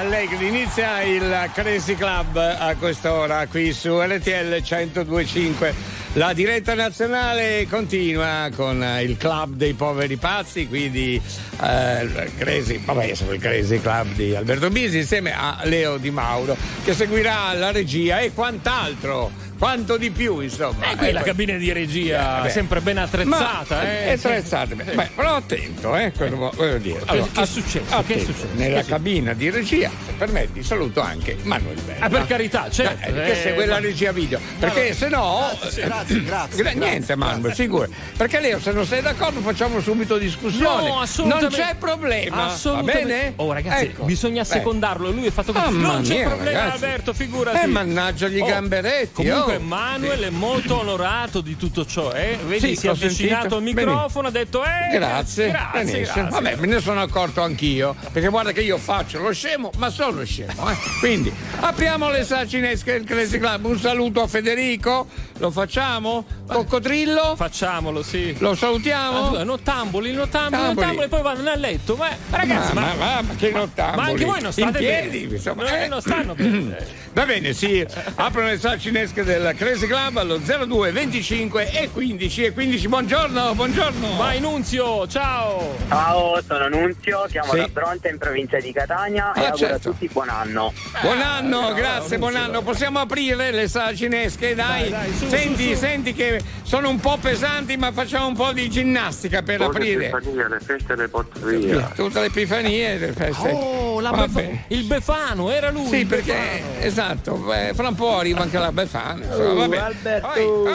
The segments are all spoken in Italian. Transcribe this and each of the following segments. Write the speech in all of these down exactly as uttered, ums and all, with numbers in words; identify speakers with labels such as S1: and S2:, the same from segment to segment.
S1: allegri. Inizia il Crazy Club a quest'ora qui su R T L centodue e cinque. La diretta nazionale continua con il Club dei Poveri Pazzi, quindi eh, il Crazy, vabbè, insomma, il Crazy Club di Alberto Bisi insieme a Leo Di Mauro, che seguirà la regia e quant'altro. Quanto di più, insomma.
S2: Eh, qui la cabina di regia
S1: eh,
S2: sempre ben attrezzata,
S1: ma,
S2: eh.
S1: attrezzata. Beh, beh, però attento, eh, quello voglio dire.
S2: Allora, che, che, succede?
S1: Attento,
S2: che succede?
S1: nella
S2: che
S1: cabina di regia, se permetti, saluto anche Manuel Bella.
S2: Ah, per carità, certo.
S1: Eh, che
S2: eh,
S1: segue
S2: ma...
S1: la regia video. Perché se no.
S3: Grazie, grazie, grazie.
S1: Gra- niente, Manuel, sicuro. Perché Leo, se non sei d'accordo, facciamo subito discussione.
S2: No, assolutamente.
S1: Non c'è problema.
S2: Assolutamente.
S1: Va bene?
S2: Oh, ragazzi,
S1: ecco.
S2: bisogna assecondarlo. Lui è fatto così.
S1: Mamma
S2: non c'è
S1: mia,
S2: problema,
S1: ragazzi.
S2: Alberto, figurati.
S1: Eh, mannaggia gli
S2: oh,
S1: gamberetti.
S2: Comunque,
S1: oh.
S2: Manuel
S1: sì.
S2: è molto onorato di tutto ciò, eh? Vedi,
S1: Sì,
S2: si è avvicinato
S1: sentito.
S2: al microfono, ha detto eh.
S1: Grazie,
S2: grazie,
S1: benissimo.
S2: grazie.
S1: Vabbè, me ne sono accorto anch'io, perché guarda che io faccio lo scemo, ma sono scemo, eh. Quindi apriamo le sacinesche del Crazy Club. Un saluto a Federico, lo facciamo? Coccodrillo?
S2: Facciamolo, sì.
S1: Lo salutiamo?
S2: Ah, nottamboli, nottamboli,
S1: Tamboli.
S2: nottamboli, e poi vanno a letto. Ma ragazzi,
S1: ma,
S2: ma,
S1: ma, ma che nottamboli?
S2: ma anche voi non state
S1: in piedi,
S2: bene.
S1: insomma,
S2: non,
S1: eh.
S2: non stanno bene.
S1: Va bene, sì, aprono le sacinesche del Crazy Club allo zero due venticinque e quindici e quindici. Buongiorno, buongiorno.
S2: Vai Nunzio, ciao.
S4: Ciao, sono Nunzio, chiamo
S1: Sì.
S4: da Bronte in provincia di Catania
S1: Ah,
S4: e auguro
S1: certo.
S4: a tutti buon anno.
S1: Buon anno,
S2: Eh,
S1: grazie,
S2: no,
S1: buon anno. Possiamo aprire le sacinesche, dai.
S2: Dai, dai, su,
S1: senti,
S2: su, su.
S1: senti che sono un po' pesanti, ma facciamo un po' di ginnastica per aprire.
S5: L'Epifania, le feste le porto via.
S1: Tutte le epifanie, le feste.
S2: Oh, la
S1: Va
S2: Befa-
S1: bene.
S2: il Befano, era lui.
S1: Sì,
S2: il
S1: perché
S2: Befano.
S1: esatto, beh, fra un po' arriva anche la Befana. Insomma, va bene.
S3: Alberto.
S1: Poi, oh,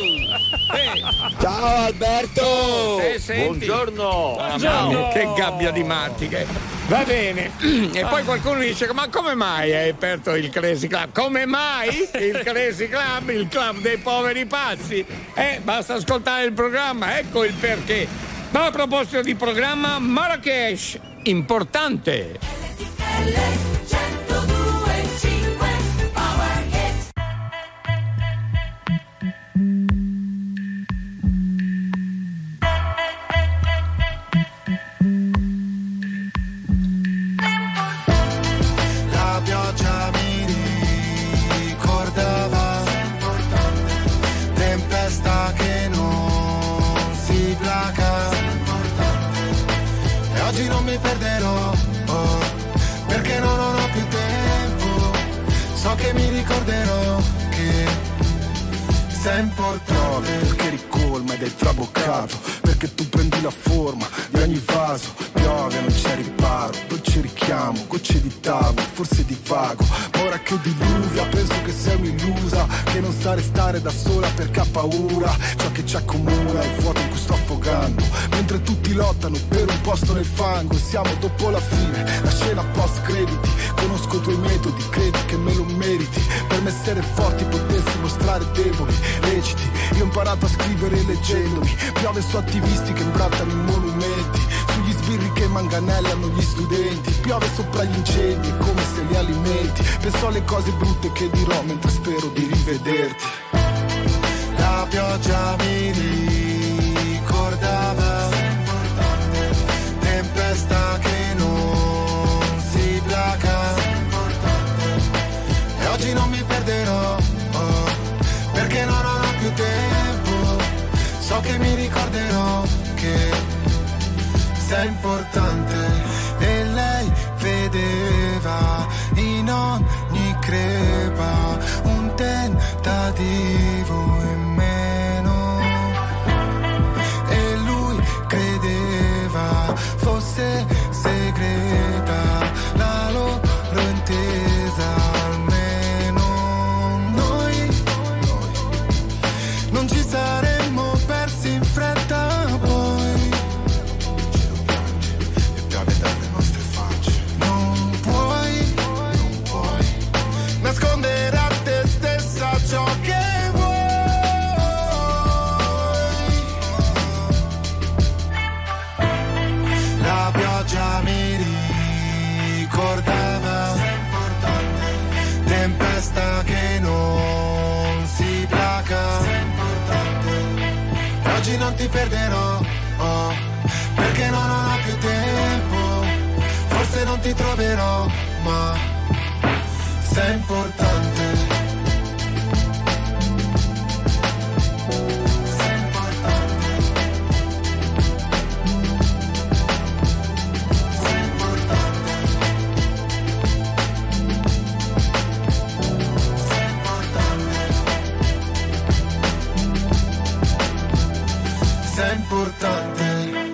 S1: eh,
S3: Ciao Alberto.
S1: se senti.
S5: Buongiorno.
S1: Mamma mia, che gabbia di matti che... Va bene. E poi qualcuno dice: ma come mai hai aperto il Crazy Club? Come mai il Crazy Club, il club dei poveri pazzi? Eh, basta ascoltare il programma, ecco il perché. Ma a proposito di programma, Marrakesh, importante.
S6: La pioggia mi ricordava, tempesta che non si placa, e oggi non mi perderò, oh, perché non ho più tempo, so che mi ricorderò che sei importante, perché ricolma ed è traboccato, perché tu prendi la forma di ogni vaso, piove non c'è riparo, dolce richiamo, gocce di tavolo, forse di vago, ma ora che diluvia penso che sei un'illusa, che non sta a restare da sola perché ha paura, ciò che ci accomuna è il vuoto in cui sto affogando, mentre tutti lottano per un posto nel fango, siamo dopo la fine, la scena post crediti, conosco i tuoi metodi, credi che me lo meriti, per me essere forti potessi mostrare deboli, leciti, io ho imparato a scrivere leggendomi, piove su attivisti che imbrattano i monumenti, sugli sbirri che manganellano gli studenti, piove sopra gli incendi, è come se li alimenti, penso alle cose brutte che dirò mentre spero di rivederti. La pioggia mi ricordava, tempesta che non si placa, e oggi non mi perderò, oh, perché non ho più tempo, so che mi ricorderò che sei importante, e lei vedeva in ogni crepa un tentativo in meno, e lui credeva fosse segreta la loro intesa, almeno noi, noi non ci saremmo persi in fretta, poi piove dalle nostre facce. Non puoi, non puoi nascondere a te stessa ciò che vuoi. La pioggia mi ricordava, tempesta che non si placa, e oggi non ti perderò, oh, perché non ho più tempo, forse non ti troverò, ma sei importante. Sei importante. Sei importante. Sei importante. Sei importante.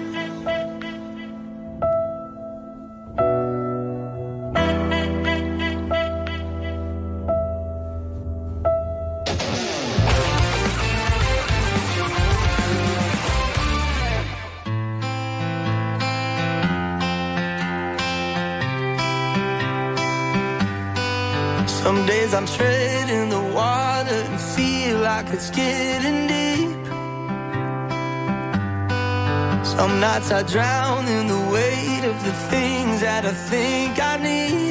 S7: Some days I'm treading the water and feel like it's getting deep. Some nights I drown in the weight of the things that I think I need.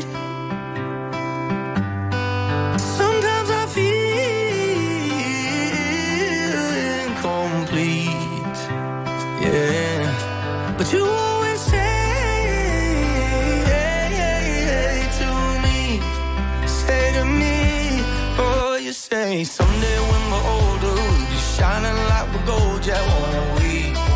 S7: Sometimes I feel incomplete, yeah. But you always say to me, say to me, oh, you say someday when we're older we'll be shining like we're gold, yeah, won't we?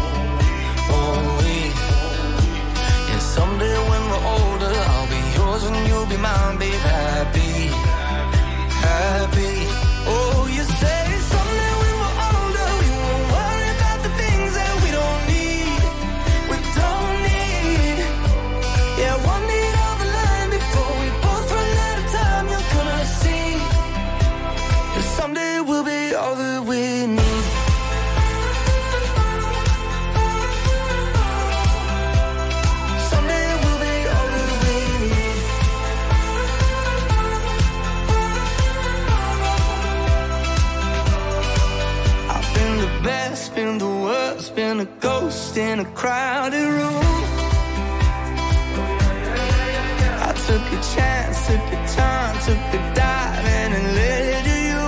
S7: Someday when we're older, I'll be yours and you'll be mine, babe. Happy, happy. Oh, you say someday when we're older, we won't worry about the things that we don't need. We don't need. Yeah, one need on the line before we both run out of time. You're gonna see. Yeah, someday we'll be all that we need. Best, been the worst, been a ghost in a crowded room. I took a chance, took a time, took a dive and it led to you.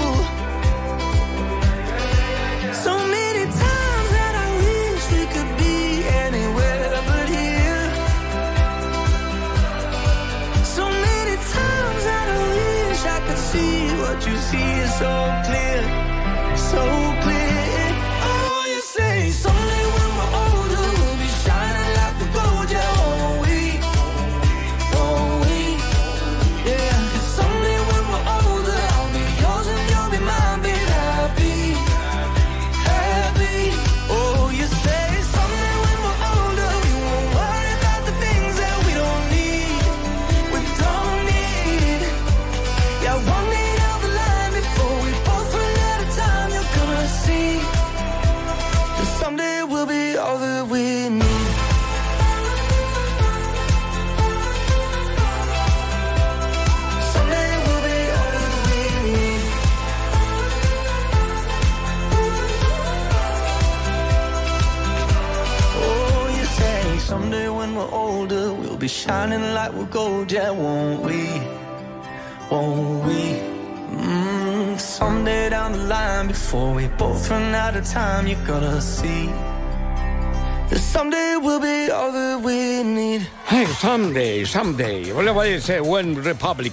S7: So many times that I wish we could be anywhere but here. So many times that I wish I could see what you see is so clear, so clear. Someday when we're older, we'll be shining like the gold, yeah, won't we? Won't we? Yeah. Someday when we're older, I'll be yours and you'll be mine, be happy, happy. Oh, you say someday when we're older, we won't worry about the things that we don't need, we don't need. Yeah, one day down the line before we both run out of time, you're gonna see. Someday we'll be all that we need. Someday we'll be all that we need. Oh, you say someday when we're older, we'll be shining like we're gold, yeah, won't we? Won't we? Mm, someday down the line before we both run out of time, you're gonna see that someday we'll be all that we need.
S1: Hey, someday, someday. Volevo dire se One Republic.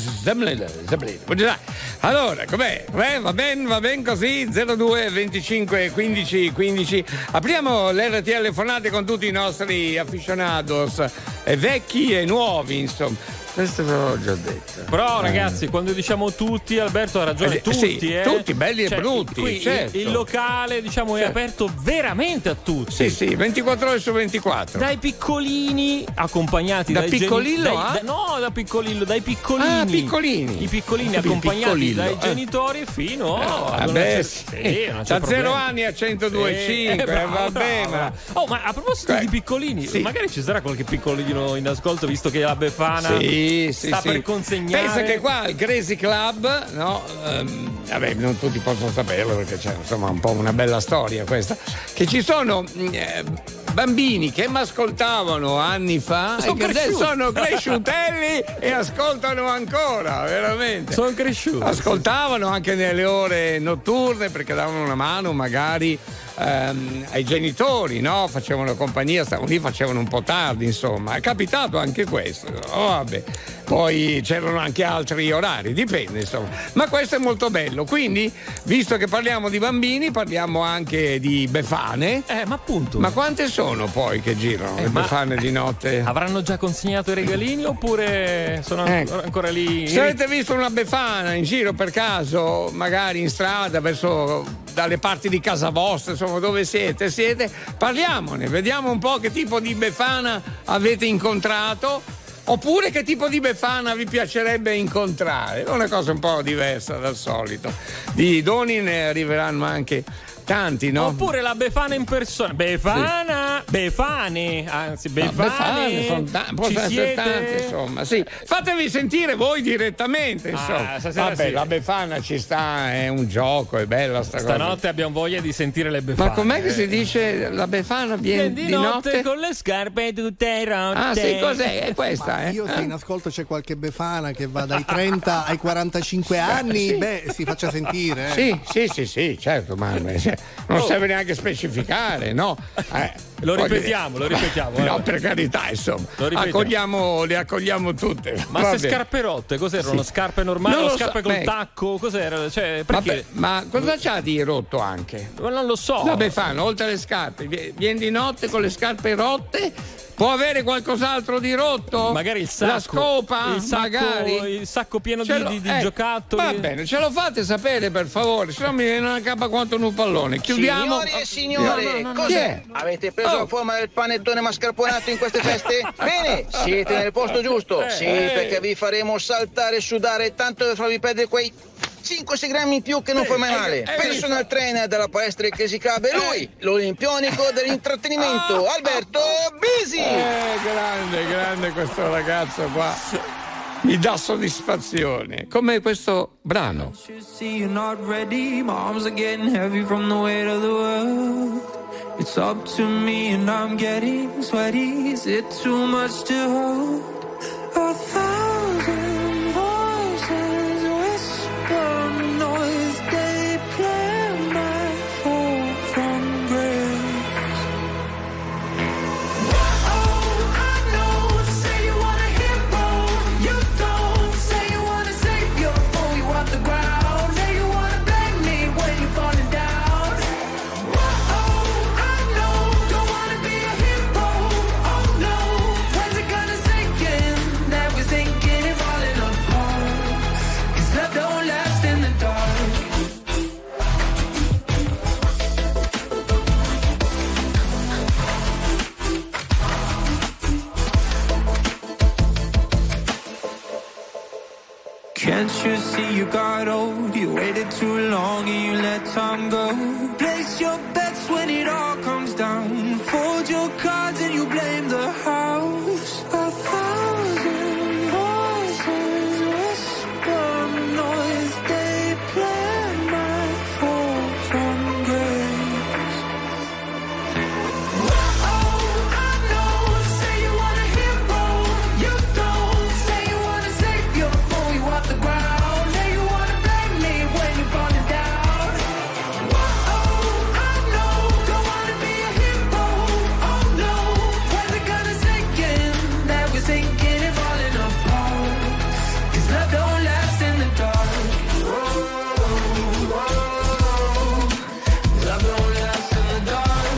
S1: Allora, com'è? com'è? Va bene, va bene così? zero due venticinque quindici quindici. Apriamo l'R T L telefonate con tutti i nostri aficionados, eh, vecchi e nuovi, insomma. Questo ve l'ho già detto.
S2: Però ragazzi, quando diciamo tutti, Alberto ha ragione,
S1: Eh,
S2: tutti,
S1: sì,
S2: eh.
S1: tutti, belli
S2: Cioè,
S1: e brutti,
S2: qui
S1: certo.
S2: il, il locale, diciamo, è
S1: Certo.
S2: aperto veramente a tutti.
S1: Sì, sì, ventiquattro ore su ventiquattro.
S2: Dai piccolini accompagnati
S1: Da
S2: dai geni-
S1: piccolillo
S2: dai-
S1: a?
S2: da- no, da piccolillo, dai piccolini.
S1: Ah, piccolini.
S2: I piccolini
S1: Ho capito,
S2: accompagnati
S1: piccolillo,
S2: dai
S1: eh.
S2: genitori fino
S1: Ah,
S2: ad una
S1: beh,
S2: cer-
S1: sì.
S2: sì, non c'è
S1: da zero
S2: problema.
S1: anni a centodue virgola cinque,
S2: Eh, bravo,
S1: vabbè,
S2: bravo.
S1: ma
S2: Oh, ma a proposito
S1: Eh,
S2: di piccolini,
S1: sì.
S2: magari ci sarà qualche piccolino in ascolto, visto che la Befana
S1: sì, sì,
S2: sta
S1: sì.
S2: per consegnare.
S1: Pensa che qua al Crazy Club, no? ehm, vabbè, non tutti possono saperlo perché c'è insomma un po' una bella storia questa. Che ci sono. Eh, bambini che mi ascoltavano anni fa
S2: Sono
S1: e che adesso
S2: cresciuti.
S1: sono cresciutelli e ascoltano ancora, veramente.
S2: Sono cresciuti.
S1: Ascoltavano anche nelle ore notturne perché davano una mano magari ehm, ai genitori, no? Facevano compagnia, stavano lì, facevano un po' tardi, insomma. È capitato anche questo. Oh, vabbè. Poi c'erano anche altri orari, dipende, insomma. Ma questo è molto bello. Quindi, visto che parliamo di bambini, parliamo anche di befane.
S2: Eh, ma appunto.
S1: Ma quante sono poi che girano
S2: Eh,
S1: le
S2: ma-
S1: befane di notte?
S2: Avranno già consegnato i regalini oppure sono
S1: Eh.
S2: ancora, ancora lì?
S1: Se avete visto una befana in giro per caso, magari in strada, verso dalle parti di casa vostra, insomma, dove siete, siete, parliamone, vediamo un po' che tipo di befana avete incontrato. Oppure che tipo di befana vi piacerebbe incontrare? È una cosa un po' diversa dal solito. Di doni ne arriveranno anche tanti, no?
S2: Oppure la befana in persona. Befana, befane, anzi
S1: No,
S2: befane.
S1: befane sono ta-
S2: Ci
S1: possono essere
S2: siete?
S1: tante, insomma, sì. Fatevi sentire voi direttamente, insomma.
S2: Ah, stasera
S1: Vabbè,
S2: sì.
S1: la befana ci sta, è un gioco, è bella sta cosa.
S2: Stanotte abbiamo voglia di sentire le befane.
S1: Ma com'è che si dice la befana viene
S2: Vieni
S1: di notte?
S2: con le scarpe tutte rotte.
S1: Ah, sì, cos'è? È questa, eh?
S3: Io se
S1: Eh?
S3: in ascolto c'è qualche befana che va dai trenta ai quarantacinque anni,
S1: Sì.
S3: beh, si faccia sentire. Eh.
S1: Sì, sì, sì, sì, certo, ma cioè, non serve neanche specificare, no? Eh,
S2: Lo
S1: voglio
S2: ripetiamo,
S1: dire-
S2: lo ripetiamo.
S1: No,
S2: eh.
S1: per carità, insomma.
S2: Lo ripetiamo.
S1: Accogliamo, le accogliamo tutte.
S2: Ma
S1: Va
S2: se
S1: bene.
S2: scarpe rotte, cos'erano?
S1: Sì.
S2: Scarpe normali
S1: Non
S2: o
S1: lo
S2: scarpe
S1: so,
S2: col
S1: beh.
S2: tacco? Cos'era? Cioè,
S1: Vabbè,
S2: perché?
S1: ma cosa c'ha di rotto anche?
S2: Ma non lo so.
S1: La befana, oltre alle scarpe, vie- viene di notte con le scarpe rotte, può avere qualcos'altro di rotto?
S2: Magari il sacco.
S1: La scopa,
S2: il sacco,
S1: magari.
S2: il sacco pieno
S1: Ce
S2: di,
S1: lo-
S2: di- di
S1: eh,
S2: giocattoli.
S1: Va bene, ce lo fate sapere per favore, se no mi viene una capa quanto un pallone. Chiudiamo.
S8: Signori e signori,
S1: No, no, no, no.
S8: cos'è?
S1: Chi è?
S8: Avete preso
S1: Oh.
S8: la forma del panettone mascarponato in queste feste? Bene, siete nel posto giusto. Sì,
S1: Eh.
S8: perché vi faremo saltare e sudare tanto da farvi perdere quei cinque sei grammi in più che non fa mai male.
S1: eh,
S8: Personal trainer della palestra del Crazy Club è lui, l'olimpionico dell'intrattenimento, Alberto Bisi.
S1: Eh, grande, grande questo ragazzo qua. Mi dà soddisfazione. Come questo brano.
S9: You see you're not ready, my arms are getting heavy from the weight of the world. It's up to me and I'm getting sweaty. Is it too much to hold? A thousand voices whisper noise, they play my fall from grace. Oh, I know, say you want a hero, you don't. Say you want a savior, pull you off the ground. Say you wanna blame me when you're falling down. Oh, I know, don't wanna be a hero. Oh no, when's it gonna sink in that we're sinking and falling apart? 'Cause love don't last in the dark. Can't you see you got old? You waited too long and you let time go. Place your bets when it all comes down. Fold your cards and you blame the house. A thousand voices whisper noise. They play my fall from grace. Oh, I know. Say you want a hero, you don't. Say you want a savior, pull you off the ground. Say you wanna blame me when you're falling down. Oh, I know. Don't wanna be a hero. Oh no, when's it gonna sink in that we're sinking and falling apart? 'Cause love don't last in the dark. Love don't last in the dark.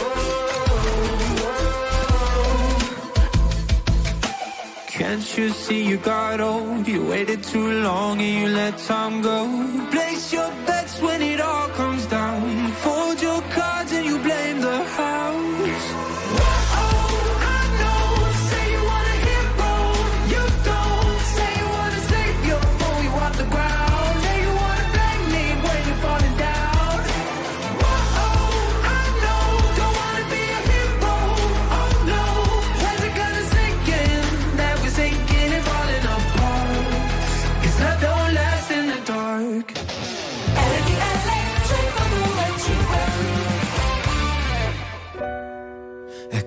S9: Can't you see you got old? You waited too long and you let time go. Place your bets when it all comes down. Fold your cards and you blame the house. Oh, I know. Say you want a hero, you don't. Say you want a savior, pull you off the ground. Say you wanna blame me when you're falling down. Oh, I know. Don't wanna be a hero. Oh no, when's it gonna sink in that we're sinking and falling apart? 'Cause love don't last in the dark. L T L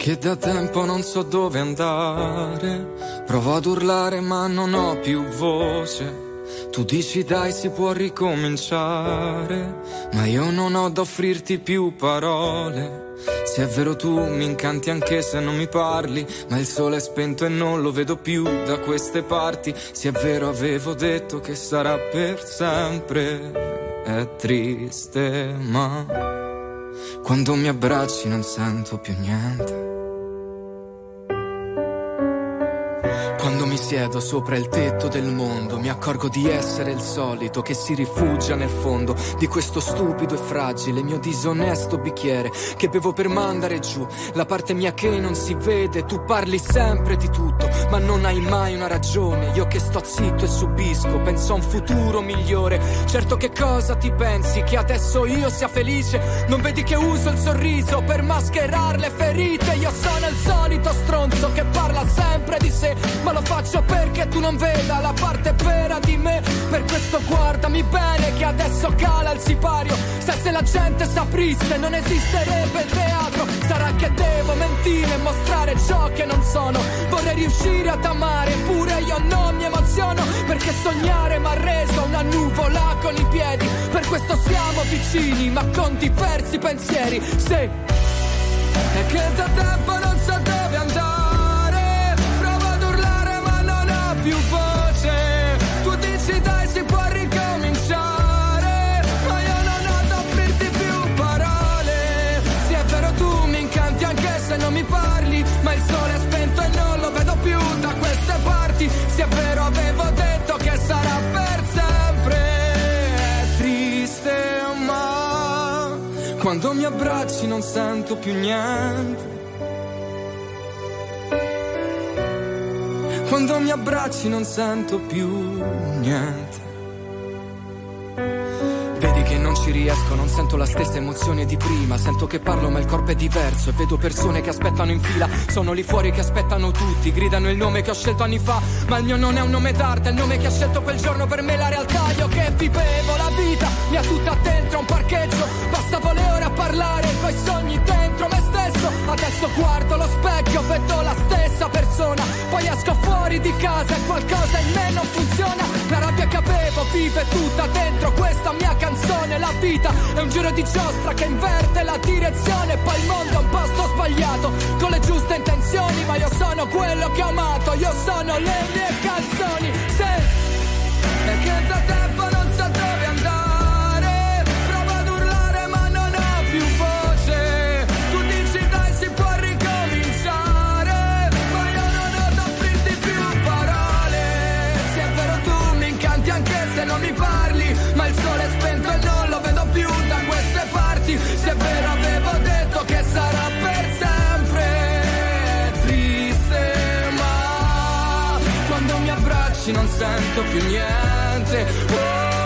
S9: che da tempo non so dove andare. Provo ad urlare ma non ho più voce. Tu dici dai si può ricominciare, ma io non ho da offrirti più parole. Se è vero tu mi incanti anche se non mi parli, ma il sole è spento e non lo vedo più da queste parti. Se è vero avevo detto che sarà per sempre. È triste ma quando mi abbracci non sento più niente. Quando mi siedo sopra il tetto del mondo mi accorgo di essere il solito che si rifugia nel fondo di questo stupido e fragile mio disonesto bicchiere che bevo per mandare giù la parte mia che non si vede. Tu parli sempre di tutto ma non hai mai una ragione. Io che sto zitto e subisco, penso a un futuro migliore. Certo, che cosa ti pensi? Che adesso io sia felice? Non vedi che uso il sorriso per mascherare le ferite? Io sono il solito stronzo che parla sempre di sé, ma lo faccio perché tu non veda la parte vera di me. Per questo guardami bene che adesso cala il sipario. Sai, se la gente saprisse non esisterebbe il teatro. Sarà che devo mentire e mostrare ciò che non sono. Vorrei riuscire ad amare eppure io non mi emoziono, perché sognare m'ha reso una nuvola con i piedi. Per questo siamo vicini ma con diversi pensieri. Sì, è che da tempo non so dove andare. Più voce, tu dici dai si può ricominciare, ma io non ho da offrirti più parole. Sì, è vero tu mi incanti anche se non mi parli, ma il sole è spento e non lo vedo più da queste parti. Sì, è vero avevo detto che sarà per sempre. È triste ma quando mi abbracci non sento più niente. Quando mi abbracci non sento più niente. Vedi che non ci riesco, non sento la stessa emozione di prima. Sento che parlo ma il corpo è diverso e vedo persone che aspettano in fila. Sono lì fuori che aspettano tutti, gridano il nome che ho scelto anni fa, ma il mio non è un nome d'arte, è il nome che ha scelto quel giorno per me la realtà. Io che vivevo la vita, mi ha tutta dentro un parcheggio. Passavo le ore a parlare coi sogni dentro me stesso. Adesso guardo lo specchio, vedo la stessa persona. Poi esco fuori di casa e qualcosa in me non funziona. La rabbia che avevo vive tutta dentro questa mia canzone. La vita è un giro di giostra che inverte la direzione. Poi il mondo è un posto sbagliato con le giuste intenzioni, ma io sono quello che ho amato, io sono le mie canzoni. Sì, è che da tempo non so dove andare. Provo ad urlare ma non ho più voce. Tu dici dai si può ricominciare, ma io non ho da offrirti più parole. Sì, è vero tu mi incanti anche se non mi parli, ma il sole è spento e non lo vedo più da queste parti. Se è vero avevo detto che sarà per sempre. È triste ma quando mi abbracci non sento più niente. Oh,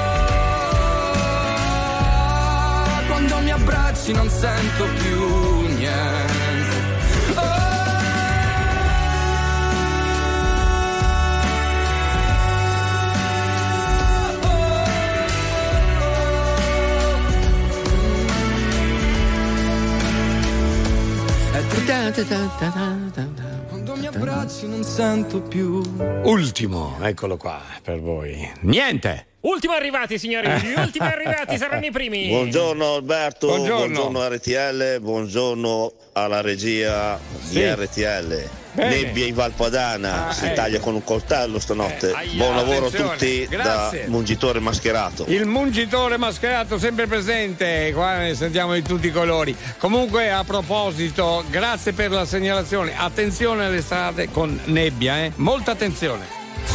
S9: quando mi abbracci non sento più niente. Oh, quando mi abbracci non sento più.
S1: Ultimo, eccolo qua per voi. Niente.
S2: Ultimi arrivati, signori, gli ultimi arrivati saranno i primi.
S10: Buongiorno Alberto,
S1: buongiorno,
S10: buongiorno R T L, buongiorno alla regia di
S1: sì.
S10: R T L.
S1: Bene.
S10: Nebbia in Valpadana,
S1: ah,
S10: si
S1: eh.
S10: taglia con un coltello stanotte.
S1: Eh, aia,
S10: Buon lavoro
S1: attenzione.
S10: a tutti.
S1: Grazie.
S10: Da mungitore mascherato.
S1: Il mungitore mascherato sempre presente, qua ne sentiamo di tutti i colori. Comunque, a proposito, grazie per la segnalazione. Attenzione alle strade con nebbia, eh? Molta attenzione.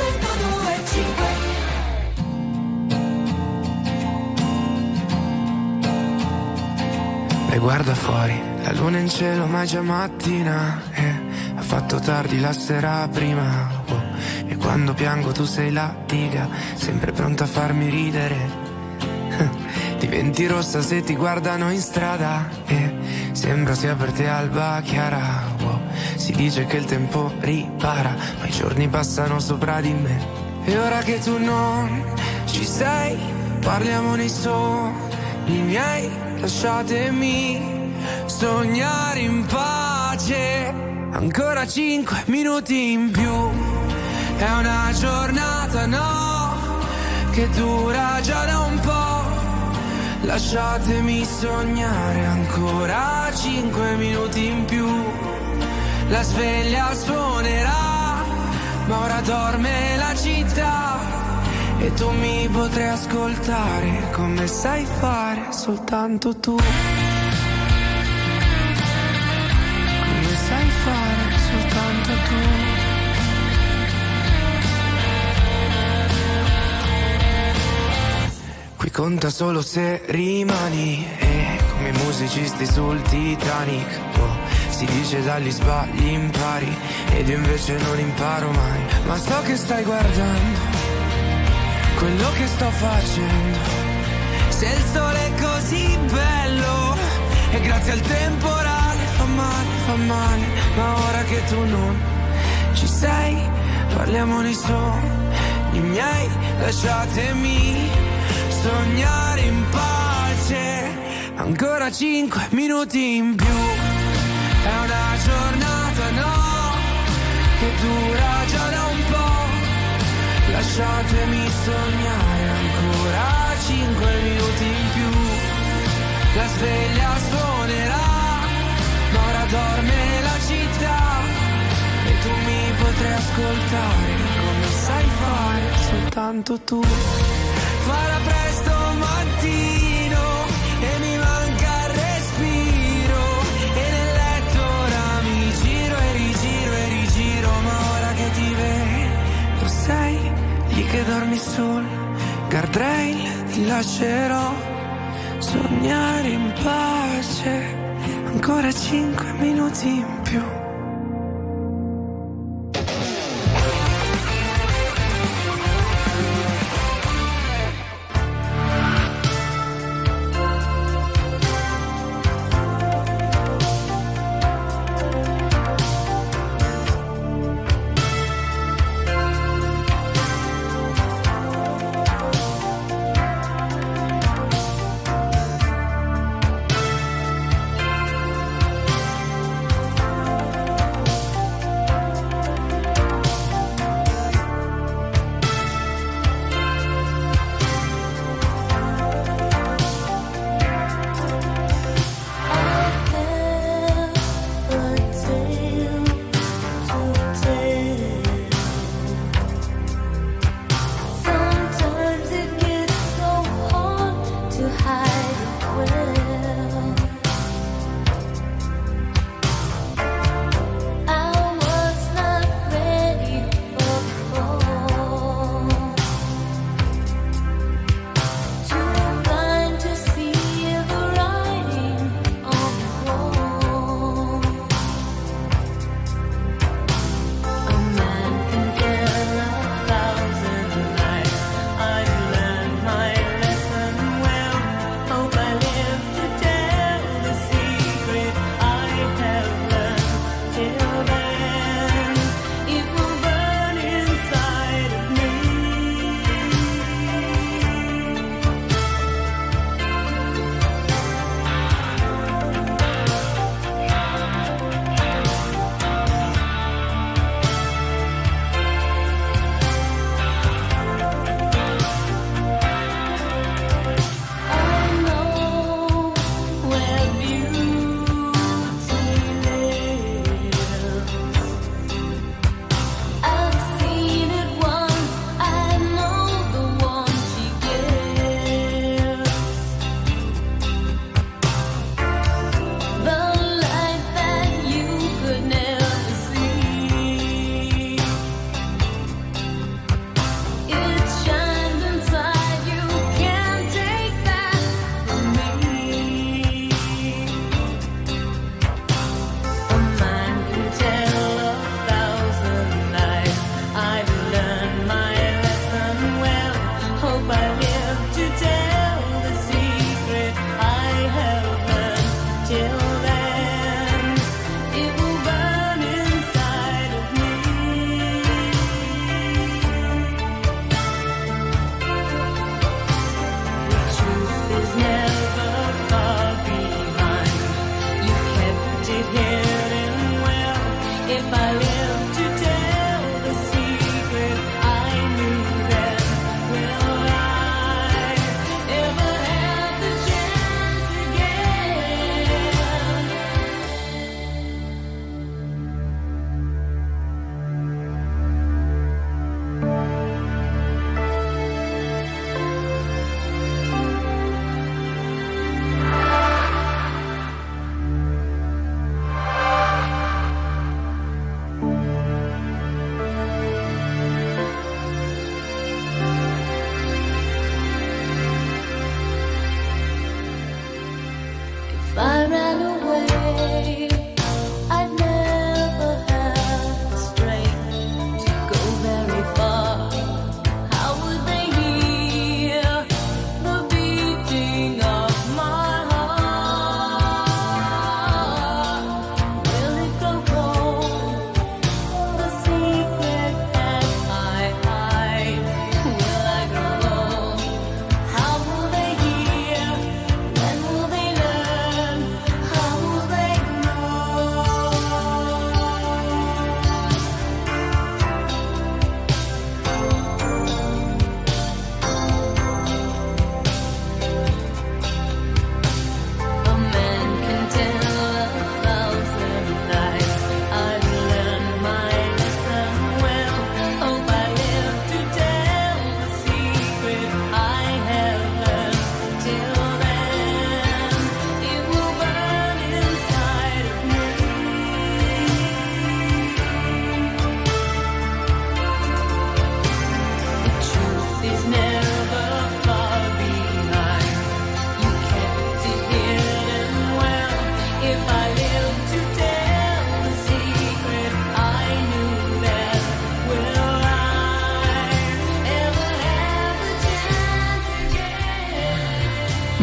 S11: E guarda fuori, la luna in cielo ma è già mattina, eh, ha fatto tardi la sera prima, oh, e quando piango tu sei la diga, sempre pronta a farmi ridere. Diventi rossa se ti guardano in strada, eh, sembra sia per te alba chiara, oh, si dice che il tempo ripara, ma i giorni passano sopra di me. E ora che tu non ci sei, parliamo nei sogni miei, lasciatemi sognare in pace. Ancora cinque minuti in più, è una giornata, no, che dura già da un po'. Lasciatemi sognare ancora cinque minuti in più. La sveglia suonerà, ma ora dorme la città. E tu mi potrai ascoltare come sai fare soltanto tu. Come sai fare soltanto tu. Qui conta solo se rimani, e come i musicisti sul Titanic, oh, si dice dagli sbagli impari, ed io invece non imparo mai. Ma so che stai guardando quello che sto facendo. Se il sole è così bello, e grazie al temporale fa male, fa male. Ma ora che tu non ci sei, parliamo nei sogni miei. Lasciatemi sognare in pace. Ancora cinque minuti in più, è una giornata, no, che dura già da un po'. Lasciatemi sognare ancora cinque minuti in più. La sveglia suonerà, ma ora dorme la città. E tu mi potrai ascoltare come sai fare soltanto tu. Farà presto mattino e mi manca il respiro, e nel letto ora mi giro e rigiro e rigiro. Ma ora che ti vedo sei lì che dormi sul guardrail, ti lascerò sognare in pace. Ancora cinque minuti in più.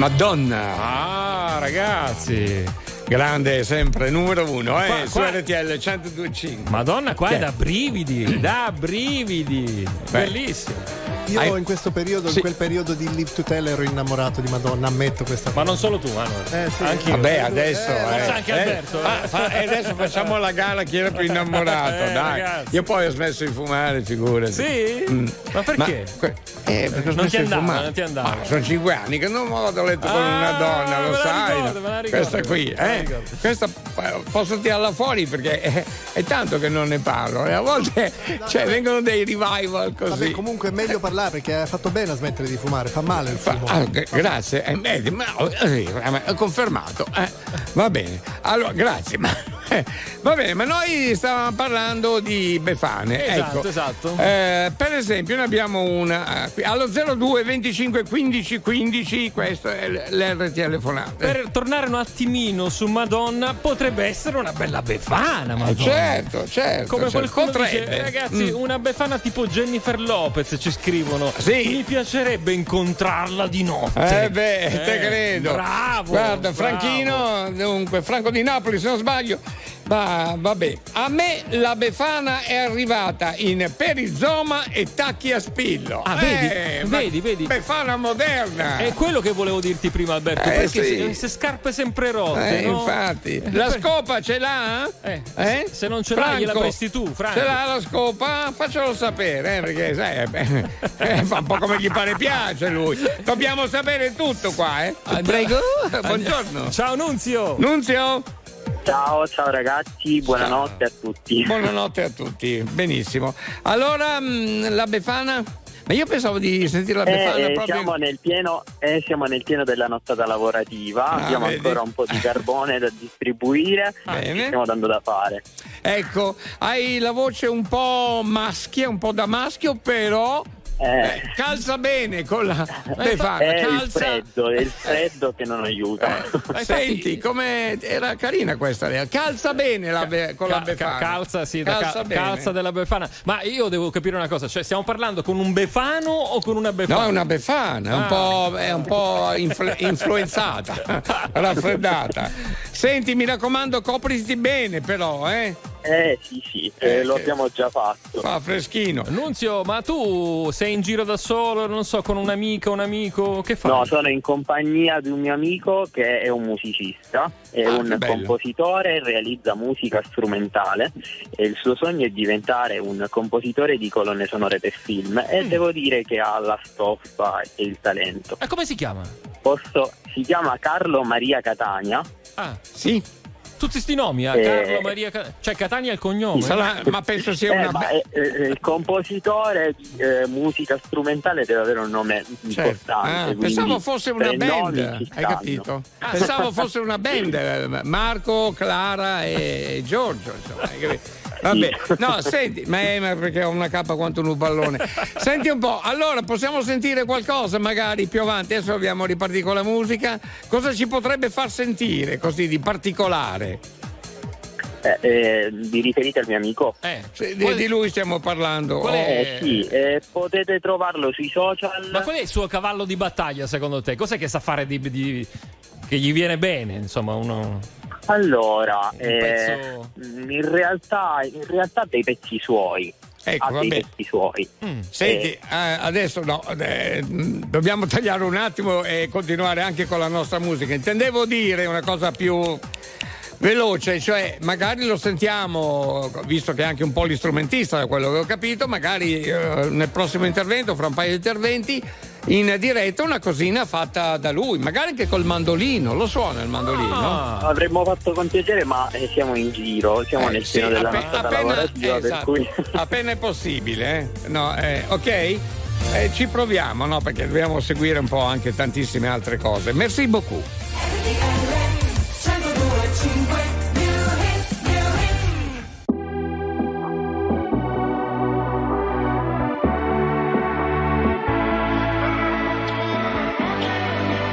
S1: Madonna.
S2: Ah, ragazzi.
S1: Grande, sempre numero uno, eh,
S2: Qua-
S1: su
S2: qua-
S1: R T L centodue e cinque.
S2: Madonna, qua
S1: Che
S2: è
S1: è?
S2: da brividi, da brividi.
S1: Beh.
S2: Bellissimo.
S3: Io
S1: Hai-
S3: in questo periodo,
S1: Sì.
S3: in quel periodo di Live to Tell ero innamorato di Madonna, ammetto questa cosa.
S2: Ma non solo tu, Manuel.
S3: Eh, sì.
S2: Anch'io.
S1: Vabbè, adesso
S3: Eh,
S1: eh,
S2: forse anche
S1: eh,
S2: Alberto, eh.
S1: fa- fa- e adesso facciamo la gara chi era più innamorato,
S2: Eh,
S1: dai.
S2: ragazzi.
S1: Io poi ho smesso di fumare, figurati.
S2: Sì?
S1: Mm.
S2: Ma perché?
S1: que- eh, perché ho
S2: Non
S1: smesso
S2: ti
S1: di
S2: andava,
S1: fumare.
S2: non ti andava.
S1: Ma sono cinque anni che non vado a letto con
S2: Ah,
S1: una donna,
S2: me
S1: lo
S2: la
S1: sai.
S2: ricordo,
S1: no?
S2: me la ricordo,
S1: Questa qui,
S2: me la
S1: eh?
S2: ricordo.
S1: Questa eh, posso tirarla fuori perché è, è tanto che non ne parlo. E a volte cioè, vengono dei revival così.
S3: Vabbè, comunque è meglio parlare perché hai fatto bene a smettere di fumare, fa male il
S1: Fa-
S3: fumo.
S1: ah, g- grazie, eh, eh, ma, eh, ho confermato. eh, va bene, allora grazie. Ma, eh, va bene, ma noi stavamo parlando di Befane.
S2: Esatto,
S1: ecco.
S2: esatto.
S1: Eh, per esempio, noi abbiamo una eh, qui, allo zero due venticinque quindici quindici, questo è l'R T L fonante.
S2: Per tornare un attimino su Madonna, potrebbe essere una bella Befana,
S1: Eh,
S2: Madonna.
S1: certo, certo.
S2: Come
S1: certo.
S2: qualcuno
S1: Potrebbe.
S2: dice, ragazzi,
S1: Mm.
S2: una Befana tipo Jennifer Lopez, ci scrivono.
S1: Sì.
S2: Mi piacerebbe incontrarla di notte.
S1: Eh beh, te
S2: Eh,
S1: credo.
S2: Bravo.
S1: Guarda,
S2: bravo.
S1: Franchino, dunque, Franco di Napoli, se non sbaglio. Ma vabbè, a me la Befana è arrivata in perizoma e tacchi a spillo.
S2: Ah, vedi,
S1: Eh, ma
S2: vedi, vedi.
S1: Befana moderna.
S2: È quello che volevo dirti prima, Alberto.
S1: Eh,
S2: perché
S1: sì.
S2: se, se scarpe sempre rotte,
S1: Eh,
S2: no?
S1: infatti. La
S2: per-
S1: scopa ce l'ha?
S2: Eh,
S1: Eh?
S2: se non ce l'hai,
S1: Franco,
S2: gliela presti tu, Franco.
S1: Ce l'ha la scopa? Faccelo sapere, eh, perché sai, eh, beh, eh, fa un po' come gli pare piace lui. Dobbiamo sapere tutto qua, eh. Prego. Buongiorno.
S2: Ciao Nunzio.
S1: Nunzio.
S4: Ciao, ciao ragazzi, buonanotte a tutti.
S1: Buonanotte a tutti, benissimo. Allora, mh, la Befana? Ma io pensavo di sentire la Befana
S4: Eh, eh,
S1: proprio.
S4: siamo, nel pieno, eh, siamo nel pieno della nottata lavorativa,
S1: Ah,
S4: abbiamo
S1: vedi?
S4: ancora un po' di carbone da distribuire,
S1: Bene.
S4: ci stiamo dando da fare.
S1: Ecco, hai la voce un po' maschia, un po' da maschio, però
S4: Eh,
S1: eh, calza bene con la Befana.
S4: è il
S1: calza.
S4: freddo, è il freddo che non aiuta.
S1: Eh, senti, come era carina questa lei. Calza bene la be- con la
S2: Ca-
S1: Befana.
S2: ca- calza, sì, da
S1: calza
S2: ca-
S1: bene.
S2: calza della Befana. Ma io devo capire una cosa, cioè stiamo parlando con un Befano o con una Befana?
S1: No, è una Befana, è un
S2: Ah.
S1: po', è un po' influ- influenzata, raffreddata. Senti, mi raccomando, copriti bene però, eh?
S4: Eh sì sì, eh,
S1: Eh,
S4: lo
S1: che-
S4: abbiamo già fatto.
S1: Fa freschino.
S2: Nunzio, ma tu sei in giro da solo, non so, con un'amica, un amico, che fai?
S4: No, sono in compagnia di un mio amico che è un musicista, è
S1: Ah,
S4: un
S1: che bello.
S4: compositore, realizza musica strumentale e il suo sogno è diventare un compositore di colonne sonore per film
S1: Mm.
S4: e devo dire che ha la stoffa e il talento.
S2: E come si chiama?
S4: Posso, si chiama Carlo Maria Catania.
S2: Ah,
S1: Sì,
S2: tutti sti nomi, ah,
S4: Eh,
S2: Carlo Maria Ca- cioè Catania è il cognome.
S1: sarà- ma penso sia
S4: Eh,
S1: una
S4: ma
S1: be-
S4: è- è- il compositore di eh, musica strumentale deve avere un nome
S1: Certo.
S4: importante.
S1: Ah,
S4: quindi
S1: pensavo fosse una
S4: tre nomi
S1: band,
S4: ci
S1: hai
S4: stanno.
S1: capito? Pensavo fosse una band, eh, Marco, Clara e Giorgio, insomma, hai capito? Vabbè, no, senti, ma è ma perché ho una cappa quanto un pallone. Senti un po', allora possiamo sentire qualcosa magari più avanti, adesso dobbiamo ripartire con la musica. Cosa ci potrebbe far sentire così di particolare?
S4: Eh, eh, vi riferite al mio amico?
S2: Eh,
S1: Se- di,
S2: qual-
S1: di lui stiamo parlando.
S2: Qual è-
S4: Eh, sì, eh, potete trovarlo sui social.
S2: Ma qual è il suo cavallo di battaglia secondo te? Cos'è che sa fare di, di- che gli viene bene, insomma, uno...
S4: Allora,
S2: Un
S4: eh,
S2: pezzo-
S4: in realtà in realtà dei pezzi suoi.
S1: Ecco,
S4: ha dei
S1: vabbè.
S4: pezzi suoi.
S2: Mm.
S1: Senti, eh, adesso no, eh, mh, dobbiamo tagliare un attimo e continuare anche con la nostra musica. Intendevo dire una cosa più veloce, cioè magari lo sentiamo, visto che è anche un po' l'istrumentista da quello che ho capito, magari eh, nel prossimo intervento, fra un paio di interventi, in diretta una cosina fatta da lui, magari anche col mandolino, lo suona il mandolino?
S2: Ah.
S4: Avremmo fatto con piacere, ma eh, siamo in giro, siamo
S1: Eh,
S4: nel
S1: sì,
S4: pieno della
S1: appe-
S4: nostra
S1: appena,
S4: lavorativa, per
S1: esatto,
S4: cui
S1: appena è possibile, eh? No, eh, ok? Eh, ci proviamo, no? Perché dobbiamo seguire un po' anche tantissime altre cose. Merci beaucoup.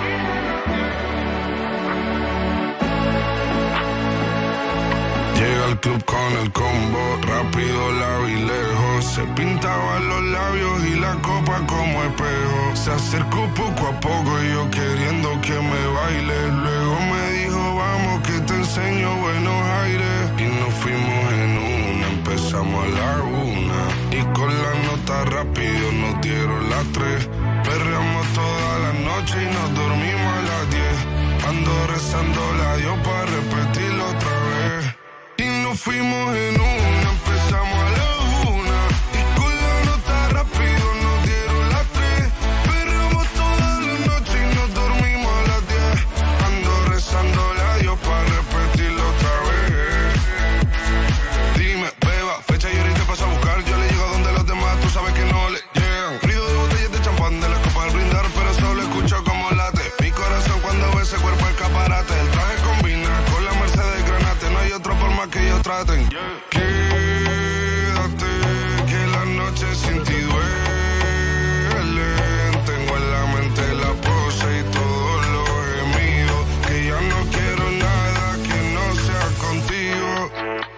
S6: Llega el
S12: el club con el combo, rápido la vi lejos. Se pintaban los labios y la copa como espejo. Se acercó poco a poco y yo queriendo que me baile. Luego me dijo, vamos que te enseño buenos aires. Y nos fuimos en una, empezamos a la una. Y con la nota rápido nos dieron las tres. Perreamos toda la noche y nos dormimos a las diez. Ando rezando la Dios para repetirlo otra vez. Y nos fuimos en una, empezamos a la una. Y con la nota rápido nos dieron las tres. Perreamos toda la noche y nos dormimos a las diez. Ando rezando la Dios para repetirlo otra vez. Dime, beba, fecha y ahorita paso a buscar. Yo le llego donde los demás, tú sabes que no le llegan. Ruido de botellas de champán, de la copa al brindar, pero solo escucho como late mi corazón cuando ve ese cuerpo escaparate. El traje combina con la Mercedes Granate. No hay otro por más que ellos traten. Quédate, que la noche sin ti duele. Tengo en la mente la pose y todos los gemidos. Que ya no quiero nada que no sea contigo.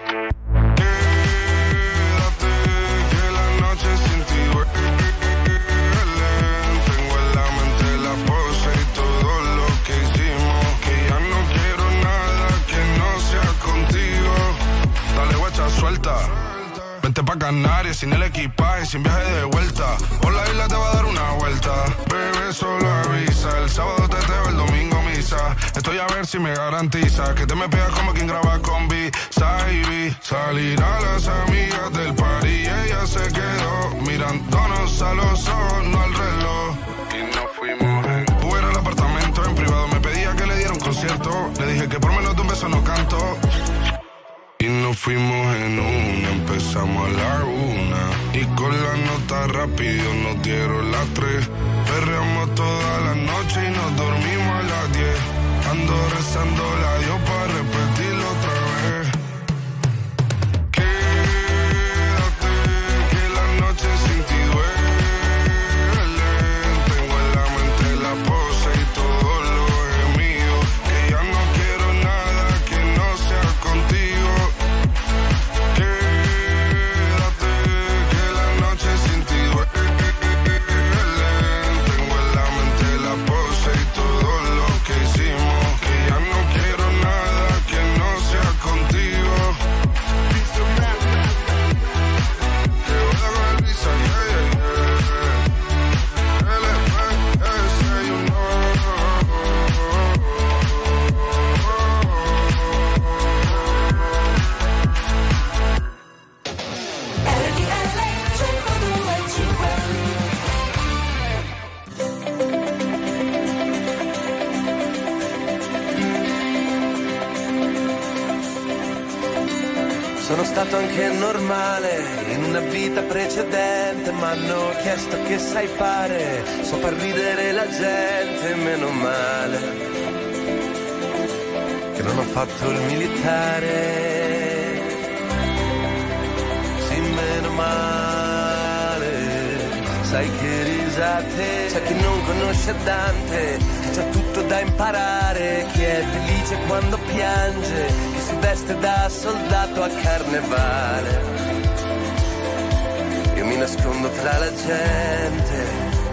S12: Quédate, que la noche sin ti duele. Tengo en la mente la pose y todo lo que hicimos. Que ya no quiero nada que no sea contigo. Dale guacha, suelta. Vente pa' Canarias sin el equipaje, sin viaje de vuelta. Por la isla te va a dar una vuelta. Bebé, solo avisa. El sábado te teo, el domingo misa. Estoy a ver si me garantiza que te me pegas como quien graba con B. Saibi. Salir a las amigas del party y ella se quedó mirándonos a los ojos, no al reloj. Y nos fuimos en Uber al apartamento en privado. Me pedía que le diera un concierto. Le dije que por menos de un beso no canto. Y nos fuimos en una, empezamos a la una. Y con la nota rápido nos dieron las tres. Perreamos toda la noche y nos dormimos a las diez. Ando rezando la Dios para repetirlo otra vez. Quédate, que la noche sin ti duele. Tengo en la mente la pose y todos los gemidos. Que ya no quiero nada que no sea contigo. Quédate, que la noche sin ti duele. Tengo en la mente la pose y todo lo que hicimos. Que ya no quiero nada que no sea contigo. Que voy a coger risa, yeah, yeah, yeah. L P S, you know.
S13: Sono stato anche normale in una vita precedente, ma hanno chiesto che sai fare, so far ridere la gente, meno male che non ho fatto il militare, sì meno male, sai che risate, c'è chi non conosce Dante, che c'ha tutto da imparare, chi è felice quando piange, si veste da soldato a carnevale. Io mi nascondo tra la gente,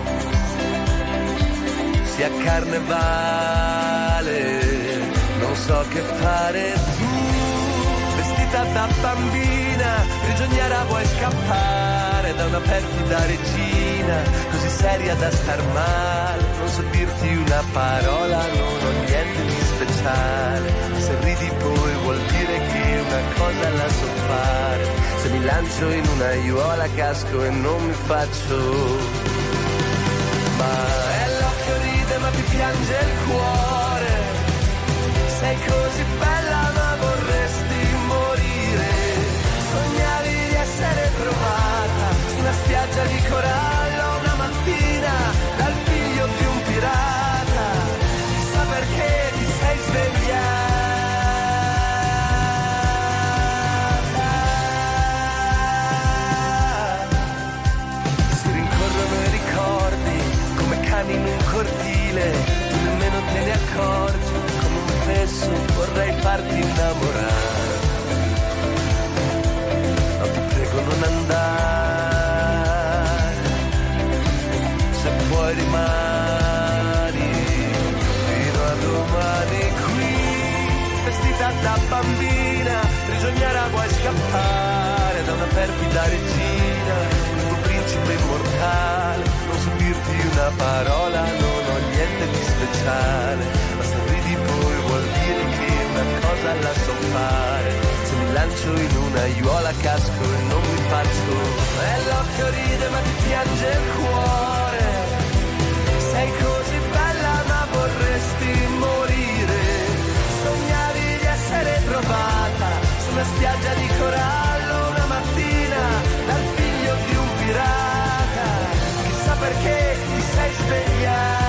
S13: sia carnevale, non so che fare. Tu, vestita da bambina, prigioniera vuoi scappare da una perfida regina, così seria da star male. Non so dirti una parola, non ho niente di speciale. Se ridi poi vuol dire che una cosa la so fare. Se mi lancio in una aiuola casco e non mi faccio. Ma è l'occhio ride ma ti piange il cuore. Sei così bella ma vorresti morire. Sognavi di essere trovata su una spiaggia di corallo una mattina dal figlio di un pirata. Chissà perché ti sei svegliata. In un cortile, tu nemmeno te ne accorgi, come un fesso vorrei farti innamorare. da bambina, prigioniera vuoi scappare da una perfida regina, il tuo principe immortale, non so dirti una parola, non ho niente di speciale, ma se ridi poi vuol dire che una cosa la so fare, se mi lancio in una aiuola casco e non mi faccio, e l'occhio ride ma ti piange il cuore, sei così bella ma vorresti morire, sognavi di essere trovata su una spiaggia di corallo una mattina dal figlio di un pirata, chissà perché ti sei svegliata.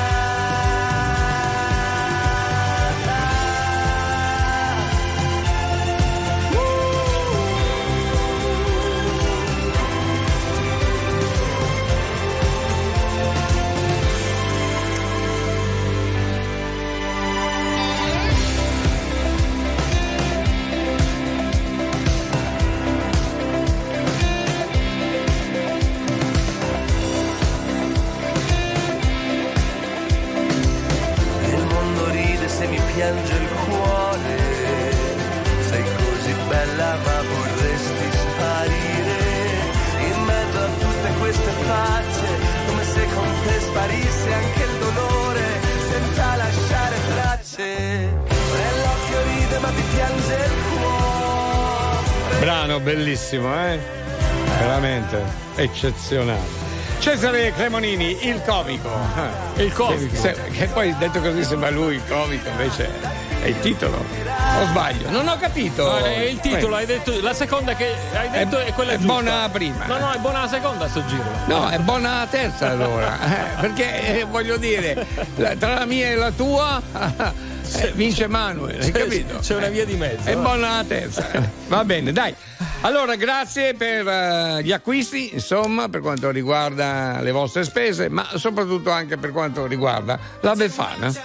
S13: Mi piange il cuore, sei così bella ma vorresti sparire in mezzo a tutte queste facce, come se con te sparisse anche il dolore senza lasciare tracce, e l'occhio ride ma ti piange il cuore.
S1: Brano bellissimo, eh? Veramente eccezionale. Cesare Cremonini, il comico.
S2: Il comico.
S1: Che, che poi detto così sembra lui il comico, invece è il titolo. O sbaglio? Non ho capito.
S2: No, è il titolo, hai detto, la seconda che hai detto è, è quella
S1: è
S2: giusta.
S1: Buona la prima.
S2: No, no, è buona la seconda sto giro.
S1: No, è buona la terza allora. eh, perché eh, voglio dire, la, tra la mia e la tua eh, vince Manuel, hai capito?
S2: C'è una via di mezzo.
S1: È buona la terza. Va bene, dai. Allora, grazie per uh, gli acquisti, insomma, per quanto riguarda le vostre spese, ma soprattutto anche per quanto riguarda la Befana.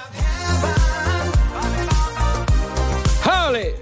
S1: Ale!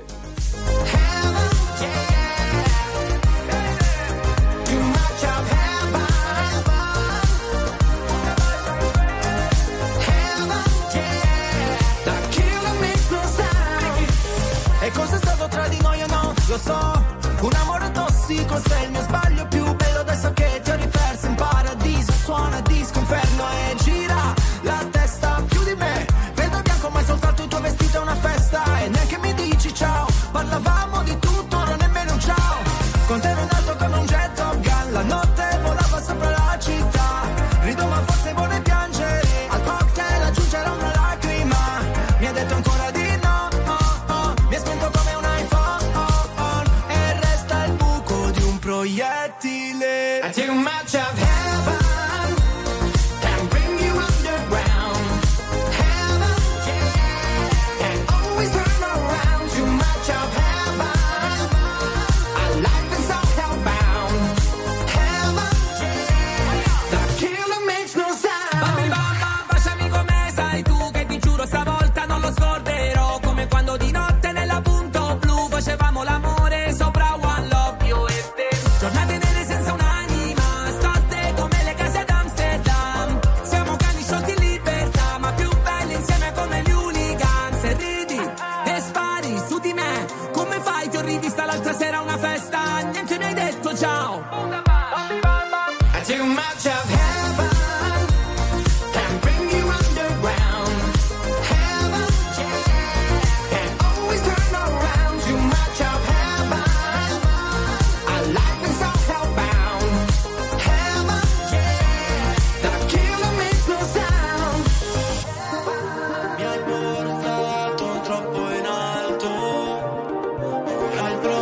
S14: E cosa è stato tra di noi o no? Lo so, un amore tossico, sei il mio sbaglio più bello. Adesso che ti ho riperso in paradiso, suona disco inferno e gira la testa più di me. Vedo bianco ma è soltanto il tuo vestito è una festa. E neanche mi dici ciao, parlavamo di tutto, non nemmeno un ciao. Con te ero in alto come un jet Top Gun, la notte volava sopra la città. Rido ma forse vuole piangere, al cocktail aggiungerò una lacrima. Mi ha detto ancora di no, oh, oh. Mi ha spento come un iPhone, oh, oh. E resta il buco di un proiettile. I take much of heaven and bring you underground. Heaven, yeah, and always turn around. Too much of heaven, our life is all hellbound. Heaven, yeah, the killer makes no sound.
S15: Bambi bamba, baciami come sai tu, che ti giuro stavolta non lo scorderò. Come quando di notte nella punto blu facevamo l'amore sopra One Love, io e te. Giornate nere senza un'anima, storte come le case ad Amsterdam. Siamo cani sciolti in libertà, ma più belli insieme come gli hooligans. E ridi e spari su di me, come fai? Ti ho rivista l'altra sera a una festa, niente mi hai detto ciao.
S14: I take much of heaven and bring you underground. Heaven, yeah, and always turn around. Too much of heaven, our life is all hellbound. Heaven, yeah, the killer makes no sound. Mi hai portato troppo in alto, ora il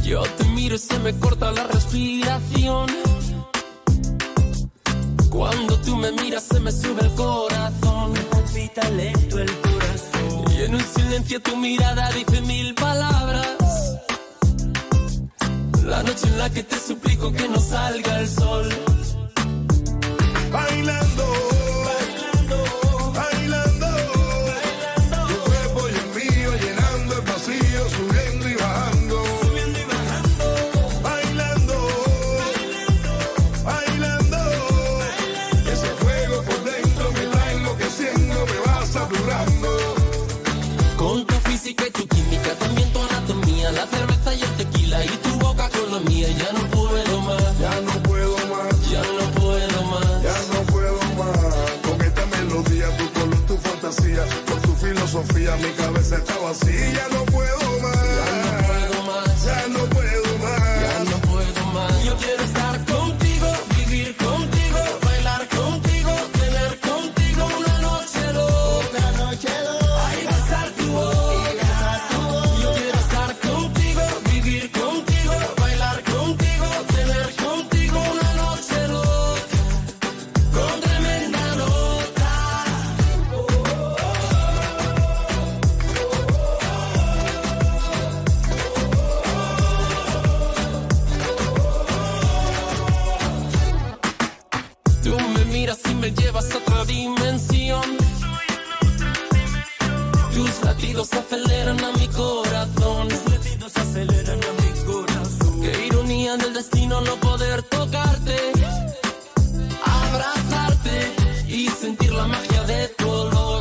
S9: Yo te miro y se me corta la respiración. Cuando tú me miras se me sube el corazón. Me palpita lento el corazón. Y en un silencio tu mirada dice mil palabras. La noche en la que te suplico que no salga el sol.
S12: Bailando, bailando, bailando, bailando. Tu cuerpo y el mío llenando el vacío, subiendo y bajando, subiendo y bajando. Bailando, bailando, bailando, bailando. Ese fuego por dentro me va enloqueciendo, me va saturando.
S9: Con tu física y tu química, también tu anatomía, la cerveza y el tequila y tu boca con la mía. Ya no puedo más,
S12: ya no puedo más,
S9: ya no puedo más,
S12: ya no puedo más. Con esta melodía, tu color, tu fantasía, con tu filosofía, mi cabeza está vacía. Ya no puedo más,
S9: ya no puedo más,
S12: ya no puedo más,
S9: ya no puedo más. Yo quiero estar contigo, vivir contigo, bailar contigo, tener contigo una noche loca, una noche loca. Ay, besar tu boca. Yo quiero estar contigo, vivir contigo, bailar contigo, tener contigo una noche loca, con tremenda nota. Tú me miras y me llevas a otra dimensión. Tus latidos aceleran a mi corazón. Tus latidos aceleran a mi corazón. Qué ironía del destino no poder tocarte, abrazarte y sentir la magia de tu olor.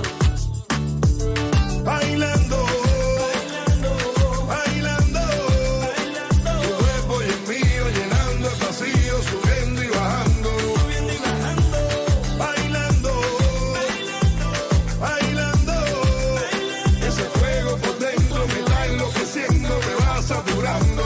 S12: bailando, bailando, bailando, bailando. Tu cuerpo y el mío llenando el vacío, subiendo y bajando, subiendo y bajando. Bailando, bailando, bailando, bailando. Ese fuego por dentro me está enloqueciendo, me va saturando.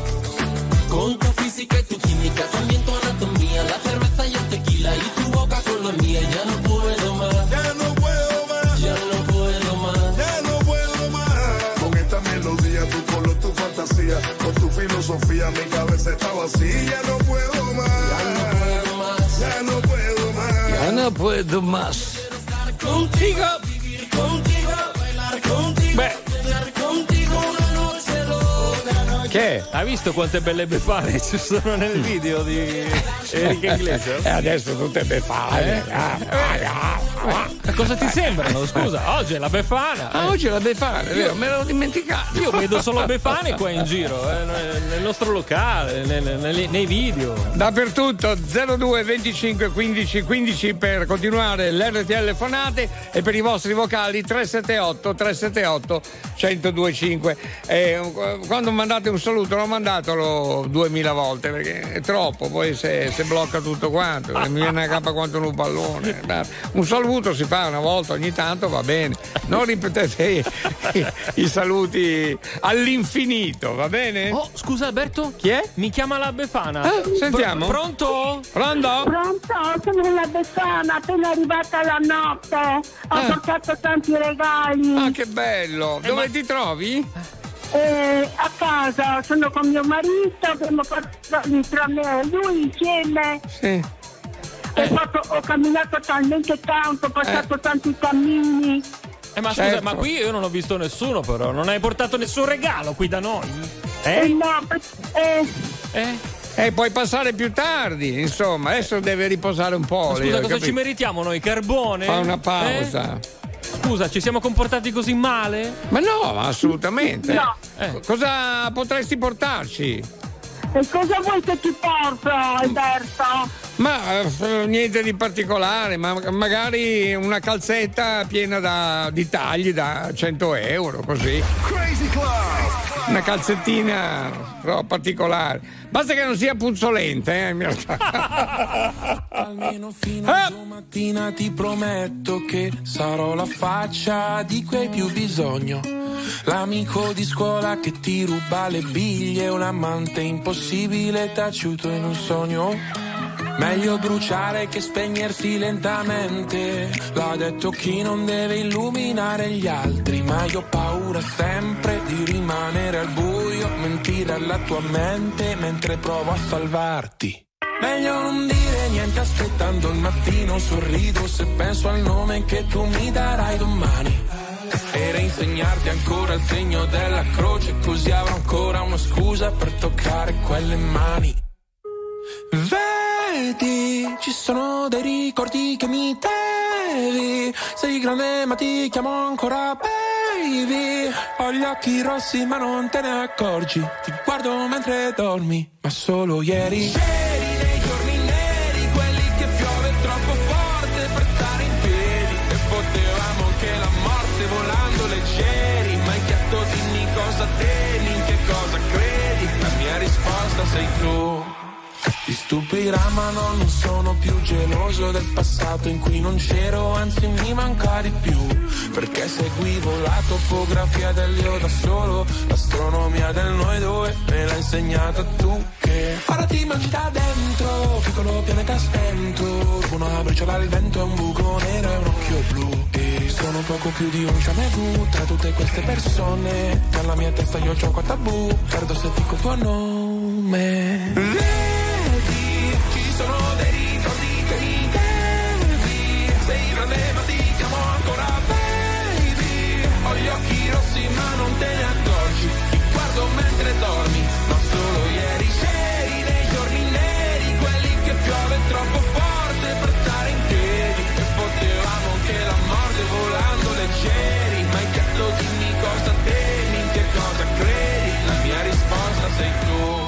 S9: Con tu física y tu química, también tu anatomía, la cerveza y el tequila y tu boca con la mía. Ya no puedo más,
S12: Ya no puedo más,
S9: ya no puedo más.
S12: ya no puedo más. Con esta melodía, tu color, tu fantasía, con tu filosofía, mi cabeza está vacía. Ya no puedo más,
S9: Ya no puedo más,
S12: ya no puedo más.
S1: Ya no puedo más.
S9: contigo, vivir contigo, bailar contigo,
S2: Beh.
S9: tener contigo una noche loca.
S1: Che?
S2: Hai visto quante belle befane ci sono nel video di Enrique Iglesias?
S1: E adesso tutte befane. Ah, ah, ah.
S2: Cosa ti sembrano? Scusa, oggi è la befana.
S1: Ah, oggi è la befana, è vero? Me l'ero dimenticato.
S2: Io vedo solo befane qua in giro, eh, nel nostro locale, nei, nei, nei video.
S1: Dappertutto zero due venticinque quindici quindici per continuare l'R T L fonate e per i vostri vocali tre sette otto tre sette otto uno zero due cinque. Eh, quando mandate un saluto non mandatelo duemila volte perché è troppo, poi se, se blocca tutto quanto, mi viene a capa quanto un pallone. Un saluto si fa una volta ogni tanto, va bene, non ripetete i, i, i saluti all'infinito, va bene?
S2: Oh, scusa Alberto?
S1: Chi è?
S2: Mi chiama la befana.
S1: Eh, sentiamo.
S2: Pr- pronto?
S1: Pronto?
S16: Pronto? Sono la Befana, appena arrivata la notte. Ho
S1: Eh.
S16: portato tanti regali.
S1: Ah, che bello! Dove ti trovi?
S16: Eh, a casa, sono con mio marito, abbiamo fatto tra me e lui insieme.
S1: Sì.
S16: Ho, fatto, ho camminato talmente tanto, ho passato tanti cammini.
S2: Eh, ma scusa,
S1: Certo.
S2: ma qui io non ho visto nessuno però, non hai portato nessun regalo qui da noi?
S16: Eh,
S2: Eh?
S16: no, eh,
S2: Eh?
S1: E puoi passare più tardi, insomma, adesso deve riposare un po'.
S2: Ma
S1: lì,
S2: scusa,
S1: hai
S2: cosa
S1: capito?
S2: ci meritiamo noi? Carbone?
S1: Fa una pausa.
S2: Eh? Scusa, ci siamo comportati così male?
S1: Ma no, ma assolutamente.
S16: No.
S2: Eh.
S1: Cosa potresti portarci?
S16: e cosa vuoi che ti porto, Alberto?
S1: Ma eh, niente di particolare, ma magari una calzetta piena da, di tagli da cento euro, così.
S12: Crazy Club.
S1: Una calzettina però particolare. Basta che non sia puzzolente, eh. mi raccomando.
S11: Almeno fino a domattina ti prometto che sarò la faccia di cui hai più bisogno. L'amico di scuola che ti ruba le biglie, un amante impossibile taciuto in un sogno. Meglio bruciare che spegnersi lentamente, l'ha detto chi non deve illuminare gli altri, ma io ho paura sempre di rimanere al buio
S9: mentire alla tua mente mentre provo a salvarti. Meglio non dire niente aspettando il mattino, sorrido se penso al nome che tu mi darai domani. E reinsegnarti ancora il segno della croce, così avrò ancora una scusa per toccare quelle mani. Vedi, ci sono dei ricordi che mi devi. Sei grande ma ti chiamo ancora baby. Ho gli occhi rossi ma non te ne accorgi. Ti guardo mentre dormi, ma solo ieri. Ieri nei giorni neri, quelli che piove troppo forte per stare in piedi. E potevamo anche la morte volando leggeri. Ma hai chiesto dimmi cosa temi, in che cosa credi. La mia risposta sei tu. Ti stupirà ma no, non sono più geloso del passato in cui non c'ero, anzi mi manca di più. Perché seguivo la topografia dell'io da solo, l'astronomia del noi due me l'ha insegnata tu. Che ora ti mangi da dentro, piccolo pianeta spento, una briciola al vento e un buco nero e un occhio blu. E sono poco più di un jamais tra tutte queste persone. Nella mia testa io c'ho qua tabù, perdo se dico il tuo nome. Sono dei ricordi che mi devi. Sei grande ma ti chiamo ancora baby. Ho gli occhi rossi ma non te ne accorgi. Ti guardo mentre dormi, ma solo ieri. C'eri nei giorni neri, quelli che piove troppo forte per stare in piedi. E potevamo anche la morte volando leggeri. Ma hai chiesto dimmi cosa temi, in che cosa credi. La mia risposta sei tu.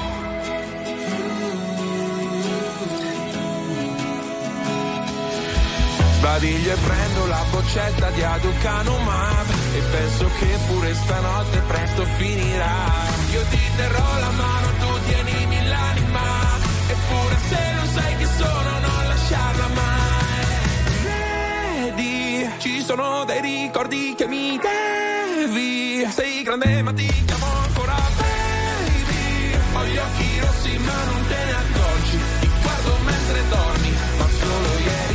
S9: Sbadiglio e prendo la boccetta di Aducanumab e penso che pure stanotte presto finirà. Io ti terrò la mano, tu tienimi l'anima, eppure se non sai chi sono non lasciarla mai. Vedi, ci sono dei ricordi che mi devi. Sei grande ma ti chiamo ancora baby. Ho gli occhi rossi ma non te ne accorgi. Ti guardo mentre dormi, ma solo ieri.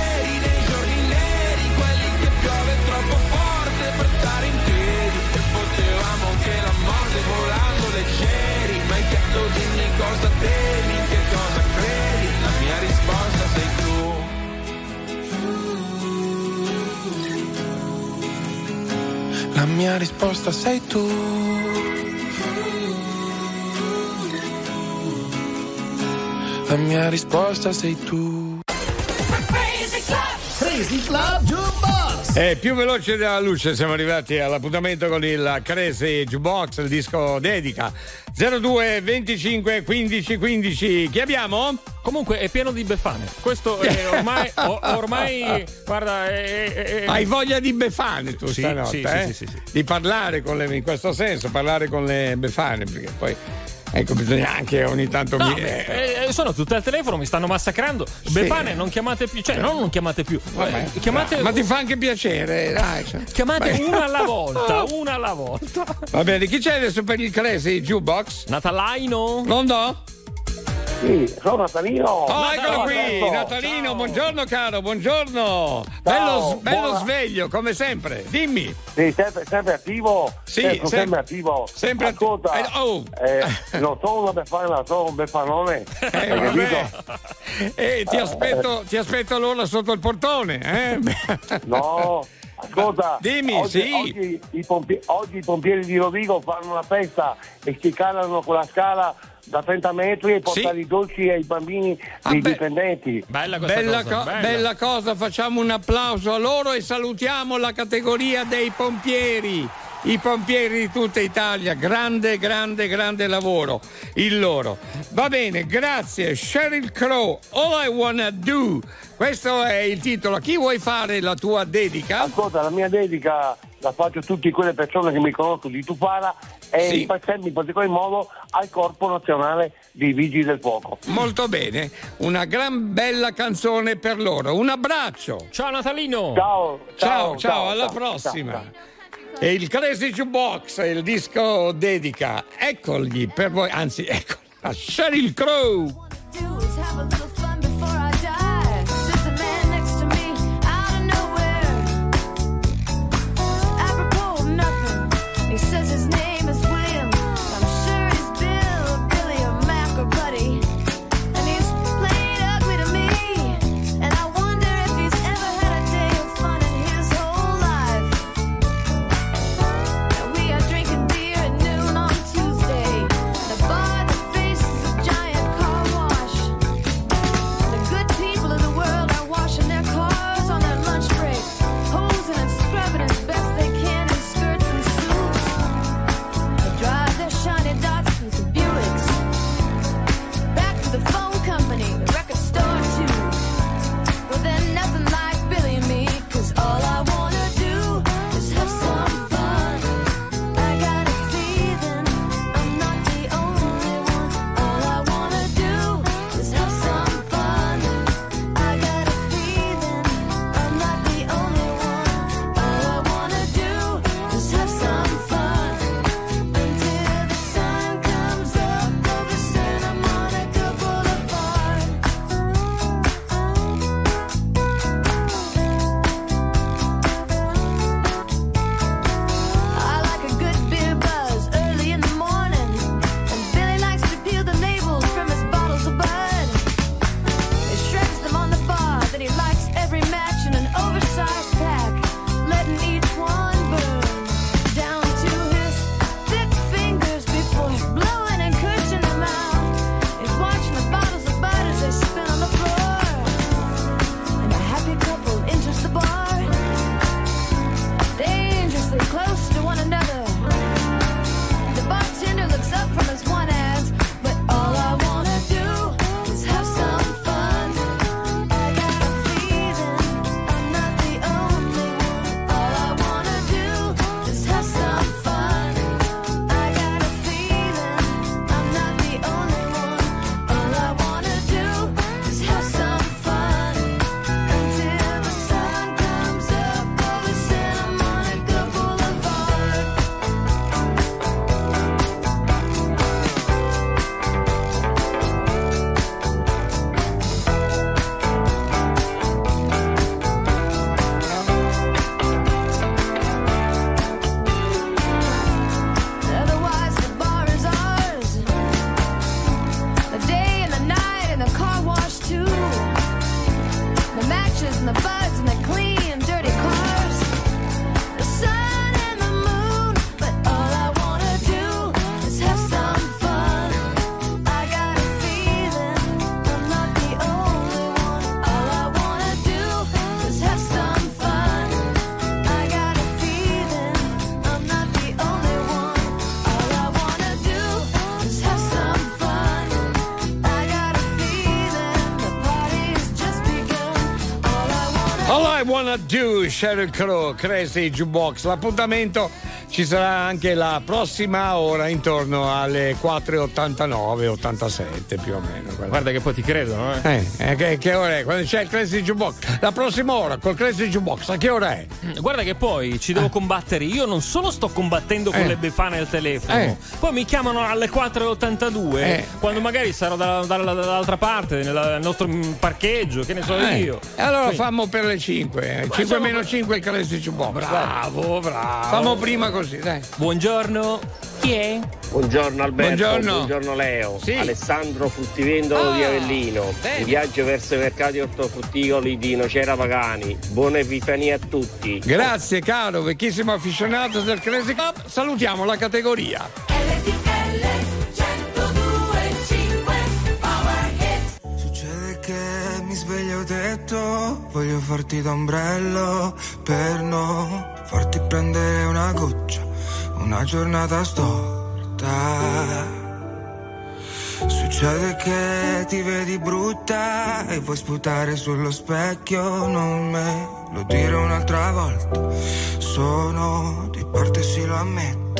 S9: Troppo forte per stare in piedi. E potevamo anche la morte volando leggeri. Ma hai chiesto dimmi cosa temi, in che cosa credi. La mia risposta sei tu. La mia risposta sei tu. La mia risposta sei tu.
S3: Crazy Club Jukebox.
S1: È più veloce della luce, siamo arrivati all'appuntamento con il Crazy Jukebox, il disco dedica. zero due venticinque quindici quindici. Chi abbiamo?
S2: Comunque è pieno di befane. Questo è ormai o, ormai guarda è, è, è...
S1: Hai voglia di befane tu
S2: sì,
S1: stanotte,
S2: sì,
S1: eh?
S2: sì, sì, sì.
S1: Di parlare con le, in questo senso, parlare con le befane, perché poi ecco, bisogna anche ogni tanto
S2: no,
S1: mi...
S2: beh, eh, sono tutte al telefono, mi stanno massacrando. Sì. Befane, non chiamate più, cioè non non chiamate più.
S1: Vabbè,
S2: eh, chiamate...
S1: Ma ti fa anche piacere, dai. Cioè.
S2: Chiamate
S1: Beh.
S2: una alla volta, una alla volta.
S1: Va bene, chi c'è adesso per il Crazy Jukebox?
S2: Natalaino?
S1: Pronto?
S17: Sì, sono Natalino.
S1: Oh, eccolo qui,
S17: Ciao.
S1: Natalino,
S17: Ciao.
S1: buongiorno caro, buongiorno.
S17: Ciao,
S1: Bello, bello
S17: buona...
S1: sveglio, come sempre. Dimmi.
S17: Sì, sempre, sempre attivo.
S1: Sì,
S17: sempre,
S1: sem-
S17: sempre attivo.
S1: Sempre
S17: Ascolta,
S1: attivo. Eh, oh.
S17: eh, non sono una befana, sono un befanone.
S1: Eh,
S17: Hai
S1: vabbè.
S17: capito?
S1: Eh, ti aspetto, ti aspetto allora sotto il portone, eh?
S17: No. Ascolta,
S1: dimmi,
S17: oggi,
S1: sì.
S17: oggi, i pompi- oggi i pompieri di Rovigo fanno una festa e si calano con la scala da trenta metri e portare
S1: sì.
S17: i dolci ai bambini
S1: ah,
S17: dei
S1: beh.
S17: dipendenti.
S2: Bella questa
S1: Bella,
S2: cosa,
S1: co-
S2: bella.
S1: bella cosa, facciamo un applauso a loro e salutiamo la categoria dei pompieri. I pompieri di tutta Italia, grande, grande, grande lavoro il loro. Va bene, grazie. Sheryl Crow, All I Wanna Do. Questo è il titolo. A chi vuoi fare la tua dedica?
S17: Ascolta, la mia dedica la faccio a tutte quelle persone che mi conoscono di Tufara e
S1: Sì.
S17: in particolar modo al Corpo Nazionale dei Vigili del Fuoco.
S1: Molto bene, una gran bella canzone per loro. Un abbraccio.
S2: Ciao Natalino.
S17: Ciao,
S1: Ciao, ciao,
S17: ciao, ciao
S1: alla
S17: ciao,
S1: prossima.
S17: ciao.
S1: E il Crazy Jukebox, il disco dedica. Eccoli per voi, anzi, ecco, a Sheryl Crow.
S18: He says his name is William. I'm sure he's
S1: All I Wanna Do, Sheryl Crow, Crazy Jukebox. L'appuntamento ci sarà anche la prossima ora intorno alle quattro e ottantanove ottantasette più o meno.
S2: Guarda che poi ti credono, eh.
S1: Eh, eh che, che ora è? Quando c'è il Crazy Jukebox? La prossima ora col Crazy Jukebox, a che ora è?
S2: Guarda che poi ci devo eh. combattere. Io non solo sto combattendo con
S1: eh.
S2: le befane al telefono,
S1: eh.
S2: poi mi chiamano alle quattro e ottantadue eh. quando magari sarò da, da, da, dall'altra parte, nel nostro parcheggio, che ne so
S1: eh.
S2: io.
S1: E allora
S2: Quindi...
S1: fammo per le cinque. cinque meno cinque il Crazy Jukebox.
S2: Bravo, bravo.
S1: Fammo prima così, dai.
S2: Buongiorno. Chi è?
S18: Buongiorno Alberto,
S1: buongiorno,
S18: buongiorno Leo,
S1: sì.
S18: Alessandro fruttivendolo
S1: ah,
S18: di Avellino,
S1: bene.
S18: in viaggio verso i mercati ortofrutticoli di Nocera Pagani. Buona Epifania a tutti.
S1: Grazie caro, vecchissimo afficionato del Crazy Club. Salutiamo la categoria.
S11: Succede che mi sveglio detto, voglio farti d'ombrello per non farti prendere una goccia, una giornata storta. Succede che ti vedi brutta e vuoi sputare sullo specchio, non me lo dire un'altra volta, sono di parte sì lo ammetto.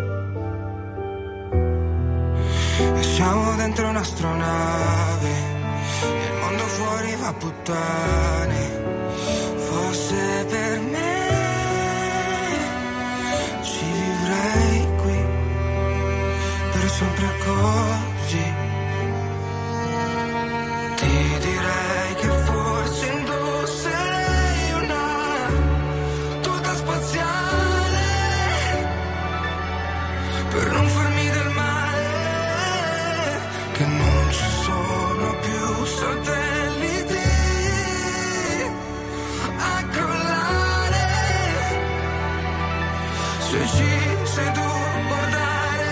S11: E siamo dentro un'astronave e il mondo fuori va a puttane. Forse per me ci vivrei qui per sempre così. Ti direi che forse indosserei una tuta spaziale per non farmi del male, che non ci sono più satelliti a crollare, se ci sei tu a guardare.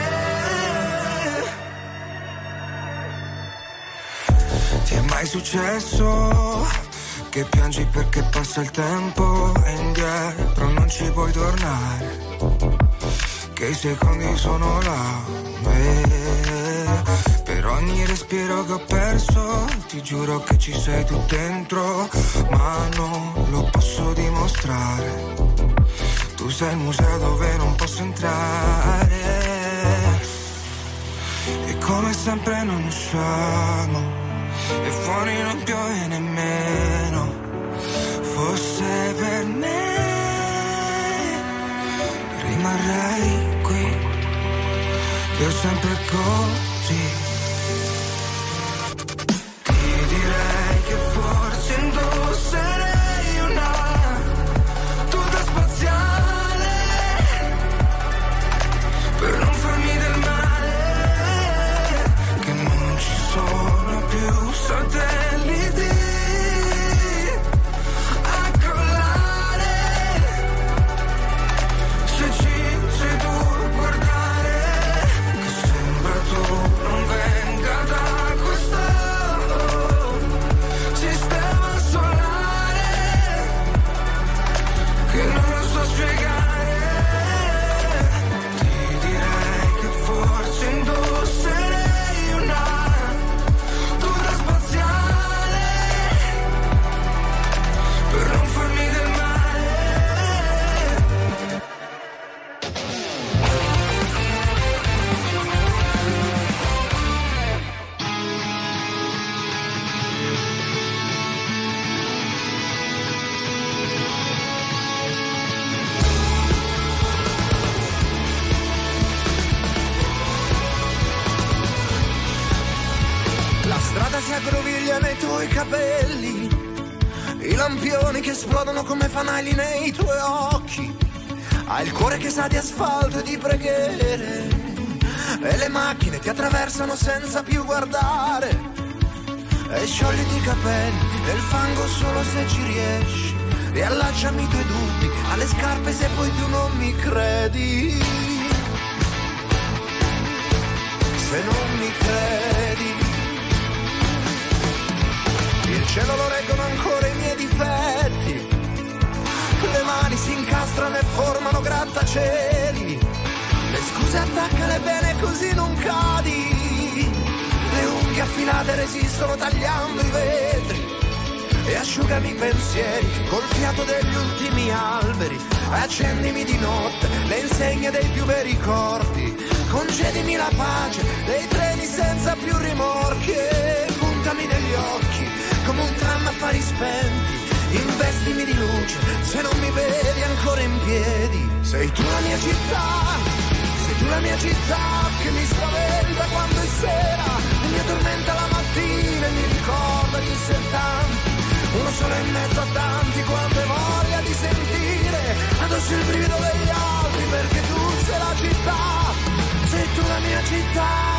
S11: Ti è mai successo che piangi perché passa il tempo e indietro non ci puoi tornare, che i secondi sono là e per ogni respiro che ho perso ti giuro che ci sei tu dentro, ma non lo posso dimostrare. Tu sei il museo dove non posso entrare e come sempre non usciamo e fuori non piove nemmeno. Forse per me rimarrei qui per sempre così. Ti direi che forse indosserei una tuta spaziale per non farmi del male, che non ci sono più satelliti a crollare, se ci sei tu a guardare, che sembra tu non venga da questo sistema solare, che non lo so spiegare. Ti direi che forse indosserei una tuta spaziale per non farmi del male. La strada si aggroviglia nei tuoi capelli, i lampioni che esplodono come fanali nei tuoi occhi, hai il cuore che sa di asfalto e di preghiere, e le macchine ti attraversano senza più guardare, e sciogliti i capelli nel fango solo se ci riesci, riallacciami i tuoi dubbi alle scarpe se poi tu non mi credi, se non mi credi. Il cielo lo reggono ancora i miei difetti, le mani si incastrano e formano grattacieli, le scuse attaccale bene così non cadi, le unghie affilate resistono tagliando i vetri,
S14: e asciugami i pensieri col fiato degli ultimi alberi. Accendimi di notte le insegne dei più bei ricordi, concedimi la pace dei treni senza più rimorchi e puntami negli occhi come un tram a fari spenti. Investimi di luce se non mi vedi ancora in piedi. Sei tu la mia città, sei tu la mia città che mi spaventa quando è sera, mi addormenta la mattina e mi ricorda di essere tanti, uno solo in mezzo a tanti, quando hai voglia di sentire addosso il brivido degli altri, perché tu sei la città, sei tu la mia città.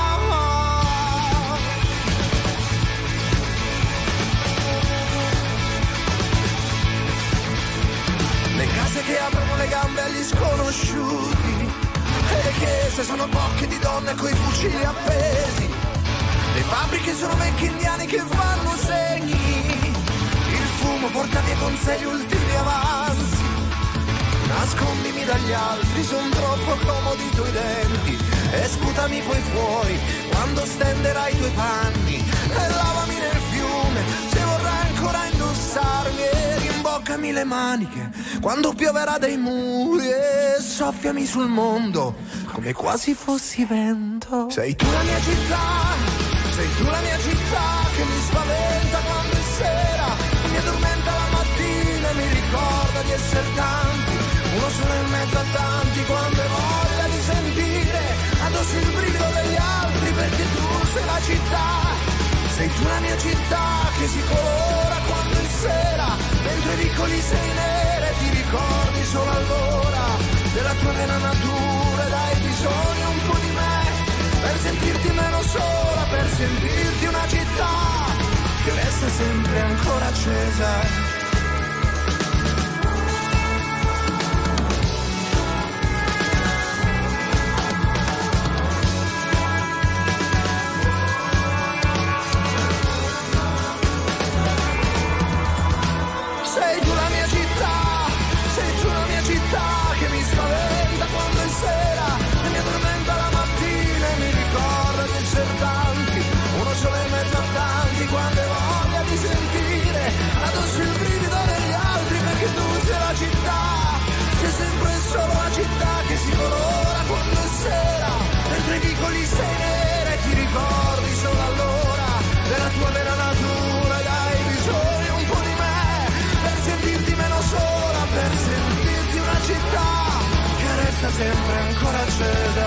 S14: Le case che aprono le gambe agli sconosciuti, e le chiese sono bocche di donne coi fucili appesi, le fabbriche sono vecchi indiani che fanno segni, il fumo porta via con sé gli ultimi avanzi. Nascondimi dagli altri, son troppo comodi i tuoi denti, e sputami poi fuori quando stenderai i tuoi panni, e lavami nel fiume se vorrai ancora indossarmi, e rimboccami le maniche quando pioverà dai muri, e soffiami sul mondo come quasi fossi vento. Sei tu la mia città, sei tu la mia città che mi spaventa quando è sera, mi addormenta la mattina e mi ricorda di essere tanti, uno solo in mezzo a tanti, quando hai voglia di sentire addosso il brivido degli altri, perché tu sei la città, sei tu la mia città che si colora quando è sera, mentre i vicoli sei nera e ti ricordi solo allora della tua vera natura, ed hai bisogno un po' di me per sentirti meno sola, per sentirti una città che resta sempre ancora accesa. Quando hai voglia di sentire addosso il brivido degli altri, perché tu sei la città, sei sempre solo la città che si colora quando è sera, mentre i vicoli sei nera e ti ricordi solo allora della tua vera natura, ed hai bisogno un po' di me per sentirti meno sola, per sentirti una città che resta sempre ancora accesa.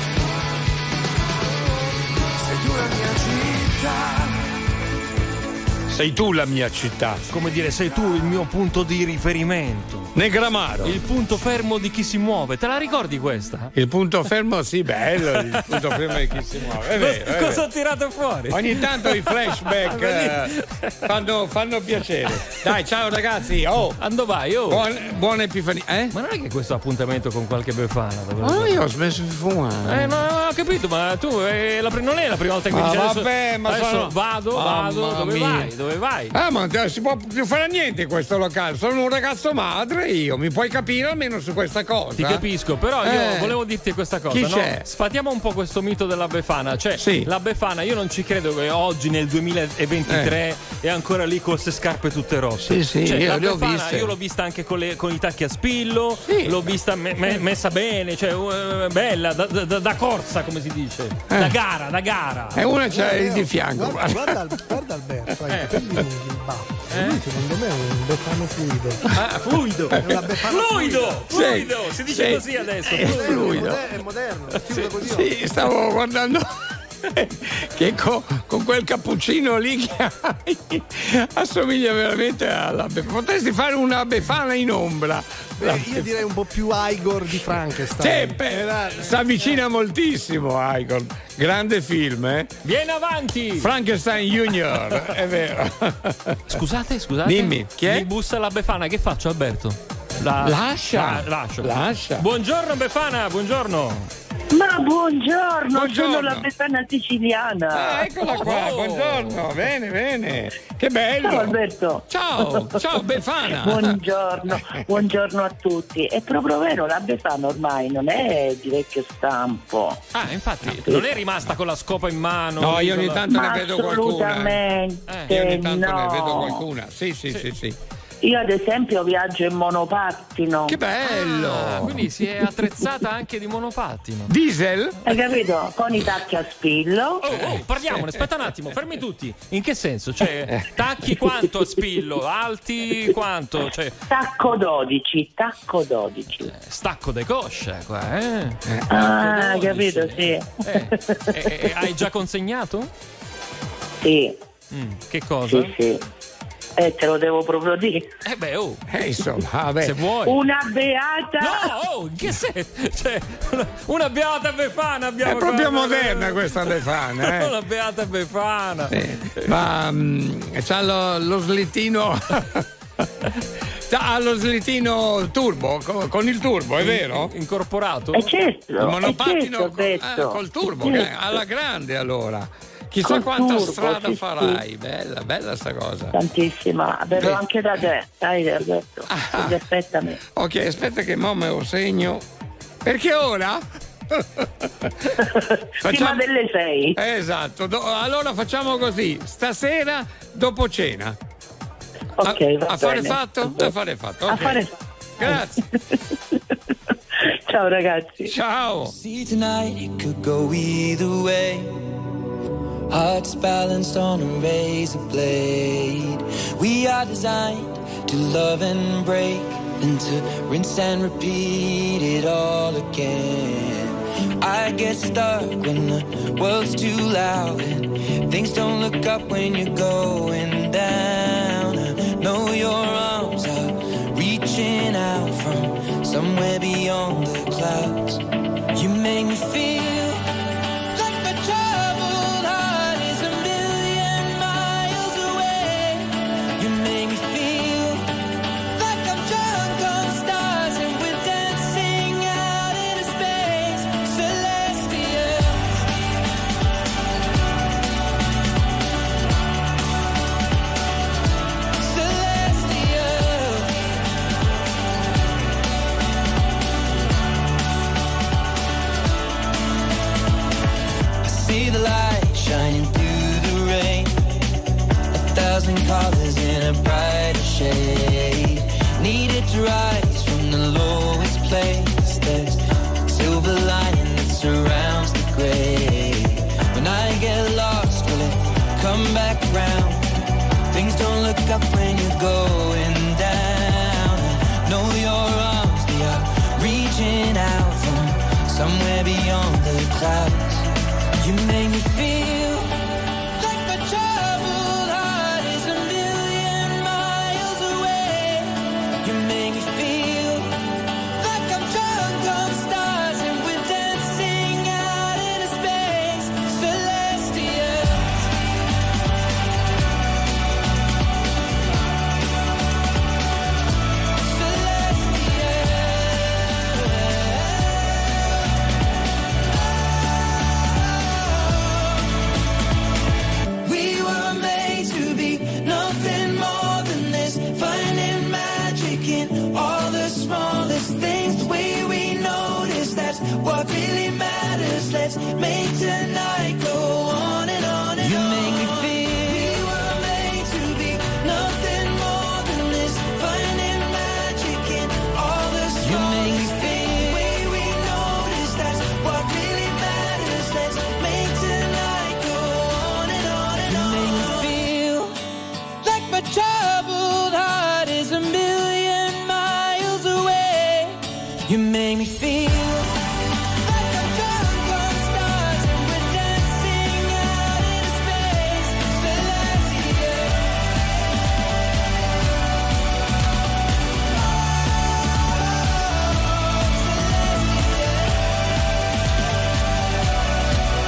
S14: Sei tu la mia città.
S1: Sei tu la mia città.
S2: Come dire, sei tu il mio punto di riferimento.
S1: Negramaro.
S2: Il punto fermo di chi si muove. Te la ricordi questa?
S1: Il punto fermo, sì, bello. Il punto fermo di chi si muove. È vero, è
S2: Cosa
S1: vero.
S2: ho tirato fuori?
S1: Ogni tanto i flashback eh, fanno, fanno piacere. Dai, ciao ragazzi. Oh,
S2: Ando vai, oh.
S1: Buon, buona Epifania. Eh?
S2: Ma non è che questo appuntamento con qualche befana?
S1: Oh, io ho smesso di fumare.
S2: Eh, no, ho capito, ma tu eh, la, non è la prima volta che mi
S1: Ah,
S2: dici adesso,
S1: vabbè, ma
S2: adesso
S1: sono-
S2: vado,
S1: Mamma
S2: vado, dove
S1: mia.
S2: vai? Dove vai?
S1: Ah, ma non si può più fare niente in questo locale. Sono un ragazzo madre io. Mi puoi capire almeno su questa cosa?
S2: Ti capisco, però io
S1: Eh.
S2: volevo dirti questa cosa.
S1: Chi
S2: no?
S1: c'è?
S2: Sfatiamo un po' questo mito della Befana. Cioè,
S1: Sì.
S2: la Befana, io non ci credo che oggi nel duemilaventitré è ancora lì con queste scarpe tutte rosse.
S1: Sì, sì,
S2: Cioè,
S1: io
S2: la
S1: le ho
S2: Befana,
S1: viste.
S2: io l'ho vista anche con, le- con i tacchi a spillo,
S1: Sì.
S2: l'ho vista me- me- messa bene, cioè uh, bella, da, da- da corsa, come si dice.
S1: Eh.
S2: Da gara, da gara.
S1: E una c'è
S3: Eh,
S1: di fianco.
S3: Guarda, guarda, guarda Alberto, hai i
S2: Eh.
S3: capelli lunghi, il baffo. Lui secondo me è un befano fluido.
S2: Ah, fluido.
S3: È una befana
S2: Fluido,
S1: Sì.
S2: fluido, si dice
S1: Sì.
S2: così adesso.
S1: È
S2: fluido.
S1: fluido.
S3: È moderno, è chiuso così.
S1: Sì, stavo guardando che con, con quel cappuccino lì che hai assomiglia veramente alla Befana. Potresti fare una Befana in ombra. La
S3: Eh, io direi un po' più Igor di Frankenstein.
S1: Sì, beh, si avvicina moltissimo Igor. Grande film, eh?
S2: Vieni avanti.
S1: Frankenstein Junior, è vero.
S2: Scusate, scusate.
S1: Dimmi, chi è?
S2: Mi bussa la Befana, che faccio Alberto? La-
S1: Lascia.
S2: Ah, lascio.
S1: Lascia.
S2: Buongiorno Befana, buongiorno.
S16: Ma buongiorno,
S1: Buongiorno.
S16: sono la Befana siciliana.
S1: Ah, eccola qua,
S16: Oh.
S1: buongiorno, bene, bene. Che bello.
S16: Ciao Alberto.
S1: Ciao, ciao Befana.
S16: Buongiorno, buongiorno a tutti. È proprio vero, la Befana ormai non è di vecchio stampo.
S2: Ah, infatti, non è rimasta con la scopa in mano.
S1: No, io
S2: con
S1: ogni
S2: la-
S1: tanto ne
S16: Ma
S1: vedo qualcuna.
S16: assolutamente
S1: Io ogni tanto ne
S16: no.
S1: vedo qualcuna. Sì, sì, sì, sì.
S16: Io ad esempio viaggio in monopattino.
S1: Che bello!
S2: Ah, quindi si è attrezzata anche di monopattino.
S1: Diesel?
S16: Hai capito? Con i tacchi a spillo.
S2: Oh, oh, parliamone, aspetta un attimo, fermi tutti. In che senso? Cioè, tacchi quanto a spillo? Alti quanto? Cioè,
S16: Tacco dodici, tacco dodici.
S2: stacco de coscia qua, eh?
S16: Ah,
S2: Tacco dodici.
S16: capito, sì.
S2: Eh, e- e- hai già consegnato?
S16: Sì.
S2: Mm, che cosa?
S16: Sì, sì. Eh, te lo devo proprio dire.
S2: Eh beh, oh.
S1: Eh, insomma, vabbè.
S2: Se vuoi.
S16: Una beata.
S2: No, oh, in che senso? Cioè, una, una beata Befana abbiamo
S1: È proprio
S2: qua.
S1: moderna questa Befana, eh.
S2: Una beata Befana.
S1: Sì. Ma mm, c'ha lo, lo slittino. Ha lo slittino turbo, co- con il turbo, è vero?
S2: Incorporato?
S16: Eh certo,
S1: Il monopattino
S16: eh certo,
S1: co-
S16: Alberto.
S1: eh, col turbo,
S16: Sì.
S1: che- alla grande allora. Chissà
S16: Col
S1: quanta
S16: turbo,
S1: strada
S16: sì,
S1: farai, bella, bella sta cosa.
S16: Tantissima, verrò
S1: Beh.
S16: anche da te, dai Alberto. Quindi aspettami.
S1: Ok, aspetta che mo me lo segno. Perché ora?
S16: Prima delle sei.
S1: Esatto, do- allora facciamo così, stasera dopo cena.
S16: Ok,
S1: a,
S16: va
S1: affare
S16: bene.
S1: fatto? Affare fatto. ok.
S16: Affare fatto.
S1: Grazie.
S16: Ciao ragazzi.
S1: Ciao.
S7: See tonight it could go either way. Hearts balanced on a razor blade. We are designed to love and break, and to rinse and repeat it all again. I get stuck when the world's too loud and things don't look up when you're going down. I know your arms are reaching out from somewhere beyond the clouds. You make me feel like my troubled heart is a million miles away. You make me feel like I'm drunk on stars and we're dancing out in space celestial. Celestial. I see the light shining through the rain, a thousand colors in a brighter shade. Needed to rise from the lowest place. There's silver lining that surrounds the gray. When I get lost, will it come back round? Things don't look up when you're going down. I know your arms, they are reaching out from somewhere beyond the clouds. You make me feel like my troubled heart is a million miles away. You make me feel like I'm drunk on stars and we're dancing out in space celestial. We were made to be nothing more than this, finding magic in all the smallest things. The way we notice, that's what really matters. Let's make tonight go on and on and you on. Make me feel we were made to be nothing more than this, finding magic in all the smallest you make me feel the way we notice, that's what really matters. Let's make tonight go on and on and on. You make me feel like my troubled heart is a million miles away. You make me feel like I'm drunk on stars and we're dancing out in space celestial.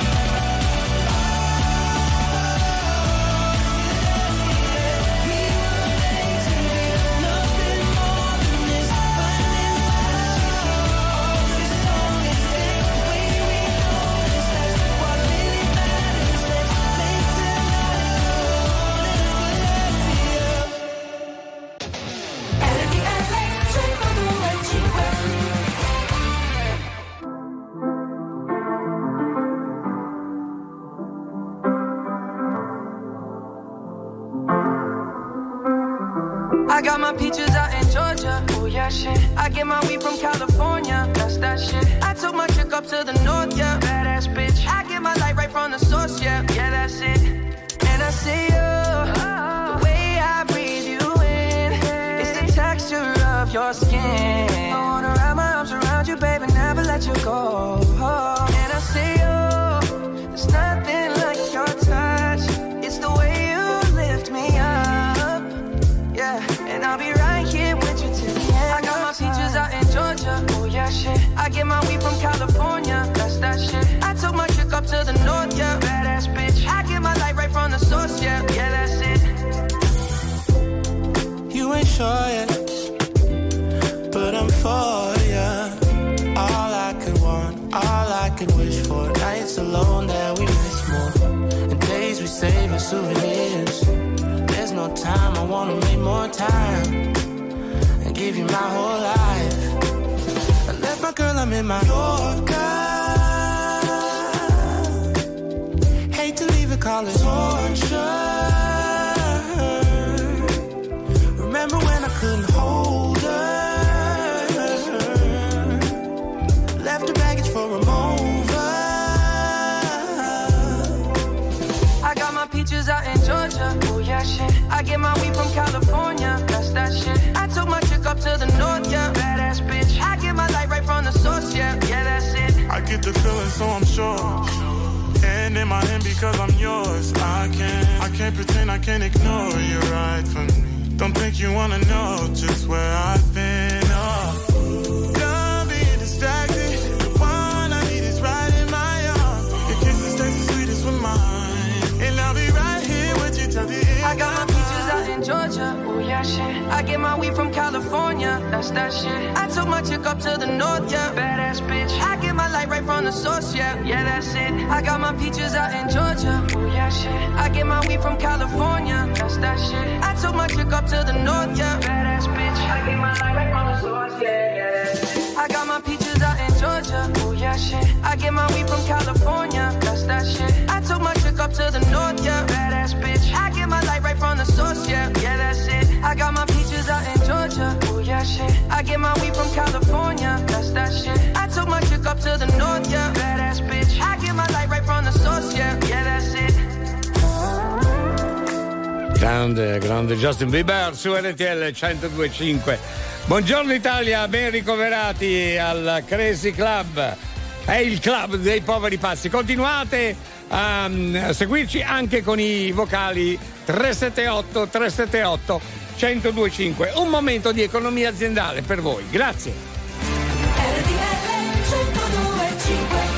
S7: We were I got my peaches out in Georgia. Oh yeah, shit. I get my weed from California. That's that shit. I took my chick up to the north, yeah. Badass bitch. I get my light right from the source, yeah. Yeah, that's it. And I see you, the way I breathe you in. It's the texture of your skin. I wanna wrap my arms around you, baby, never let you go. And I see you, there's nothing like your touch. It's the way you lift me up, yeah. And I'll be right here with you till the end. I got my peaches out in Georgia, oh yeah, shit. I get my weed from California, that's that shit. I took my chick up to the north, yeah. Badass bitch. I get my light right from the source, yeah. Yeah, that's it.
S11: You ain't sure yet, but I'm for ya. All I could want, all I could wish for. Nights alone that we miss more, and days we save as souvenirs. There's no time, I wanna make more time and give you my whole life. I left my girl, I'm in my Yorker. Hate to leave it, call it torture. Remember when I couldn't hold her? Left her baggage for a mover.
S7: I got my peaches out in Georgia, oh yeah, shit. I get my weed from California, that's that shit. I took my chick up to the north, yeah. Badass bitch. I get my light right from the source, yeah. Yeah, that's it.
S12: I get the feeling, so I'm sure. And in my hand because I'm yours. I can't, I can't pretend, I can't ignore you right from me. Don't think you wanna know just where I've been. Oh, done being distracted. The one I need is right in my arms. Your kisses taste the sweetest with mine, and I'll be right here with you till the end.
S7: I got my peaches out in Georgia, oh yeah, shit. I get my weed from California, that's that shit. I took my chick up to the north, yeah. Badass bitch. I get my light right from the source, yeah. Yeah, that's it. I got my peaches out in Georgia, oh yeah, shit. I get my weed from California, that's that shit. I took my chick up to the north, yeah. Badass bitch. I get my light right from the source, yeah. Yeah, that's it. I got my peaches out in Georgia, oh yeah, shit. I get my weed from California, that's that shit. I took my chick up to the north, yeah. Badass bitch. I get my light right from the source, yeah. Yeah, that's it. I got my peaches out in Georgia, oh yeah, shit. I get my weed from California, that's that shit. I took my chick up to the north, yeah. Badass bitch. I get my light right from the source, yeah. Yeah, that's it.
S1: Grande, grande Justin Bieber su R T L centodue e cinque. Buongiorno Italia, ben ricoverati al Crazy Club. È il club dei poveri pazzi. Continuate a um, seguirci anche con i vocali tre sette otto tre sette otto uno zero due cinque. Un momento di economia aziendale per voi. Grazie.
S15: R T L centodue e cinque.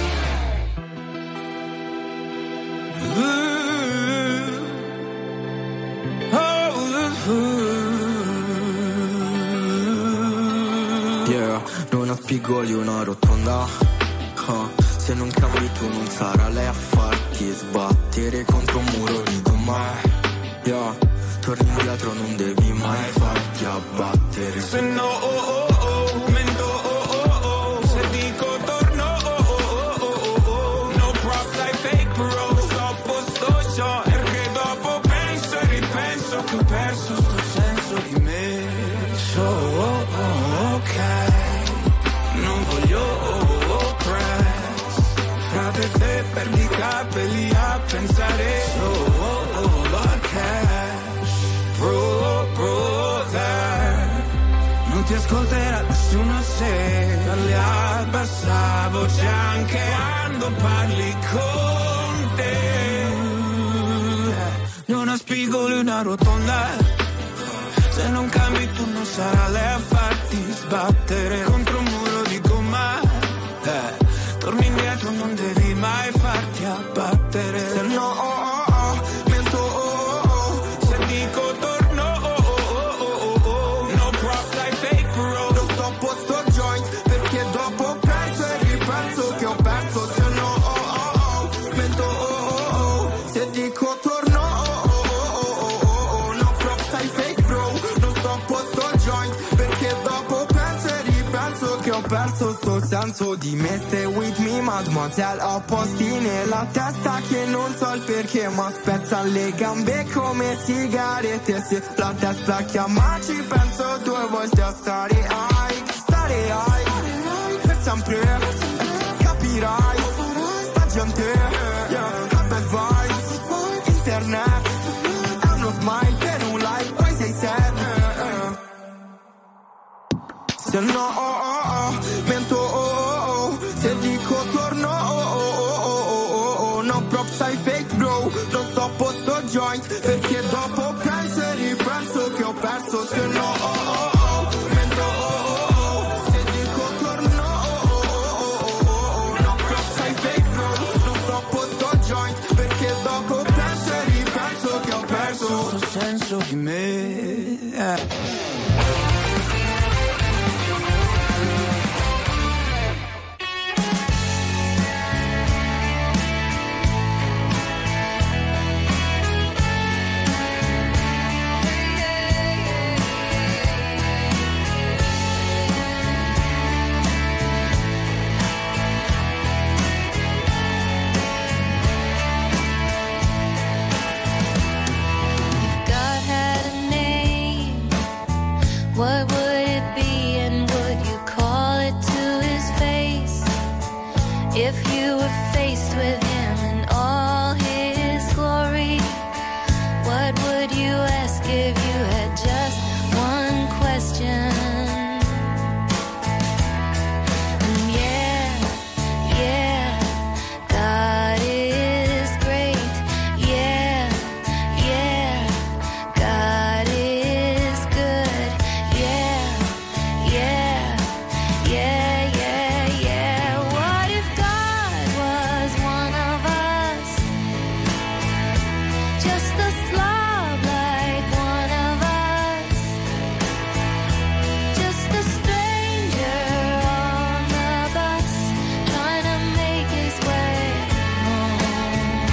S19: Yeah, non ha spigoli una rotonda, uh, se non cambi tu non sarà lei a farti sbattere contro un muro di gomma. Yeah, torni indietro non devi mai farti abbattere.
S9: Se no oh oh oh, mento oh oh oh, se dico torno oh oh oh oh oh, no props I fake bro, sto a posto ciò, perché dopo penso e ripenso che ho perso sto senso di me. So oh oh ok, non voglio oh oh press, fra te te perdi i capelli a pensare. So oh oh la cash, bro brother, non ti ascolterà nessuno se parli a bassa voce anche quando parli con te. Non ha spigoli una rotonda, se non cambi tu non sarà lei a farti sbattere contro un muro di gomma. Eh, torni indietro non devi mai farti abbattere. Se no oh oh oh, mento oh oh oh, se dico torno oh oh oh oh oh, no props I fake bro,
S6: non sto a posto joint, perché dopo penso e ripenso che ho perso. Se no oh oh oh, mento oh oh oh, se dico torno oh oh oh oh oh, no props I fake bro, non sto a posto joint, perché dopo penso e ripenso che ho
S11: perso sto senso di me. Stay with me mademoiselle, ho posti nella testa che non so il perché, ma spezza le gambe come sigarette. Se la testa chiama ci penso due volte a stare ai, stare ai, per sempre, capirai, sta gente, yeah, che bel vibes, internet, è uno smile per un like, poi sei sad. Se no, oh, oh, oh, mento, oh, oh, oh, se dico torno, oh, oh, oh, oh, oh, oh, no props ai fake bro, non sto a posto joint, perché dopo penso e ripenso che ho perso. Se no, oh, oh, oh, mento, oh, oh, oh, se dico torno, oh, oh, oh, oh, oh, no props ai fake bro, non sto a posto joint, perché dopo penso e ripenso che ho perso.
S14: Questo senso di me, eh.
S20: What would it be and would you call it to his face? If you were faced with him in all his glory, what would you ask if you had just one question? And yeah, yeah, God is great. Yeah, yeah, God is good. Yeah, yeah, yeah, yeah, yeah. What if God was one of us? Just a slob like one of us. Just a stranger on the bus, trying to make his way home.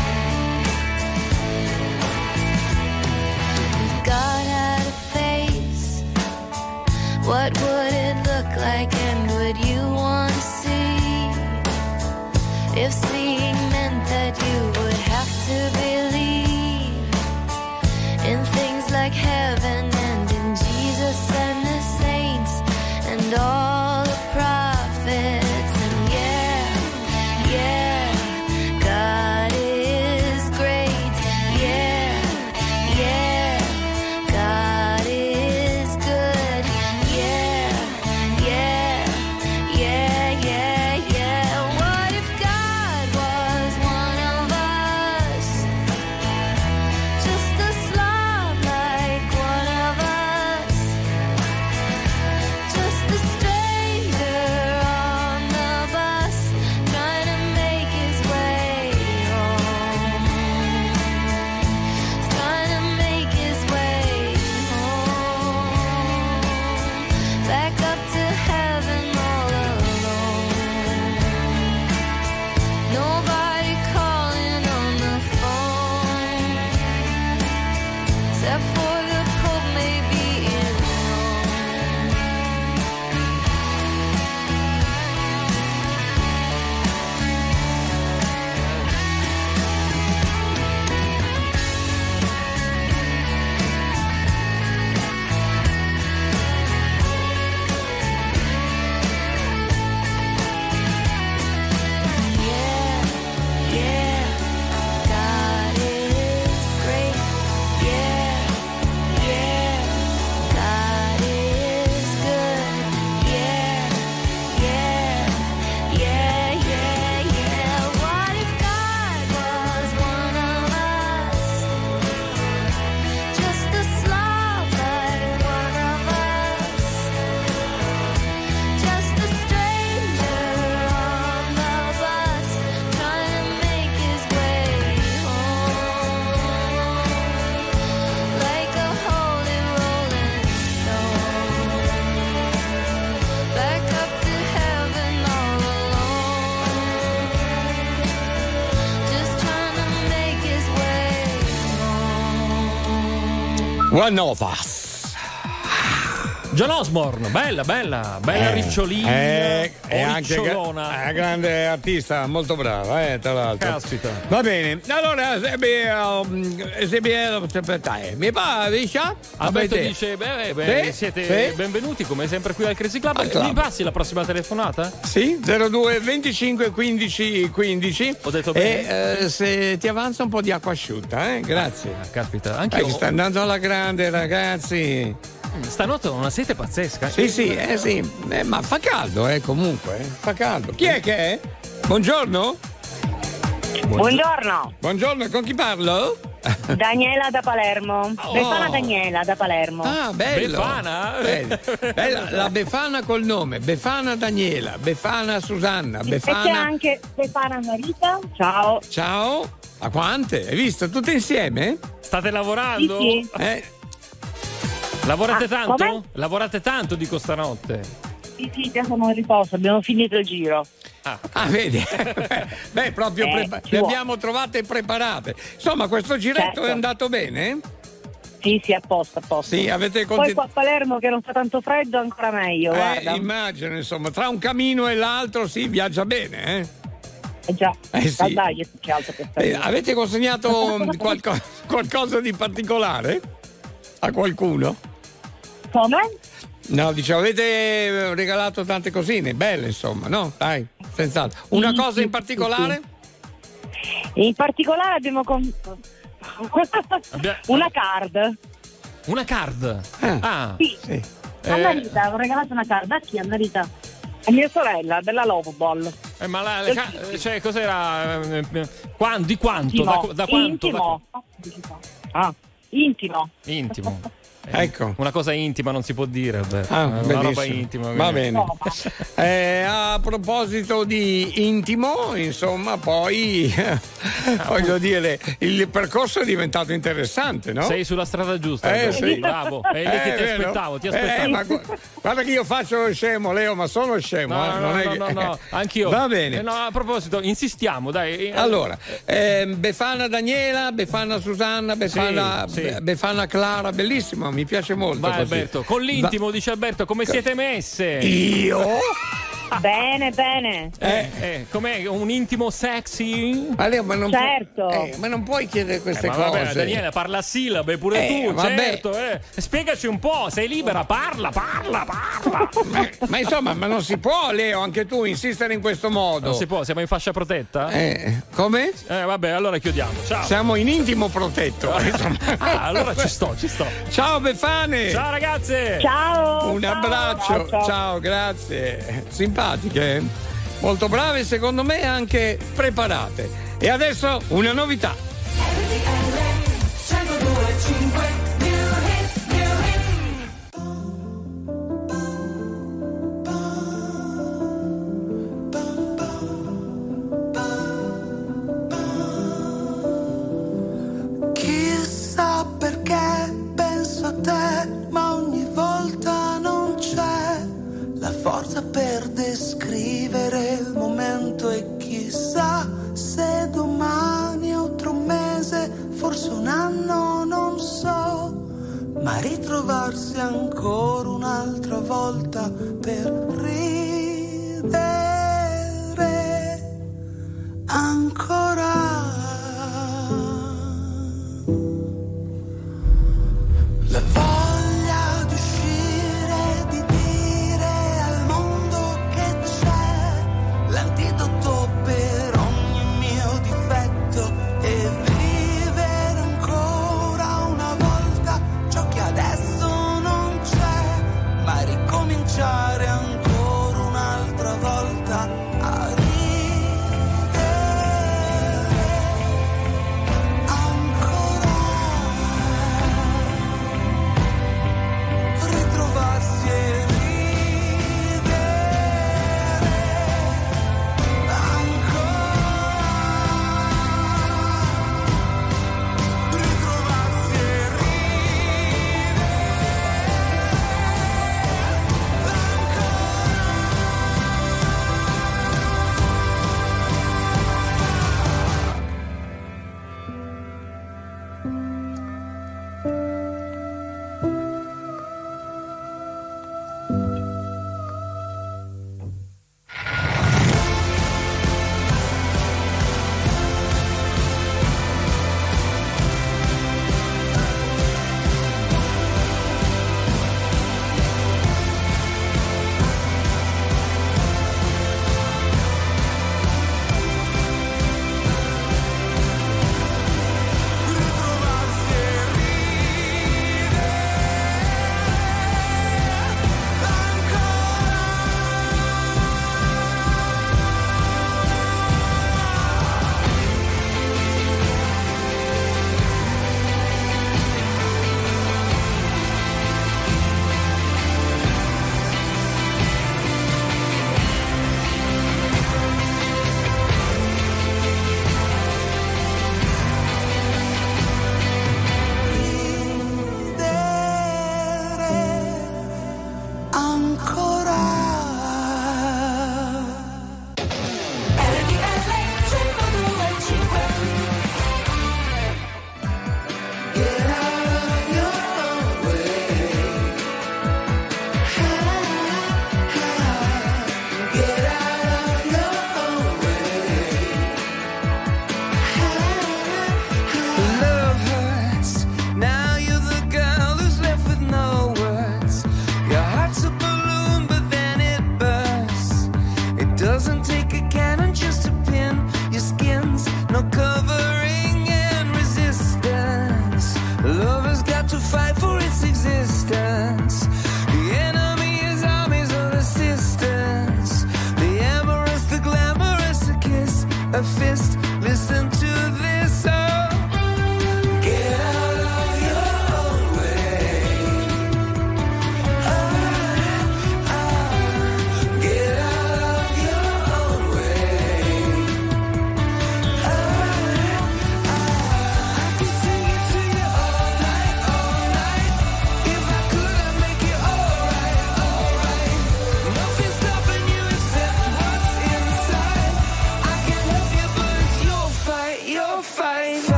S20: If God had a face, what would it look like and would you want to see? If seeing meant that you would have to believe in things like heaven and in Jesus and the saints and all the prophets. And yeah, yeah, God is great. Yeah, yeah, God is good. Yeah, yeah, yeah, yeah, yeah. What if God was one of us? Just a slob like one of us. Just a stranger on the bus, trying to make his way home. Trying to make his way home. Back up to heaven all alone. Nobody calling on the phone, except for the Pope maybe in Rome. Yeah, yeah, God is great. Yeah, yeah, God is good. Yeah, yeah, yeah, yeah, yeah. What if God was one of us? Just a slob like one of us. Just a stranger on the bus, trying to make his way home. Like a holy rolling stone. Back up to heaven all alone. Just trying to make his way home.
S1: One of us.
S2: John Osborne, bella, bella, bella
S1: Eh,
S2: ricciolina,
S1: eh, è
S2: o
S1: anche
S2: ricciolona.
S1: gra- è grande artista, molto brava, eh, tra l'altro.
S2: Caspita.
S1: Va bene, allora se mi, um, se mi, eh, mi fa, Viscia?
S2: Alberto
S1: Avete-
S2: dice, beh, beh,
S1: Sì?
S2: siete
S1: Sì?
S2: benvenuti come sempre qui al Crazy Club.
S1: Al club.
S2: Mi passi la prossima telefonata?
S1: Sì, zero due venticinque quindici quindici.
S2: Ho detto bene?
S1: E eh, se ti avanza un po' di acqua asciutta, eh? Grazie.
S2: Ah, caspita, anche
S1: Eh,
S2: io.
S1: che sta andando alla grande, ragazzi.
S2: Stanotte ho una sete pazzesca.
S1: Sì, sì, eh sì. Eh, ma fa caldo, eh, comunque. eh, Fa caldo. Chi è che è? Buongiorno?
S21: Buongiorno,
S1: Buongiorno, con chi parlo?
S21: Daniela da Palermo.
S1: Oh.
S21: Befana Daniela da Palermo.
S1: Ah, bello.
S2: Befana?
S1: Bello. Bella, la Befana col nome, Befana Daniela, Befana Susanna,
S21: E c'è
S1: Befana.
S21: anche Befana Marita. Ciao.
S1: Ciao. A quante? Hai visto? Tutte insieme?
S2: State lavorando?
S21: Sì, sì.
S1: Eh,
S2: Lavorate
S21: Ah,
S2: tanto?
S21: come?
S2: Lavorate tanto, dico, stanotte.
S21: Sì, sì, già siamo in riposo, abbiamo finito il giro.
S2: Ah,
S1: ah, vedi? Beh, proprio
S21: Eh,
S1: prepa-
S21: ci
S1: le
S21: vuole.
S1: abbiamo trovate preparate. Insomma, questo giretto
S21: Certo.
S1: è andato bene?
S21: Sì, sì, a posto, a posto.
S1: Sì, avete
S21: Poi
S1: conti-
S21: qua a Palermo che non fa tanto freddo, ancora meglio, guarda.
S1: Eh, immagino, insomma, tra un camino e l'altro si viaggia bene, eh?
S21: Eh già,
S1: Eh, sì.
S21: dai, è che altro che sta
S1: Eh,
S21: lì.
S1: avete consegnato qualco- qualcosa di particolare a qualcuno?
S21: Come?
S1: No, dicevo, avete regalato tante cosine, belle insomma, no? Dai, senz'altro. Una
S21: Sì,
S1: cosa
S21: sì,
S1: in particolare?
S21: In particolare abbiamo con... una card.
S2: Una card?
S1: Ah,
S2: Ah,
S21: Sì,
S1: sì.
S21: a
S2: Eh.
S21: Narita, ho regalato una card. A chi? A Narita? A mia sorella, della Love Ball.
S2: eh, ma la, le ca- cioè, cos'era? eh, eh, quan- di quanto?
S21: Intimo.
S2: Da, da quanto?
S21: Intimo. Ah, intimo.
S2: Da- intimo.
S1: Ecco.
S2: Una cosa intima non si può dire, Alberto.
S1: Ah,
S2: È una roba
S1: benissimo.
S2: intima.
S1: Va
S2: quindi-
S1: bene. Eh, a proposito di intimo, insomma, poi voglio dire, il percorso è diventato interessante, no?
S2: Sei sulla strada giusta,
S1: Eh,
S2: Alberto.
S1: sì.
S2: Bravo. È lì che
S1: Eh,
S2: ti
S1: vero?
S2: aspettavo, ti
S1: Eh,
S2: aspettavo.
S1: ma gu- guarda che io faccio lo scemo, Leo, ma sono scemo.
S2: No,
S1: eh,
S2: no,
S1: non
S2: no,
S1: è
S2: no,
S1: che-
S2: no, no, anch'io.
S1: Va bene.
S2: Eh, no, a proposito, insistiamo, dai.
S1: Allora, ehm, Befana Daniela, Befana Susanna, Befana,
S2: Sì, sì.
S1: Be- Befana Clara, bellissimo, mi piace molto.
S2: Vai,
S1: così.
S2: Alberto, con l'intimo, dice Alberto, come siete messe?
S1: Io?
S21: Bene, bene.
S2: Eh, eh, com'è? Un intimo sexy?
S1: Ma Leo, ma non,
S21: Certo.
S1: pu- eh, ma non puoi chiedere queste
S2: Eh, ma
S1: cose.
S2: vabbè, Daniela, parla a sillabe pure
S1: Eh,
S2: tu,
S1: vabbè.
S2: certo. Eh. Spiegaci un po', sei libera, parla, parla, parla.
S1: Ma, ma insomma, ma non si può, Leo, anche tu insistere in questo modo.
S2: Non si può, siamo in fascia protetta?
S1: Eh, come?
S2: Eh, vabbè, allora chiudiamo. Ciao.
S1: Siamo in intimo protetto. insomma.
S2: Ah, allora ci sto, ci sto.
S1: Ciao Befane.
S2: Ciao ragazze.
S21: Ciao.
S1: Un
S21: ciao.
S1: abbraccio.
S21: Ciao,
S1: Ciao,
S21: ciao.
S1: grazie. Simpatiche. eh? Molto brave, secondo me anche preparate. E adesso una novità.
S11: Chissà perché penso a te, ma ogni volta non c'è la forza per descrivere il momento e chissà se domani o tra un mese, forse un anno, non so, ma ritrovarsi ancora un'altra volta per ridere ancora. La voglia di uscire, di dire al mondo che c'è l'antidoto per ogni mio difetto e vivere ancora una volta ciò che adesso non c'è, ma ricominciare ancora un'altra volta.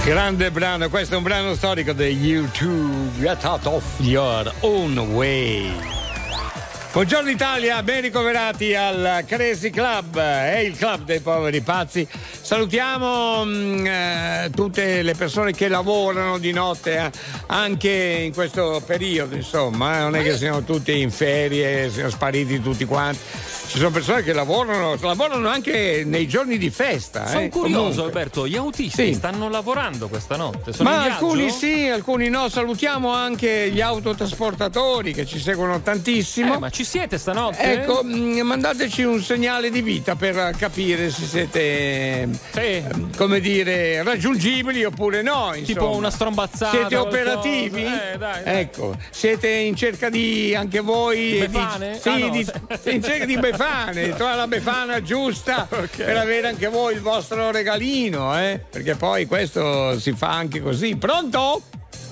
S1: Grande brano, questo è un brano storico degli U due, Get Out of Your Own Way. Buongiorno Italia, ben ricoverati al Crazy Club, è il club dei poveri pazzi. Salutiamo mh, eh, tutte le persone che lavorano di notte eh, anche in questo periodo, insomma, eh, non è che siamo tutti in ferie, siamo spariti tutti quanti. Ci sono persone che lavorano, lavorano anche nei giorni di festa.
S2: Sono
S1: eh,
S2: curioso,
S1: comunque.
S2: Alberto, gli autisti
S1: Sì.
S2: stanno lavorando questa notte? Sono
S1: Ma
S2: in viaggio?
S1: alcuni sì, alcuni no. Salutiamo anche gli autotrasportatori che ci seguono tantissimo.
S2: Eh, ma ci siete stanotte?
S1: Ecco, mh, mandateci un segnale di vita per capire se siete,
S2: sì.
S1: come dire, raggiungibili oppure no. Insomma.
S2: Tipo una strombazzata.
S1: Siete operativi?
S2: Eh, dai, dai.
S1: Ecco, siete in cerca di anche voi
S2: Befane?
S1: Di, sì,
S2: Ah, no.
S1: di, in cerca di befane, trovare la befana giusta okay. per avere anche voi il vostro regalino, eh? Perché poi questo si fa anche così. Pronto?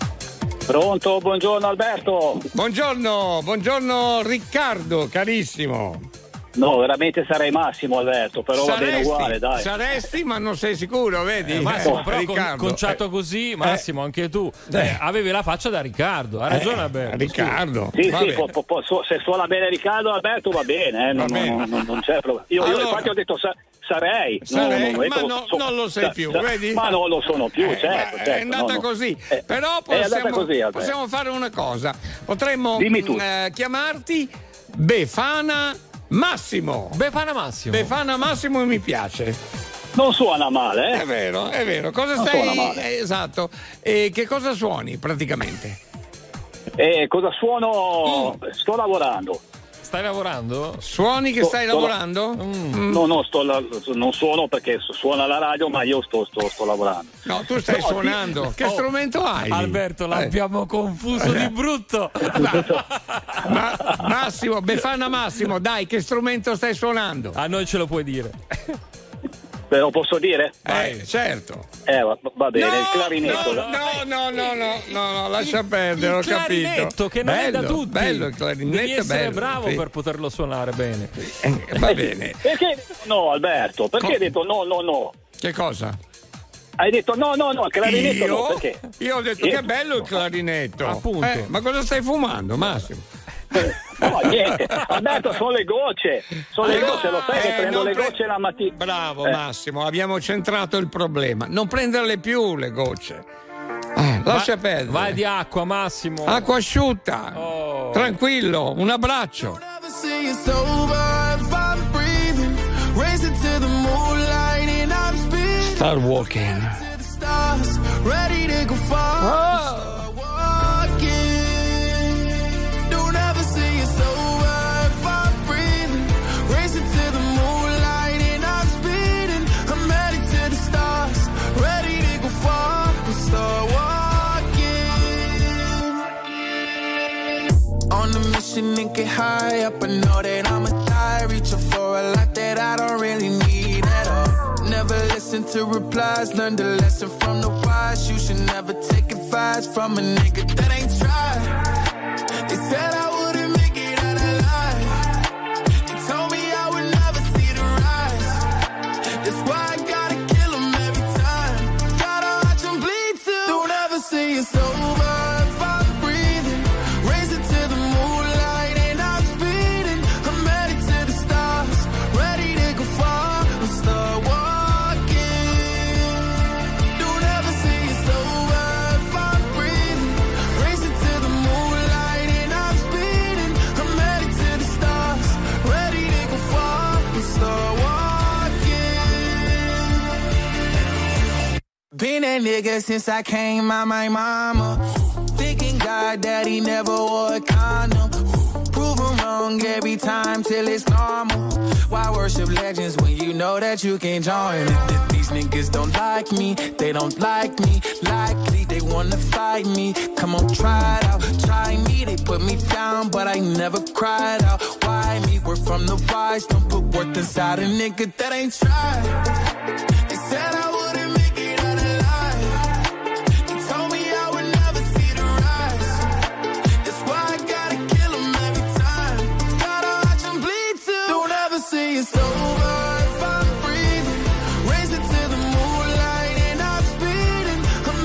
S5: Pronto, buongiorno Alberto.
S1: Buongiorno, buongiorno Riccardo, carissimo.
S5: No, veramente sarei Massimo Alberto, però
S1: saresti,
S5: va bene uguale, dai.
S1: Saresti, ma non sei sicuro, vedi?
S2: Eh, Massimo,
S1: eh,
S2: però con, conciato
S1: eh.
S2: così, Massimo, anche tu eh, avevi la faccia da Riccardo, ha ragione
S1: eh,
S2: Alberto.
S1: Riccardo.
S5: Sì, sì, po, po, po, se suona bene Riccardo Alberto va bene, eh, non,
S1: va bene.
S5: Non, non, non c'è problema. Io,
S1: allora,
S5: io infatti ho detto sa, sarei,
S1: sarei
S5: no, no,
S1: ma
S5: detto,
S1: no,
S5: so,
S1: non lo sei
S5: sa,
S1: più,
S5: sa,
S1: vedi?
S5: Ma non lo sono più,
S1: eh,
S5: certo, certo.
S1: È andata
S5: no,
S1: così,
S5: no.
S1: però
S5: È
S1: possiamo,
S5: così,
S1: possiamo fare una cosa, potremmo mh, eh, chiamarti Befana Massimo.
S2: Befana Massimo.
S1: Befana Massimo mi piace.
S5: Non suona male, eh?
S1: È vero, è vero. Cosa
S5: non
S1: stai?
S5: Suona male.
S1: Eh, esatto. E che cosa suoni praticamente?
S5: Eh, cosa suono? Mm. Sto lavorando.
S2: Stai lavorando?
S1: Suoni che
S5: sto,
S1: stai
S5: sto
S1: lavorando?
S5: La... Mm. No, no, sto la... non suono perché suona la radio, ma io sto, sto, sto lavorando.
S1: No, tu stai no, suonando. Ti... Che oh, strumento hai?
S2: Alberto, lì? l'abbiamo eh. confuso di brutto.
S1: Ma, Massimo, Befana Massimo, dai, che strumento stai suonando?
S2: A noi ce lo puoi dire.
S5: Ve lo posso dire?
S1: Eh, certo.
S5: Eh, va, va bene,
S1: no,
S5: il clarinetto.
S1: No, no, no, no, no, no, no lascia perdere, ho capito.
S2: Il clarinetto che non
S1: bello,
S2: è da tutti.
S1: Bello il clarinetto.
S2: Devi essere
S1: bello,
S2: bravo
S1: sì.
S2: per poterlo suonare bene.
S1: Eh, va bene.
S5: Perché no, Alberto? Perché Co- hai detto no, no, no?
S1: Che cosa?
S5: Hai detto no, no, no, il clarinetto
S1: io?
S5: no, perché?
S1: Io ho detto
S5: Io?
S1: che bello il clarinetto.
S2: Appunto.
S1: Eh, ma cosa stai fumando, Massimo?
S5: No, niente, Alberto, sono le gocce, sono le gocce, lo sai che
S1: eh,
S5: prendo le
S1: pre-
S5: gocce la mattina.
S1: Bravo
S5: eh.
S1: Massimo, abbiamo centrato il problema. Non prenderle più le gocce. Eh, lascia
S2: Va,
S1: perdere.
S2: Vai di acqua, Massimo.
S1: Acqua asciutta.
S2: Oh.
S1: Tranquillo, un abbraccio. Start walking. Oh.
S11: And get high up, I know that I'ma die. Reaching for a lot that I don't really need at all. Never listen to replies, learn the lesson from the wise. You should never take advice from a nigga that ain't tried. They said I wouldn't make it out alive. They told me I would never see the rise. That's why I gotta kill them every time. Gotta watch them bleed too. Don't ever say it's over. Been that nigga since I came out my mama. Thinking God that he never wore a condom. Prove him wrong every time till it's normal. Why worship legends when you know that you can join them? These niggas don't like me, they don't like me. Likely they wanna fight me. Come on, try it out, try me. They put me down, but I never cried out. Why me? We're from the wise. Don't put worth inside a nigga that ain't tried. They said I wouldn't make it out alive. They told me I would never see the rise. That's why I gotta kill them every time. Gotta watch them bleed too. Don't ever say it's over if I'm breathing. Race it to the moonlight and I'm speeding. I'm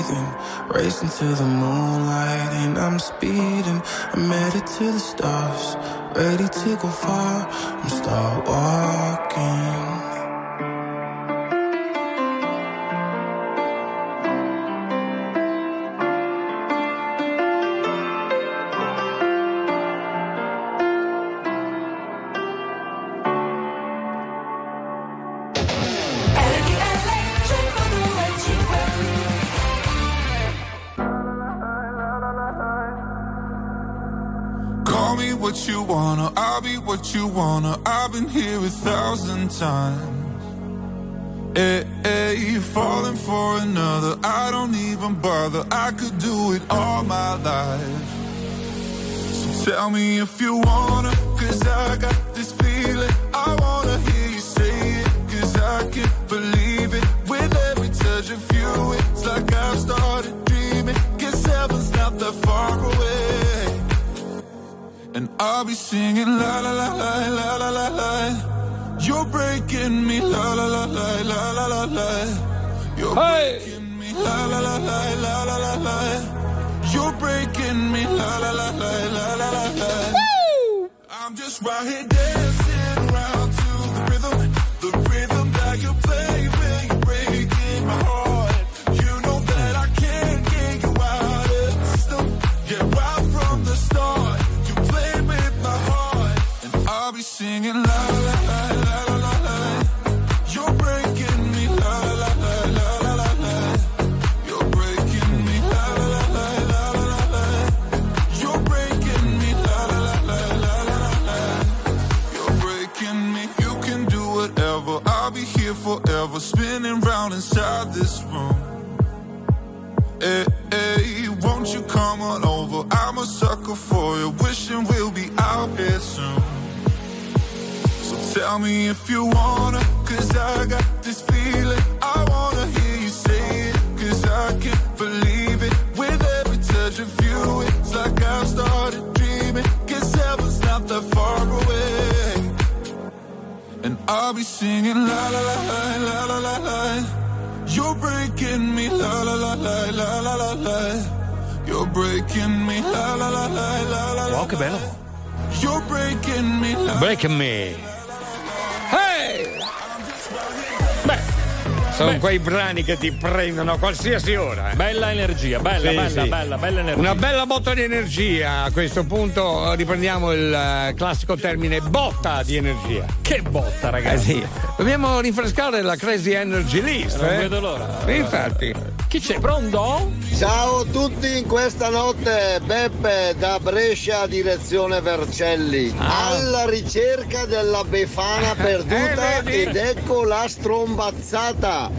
S11: breathing, racing to the moonlight, and I'm speeding. I'm headed to the stars, ready to go far. I'm start walking.
S8: What you wanna, I'll be what you wanna. I've been here a thousand times. Hey, hey, falling for another, I don't even bother. I could do it all my life. So tell me if you wanna, cause I got this feeling. I wanna hear you say it, cause I can't believe it. With every touch of you, it's like I've started dreaming. Guess heaven's not that far away. And I'll be singing la la la la la la la la. You're breaking me la la la la la la la la. You're breaking me la la la la la la la la. You're breaking me la la la la la la la la. I'm just right here dancing around to the rhythm, the rhythm that you play when you're breaking my heart. You know that I can't get you out of the system. Yeah, right from the start. I'll be singing la la la la la la la. You're breaking me la la la la la la la. You're breaking me la la la la la la la. You're breaking me la la la la la la la. You're breaking me. You can do whatever. I'll be here forever, spinning round inside this room. Hey, hey, won't you come on over? I'm a sucker for you, wishing we'll be out here soon. Tell me if you wanna, cause I got this feeling. I wanna hear you say it, cause I can't believe it. With every touch of you, it's like I've started dreaming. Guess heaven's not that far away. And I'll be singing la la la la la la la la. You're breaking me la la la la la la la la. You're breaking me la la la la la la la.
S1: Wow, che bello.
S8: You're breaking me la.
S1: Breaking me. Hey! Beh, sono Beh. quei brani che ti prendono a qualsiasi ora. Eh.
S2: Bella energia, bella,
S1: sì,
S2: bella,
S1: sì.
S2: bella, bella energia.
S1: Una bella botta di energia. A questo punto riprendiamo il classico termine botta di energia.
S2: Che botta, ragazzi.
S1: Eh sì. Dobbiamo rinfrescare la Crazy Energy List.
S2: Non
S1: eh?
S2: vedo l'ora.
S1: E infatti.
S2: Chi c'è? Pronto?
S22: Ciao a tutti in questa notte, Beppe da Brescia direzione Vercelli, ah. alla ricerca della Befana perduta
S1: eh,
S22: ed ecco la strombazzata.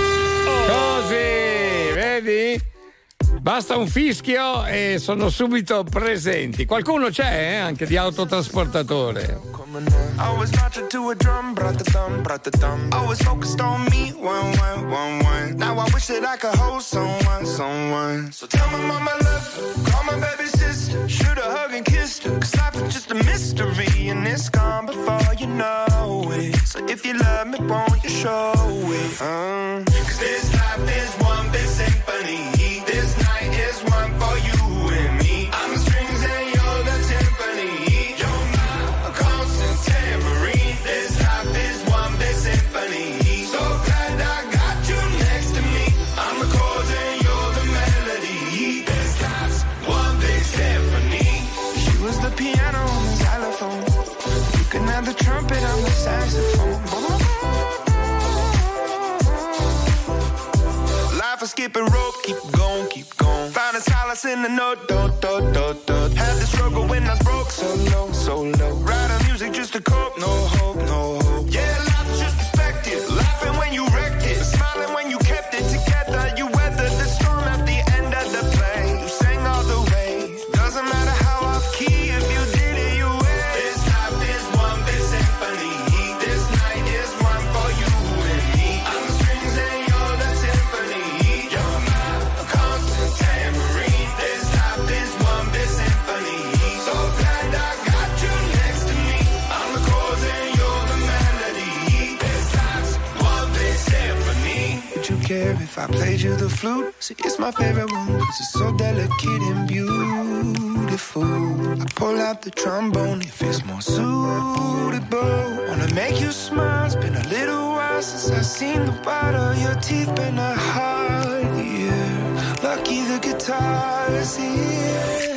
S1: Così, vedi? Basta un fischio e sono subito presenti. Qualcuno c'è, eh? Anche di autotrasportatore.
S11: I was marching to a drum, brought the thumb, brought the thumb. I was focused on me, one, one, one, one. Now I wish that I could hold someone, someone. So tell my mama I love her, call my baby sister, shoot a hug and kiss her. Cause life is just a mystery and it's gone before you know it. So if you love me, won't you show it? Uh. Cause this life is one big symphony. This night is one for you and me. I'm the strings and you're the timpani. You're my constant tambourine. This life is one big symphony. So glad I got you next to me. I'm the chords and you're the melody. This life's one big symphony. She was the piano and the xylophone. You can have the trumpet, I'm the saxophone. Life is skipping rope, keep going, keep going. Find a solace in the note, do, do, do, do. Had the struggle when I was broke, so low, so low. Writing music just to cope, no hope, no hope. Yeah, life's just perspective. Laughing when you wrecked it, smiling when you kept it together. You weathered the storm at the end of the play. You sang all the way. Doesn't matter how off key, if you did it, you win. This life is one big symphony. This night is one for you and me. I'm the strings and you're the timpani. You're my constant tambourine. This life is one big symphony. So glad I got you next to me. I'm the chords and you're the melody. care if I played you the flute. See, it's my favorite one, cause it's so delicate and beautiful. I pull out the trombone if it's more suitable. Wanna make you smile, it's been a little while since I've seen the white of your teeth. Been a hard year, lucky the guitar is here.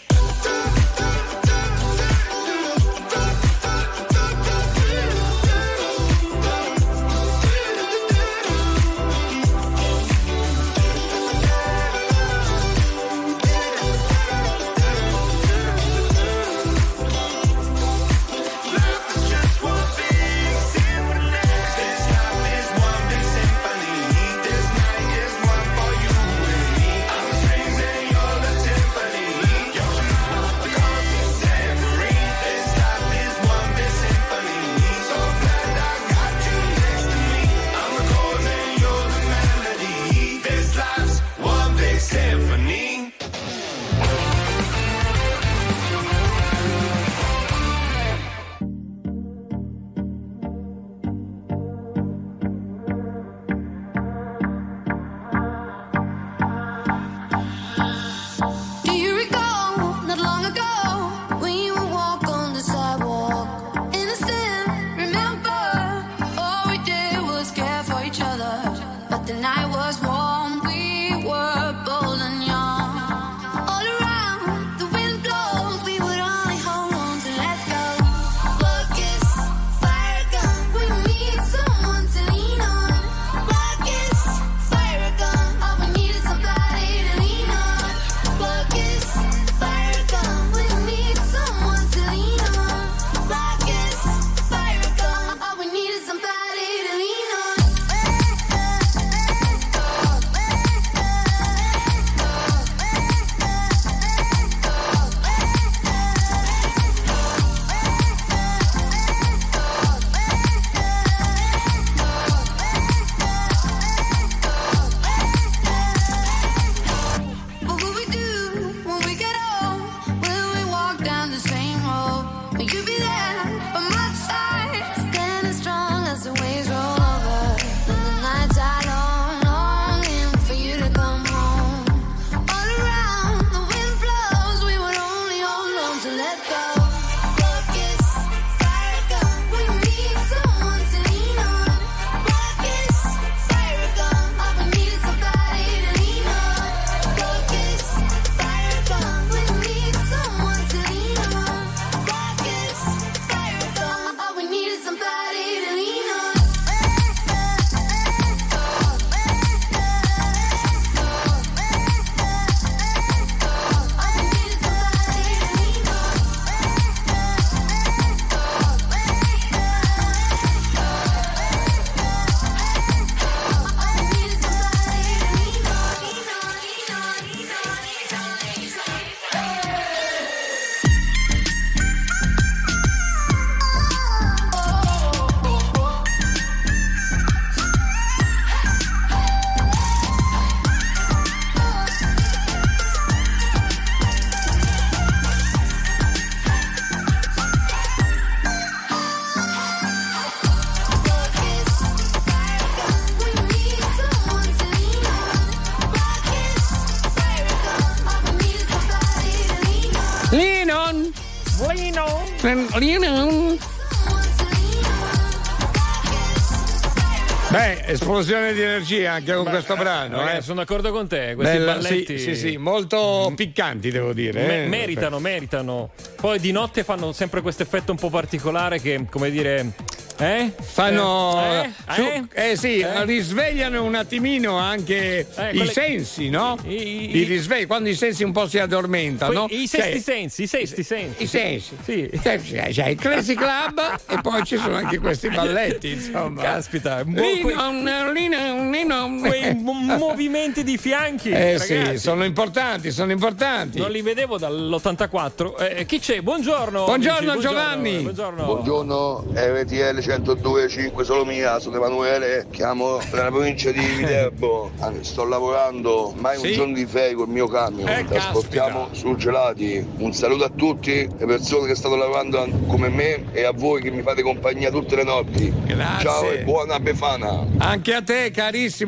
S1: Beh, esplosione di energia anche con
S2: Beh,
S1: questo brano. Eh.
S2: Sono d'accordo con te. Questi
S1: Bella,
S2: balletti.
S1: Sì, sì, sì, molto piccanti, devo dire.
S2: Me-
S1: eh.
S2: meritano, meritano. Poi di notte fanno sempre questo effetto un po' particolare che, come dire. Eh?
S1: Fanno
S2: eh?
S1: Su,
S2: Eh?
S1: eh sì,
S2: Eh?
S1: risvegliano un attimino anche
S2: Eh,
S1: i
S2: quelle-
S1: sensi, no?
S2: I, i,
S1: I risvegli, quando i sensi un po' si addormentano.
S2: Que- I sesti
S1: Cioè,
S2: sensi, i sesti sensi.
S1: I sensi.
S2: Sì.
S1: Cioè, c'è, c'è il Crazy Club e poi ci sono anche questi balletti, insomma.
S2: Caspita, mo-
S1: Lino,
S2: que-
S1: lino, lino.
S2: quei mo- movimenti di fianchi.
S1: Eh
S2: ragazzi.
S1: sì, sono importanti, sono importanti.
S2: Non li vedevo dall'ottantaquattro. Eh, chi c'è? Buongiorno.
S1: Buongiorno,
S2: amici,
S1: Giovanni.
S2: Buongiorno.
S4: Buongiorno, R T L centodue e cinque solo mia, sono Emanuele, chiamo dalla provincia di Viterbo, sto lavorando, mai
S1: Sì?
S4: un giorno di ferie col mio camion,
S1: Eh,
S4: trasportiamo surgelati. Un saluto a tutti le persone che stanno lavorando come me e a voi che mi fate compagnia tutte le notti.
S1: Grazie.
S4: Ciao e buona Befana.
S1: Anche a te, carissimo, grazie.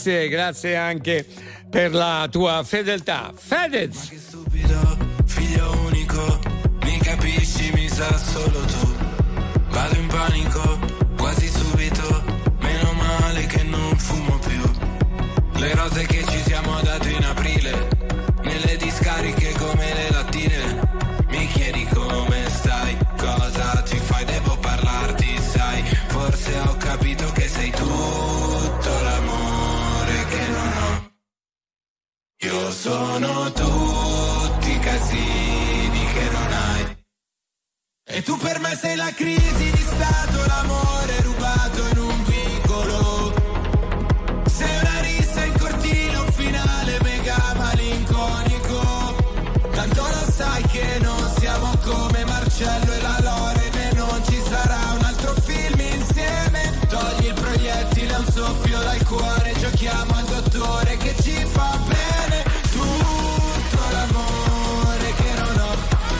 S1: grazie, grazie anche per la tua fedeltà. Fedez.
S19: Che stupido, figlio unico, mi capisci, mi sa solo tu. Vado in panico, quasi subito, meno male che non fumo più. Le rose che ci siamo date in aprile, nelle discariche come le lattine. Mi chiedi come stai, cosa ti fai, devo parlarti, sai. Forse ho capito che sei tutto l'amore che non ho. Io sono tutti i casini che non hai. E tu per me sei la crisi di stato, l'amore rubato in un vicolo. Sei una rissa in cortile, un finale mega malinconico. Tanto lo sai che non siamo come Marcello e la Loren, e non ci sarà un altro film insieme. Togli il proiettile a un soffio dal cuore, giochiamo al dottore che ci fa bene. Tutto l'amore che non ho,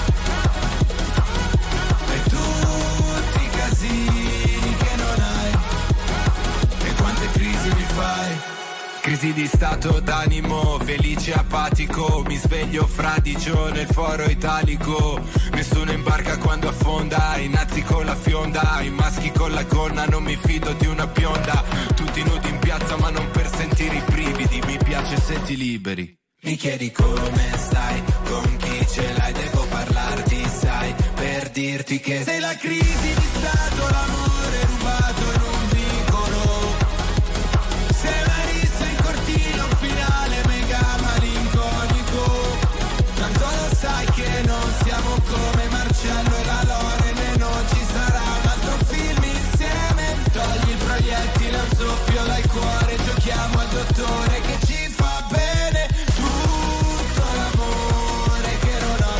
S19: e tutti i casini che non hai, e quante crisi mi fai. Crisi di stato d'animo, felice apatico, mi sveglio fradicio nel foro italico. Nessuno imbarca quando affonda, i nazi con la fionda, i maschi con la gonna, non mi fido di una bionda. Tutti nudi in piazza ma non per sentire i brividi, mi piace se ti liberi. Mi chiedi come stai, con chi ce l'hai, devo parlarti, sai, per dirti che sei la crisi di stato, l'amore rubato in un vicolo. Sei una rissa in cortile, un finale mega malinconico. Tanto lo sai che non siamo come Marcello e la Loren, e non ci sarà un altro film insieme. Togli il proiettile a un soffio dal cuore, giochiamo al dottore che ci fa bene. Tutto l'amore che non ho,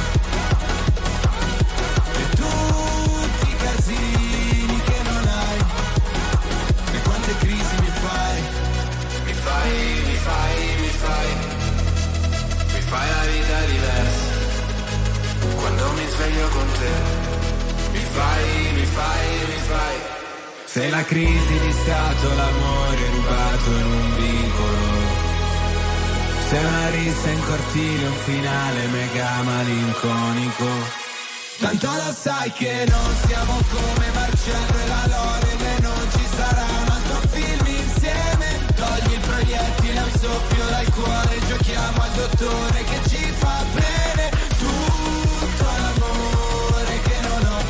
S19: e tutti i casini che non hai, e quante crisi mi fai. Mi fai, mi fai, mi fai, mi fai la vita diversa quando mi sveglio con te. Mi fai, mi fai, mi fai. Sei la crisi di stato, l'amore rubato in un vicolo. Sei una rissa in cortile, un finale mega malinconico. Tanto lo sai che non siamo come Marcello e la Loren, e non ci sarà un altro film insieme. Togli il proiettile a un soffio dal cuore, giochiamo al dottore che ci fa bene. Tutto l'amore che non ho,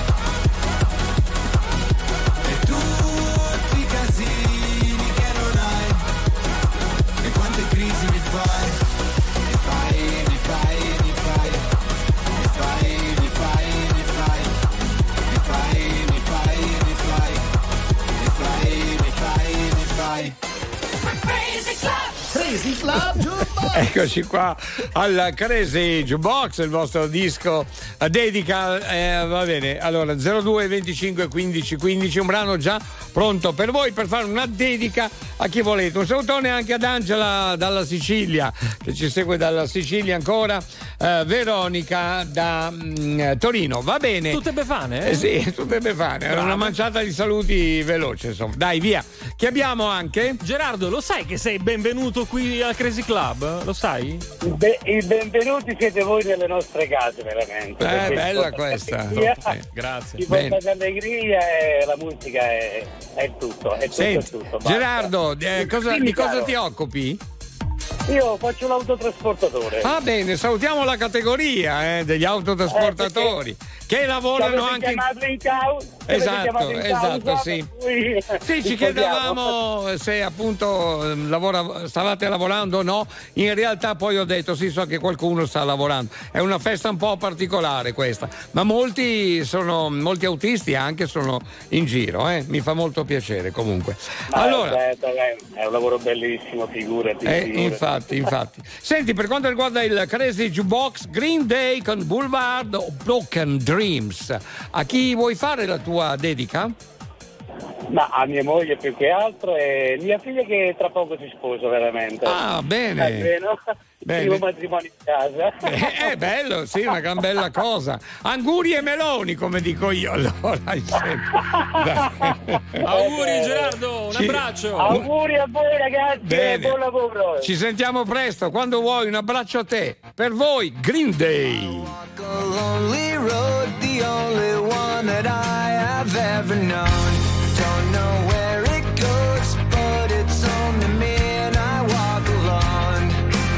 S19: e tutti i casini che non hai, e quante crisi mi fai. Mi fai, mi fai, mi fai, mi fai, mi fai, mi fai, mi fai, mi fai, mi fai, mi fai, mi fai, mi fai.
S14: Crazy Club!
S3: Crazy Club Jukebox!
S1: Eccoci qua al Crazy Jukebox, il vostro disco a dedica, eh, va bene, allora zero due venticinque quindici quindici, un brano già pronto per voi per fare una dedica a chi volete. Un salutone anche ad Angela dalla Sicilia, che ci segue dalla Sicilia ancora, eh, Veronica da mh, Torino, va bene.
S2: Tutte befane? Eh?
S1: Eh sì, tutte befane, era una manciata di saluti veloce, insomma. Dai, via. Chi abbiamo anche?
S2: Gerardo, lo sai che sei benvenuto qui al Crazy Club? Lo sai?
S10: Be- I benvenuti siete voi nelle nostre case, veramente.
S1: Eh, bella questa.
S2: Okay, grazie.
S10: Ti porta allegria e la musica è, è il tutto. È tutto,
S1: Senti,
S10: è tutto, basta.
S1: Gerardo, eh, cosa,
S10: Dimmi,
S1: di cosa
S10: caro.
S1: ti occupi?
S10: Io faccio l'autotrasportatore.
S1: Ah, bene, salutiamo la categoria eh, degli autotrasportatori
S10: Eh,
S1: che lavorano anche in...
S10: in causa.
S1: Esatto, esatto, sì.
S10: Cui...
S1: Sì, ci chiedevamo se appunto eh, lavora, stavate lavorando o no. In realtà poi ho detto sì, so che qualcuno sta lavorando. È una festa un po' particolare questa, ma molti sono molti autisti anche sono in giro, eh. Mi fa molto piacere comunque.
S10: Ma
S1: Allora,
S10: certo, è un lavoro bellissimo, figurati.
S1: Eh,
S10: figurati.
S1: infatti, infatti. Senti, per quanto riguarda il Crazy Jukebox, Green Day con Boulevard of Broken Dreams. A chi vuoi fare la tua dedica?
S10: Ma a mia moglie più che altro e mia figlia che tra poco si sposa veramente.
S1: Ah, bene.
S10: Almeno il primo matrimonio in casa.
S1: Eh, è bello, sì, una gran bella cosa. Anguri e meloni, come dico io, allora.
S2: Auguri Gerardo, un
S1: Ci-
S2: abbraccio.
S10: Auguri a voi ragazzi
S1: Bene.
S10: e buon lavoro.
S1: Ci sentiamo presto, quando vuoi, un abbraccio a te. Per voi, Green Day.
S14: A lonely road, the only one that I have ever known. Don't know where it goes, but it's only me and I walk alone.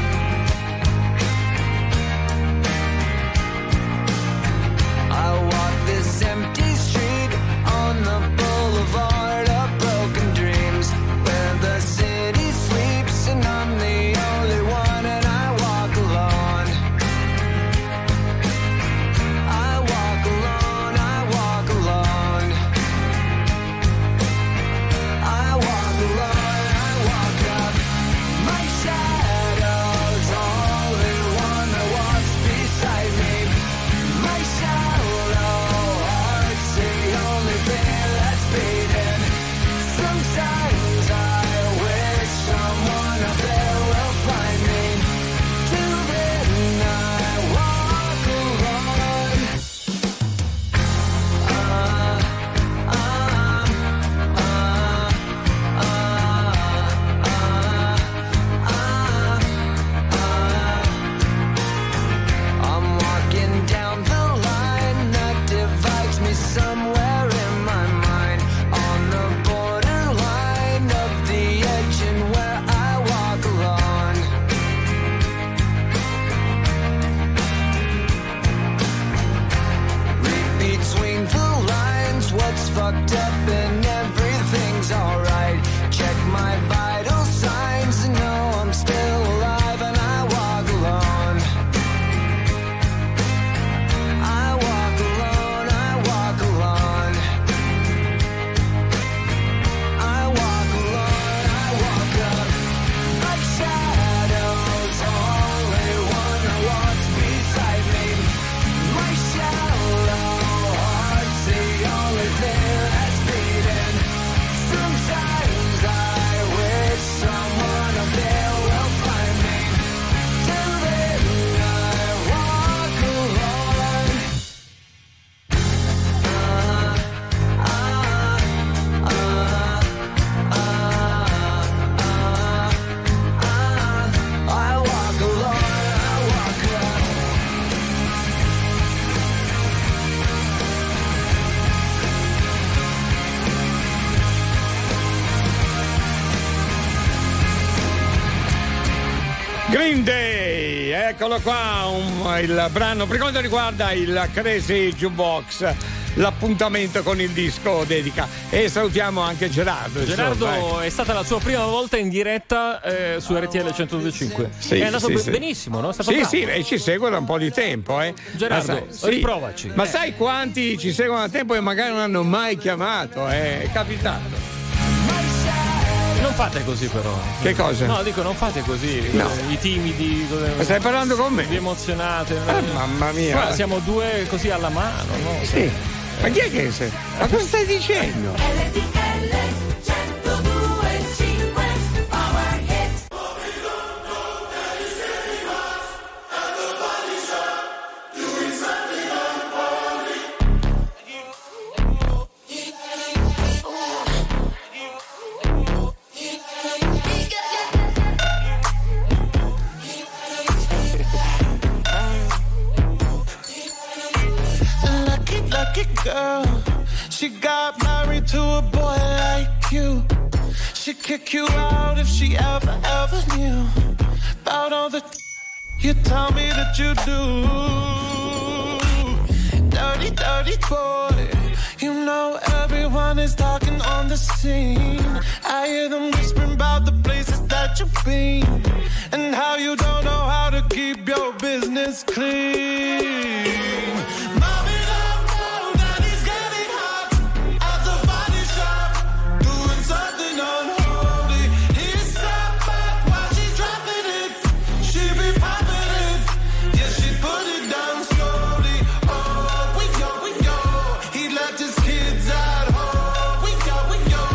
S14: I walk this empty street on the boulevard of broken dreams, where the city sleeps and I'm the only one and I walk alone. I walk alone, I walk alone. I walk alone, I walk up. My shadow's only one that walks beside me. My shallow heart's the only thing that's beating. Sometimes I wish someone up there will find me. Till then I walk alone. Uh, I'm walking down the line that divides me somewhere in my mind, on the borderline of the edge and where I walk alone. Read between the lines, what's fucked up and everything's alright. Check my vital signs and know I'm still alive and I walk alone. I walk alone, I walk alone. I walk alone, I walk up. My shadow's only one that walks beside me. My shallow heart's the only thing that's beating. Sometimes I wish someone up there will find me. Till then I walk alone. I walk alone, I walk up.
S1: Green Day, eccolo qua, un- il brano per quanto riguarda il Crazy Jukebox, l'appuntamento con il disco dedica. E salutiamo anche Gerardo.
S2: Gerardo
S1: insomma, eh.
S2: è stata la sua prima volta in diretta eh, su R T L centodue e cinque.
S1: Sì,
S2: è andato
S1: sì,
S2: be-
S1: sì.
S2: benissimo, no? È stato
S1: Sì,
S2: bravo.
S1: sì, e ci segue da un po' di tempo, eh.
S2: Gerardo,
S1: Ma sai-
S2: riprovaci.
S1: Ma
S2: Eh.
S1: sai quanti ci seguono da tempo e magari non hanno mai chiamato? eh? È capitato.
S2: Non fate così però.
S1: Che cosa?
S2: No, dico non fate così.
S1: No.
S2: I timidi.
S1: Ma stai parlando con me?
S2: Vi emozionate.
S1: Ah, mamma mia.
S2: Guarda, siamo due così alla mano, no?
S1: Sì. Ma chi è che sei? Ma cosa stai dicendo?
S6: Lucky, lucky girl. She got married to a boy like you. She'd kick you out if she ever, ever knew about all the you tell me that you do. Dirty, dirty boy. You know everyone is talking on the scene. I hear them whispering about the places that you've been and how you don't know how to keep your business clean. Mommy, don't know that he's getting hot at the body shop, doing something unholy. He sat back while she's dropping it. She be popping it, yeah, she put it down slowly. Oh, we go, we go. He left his kids at home. We go, we go.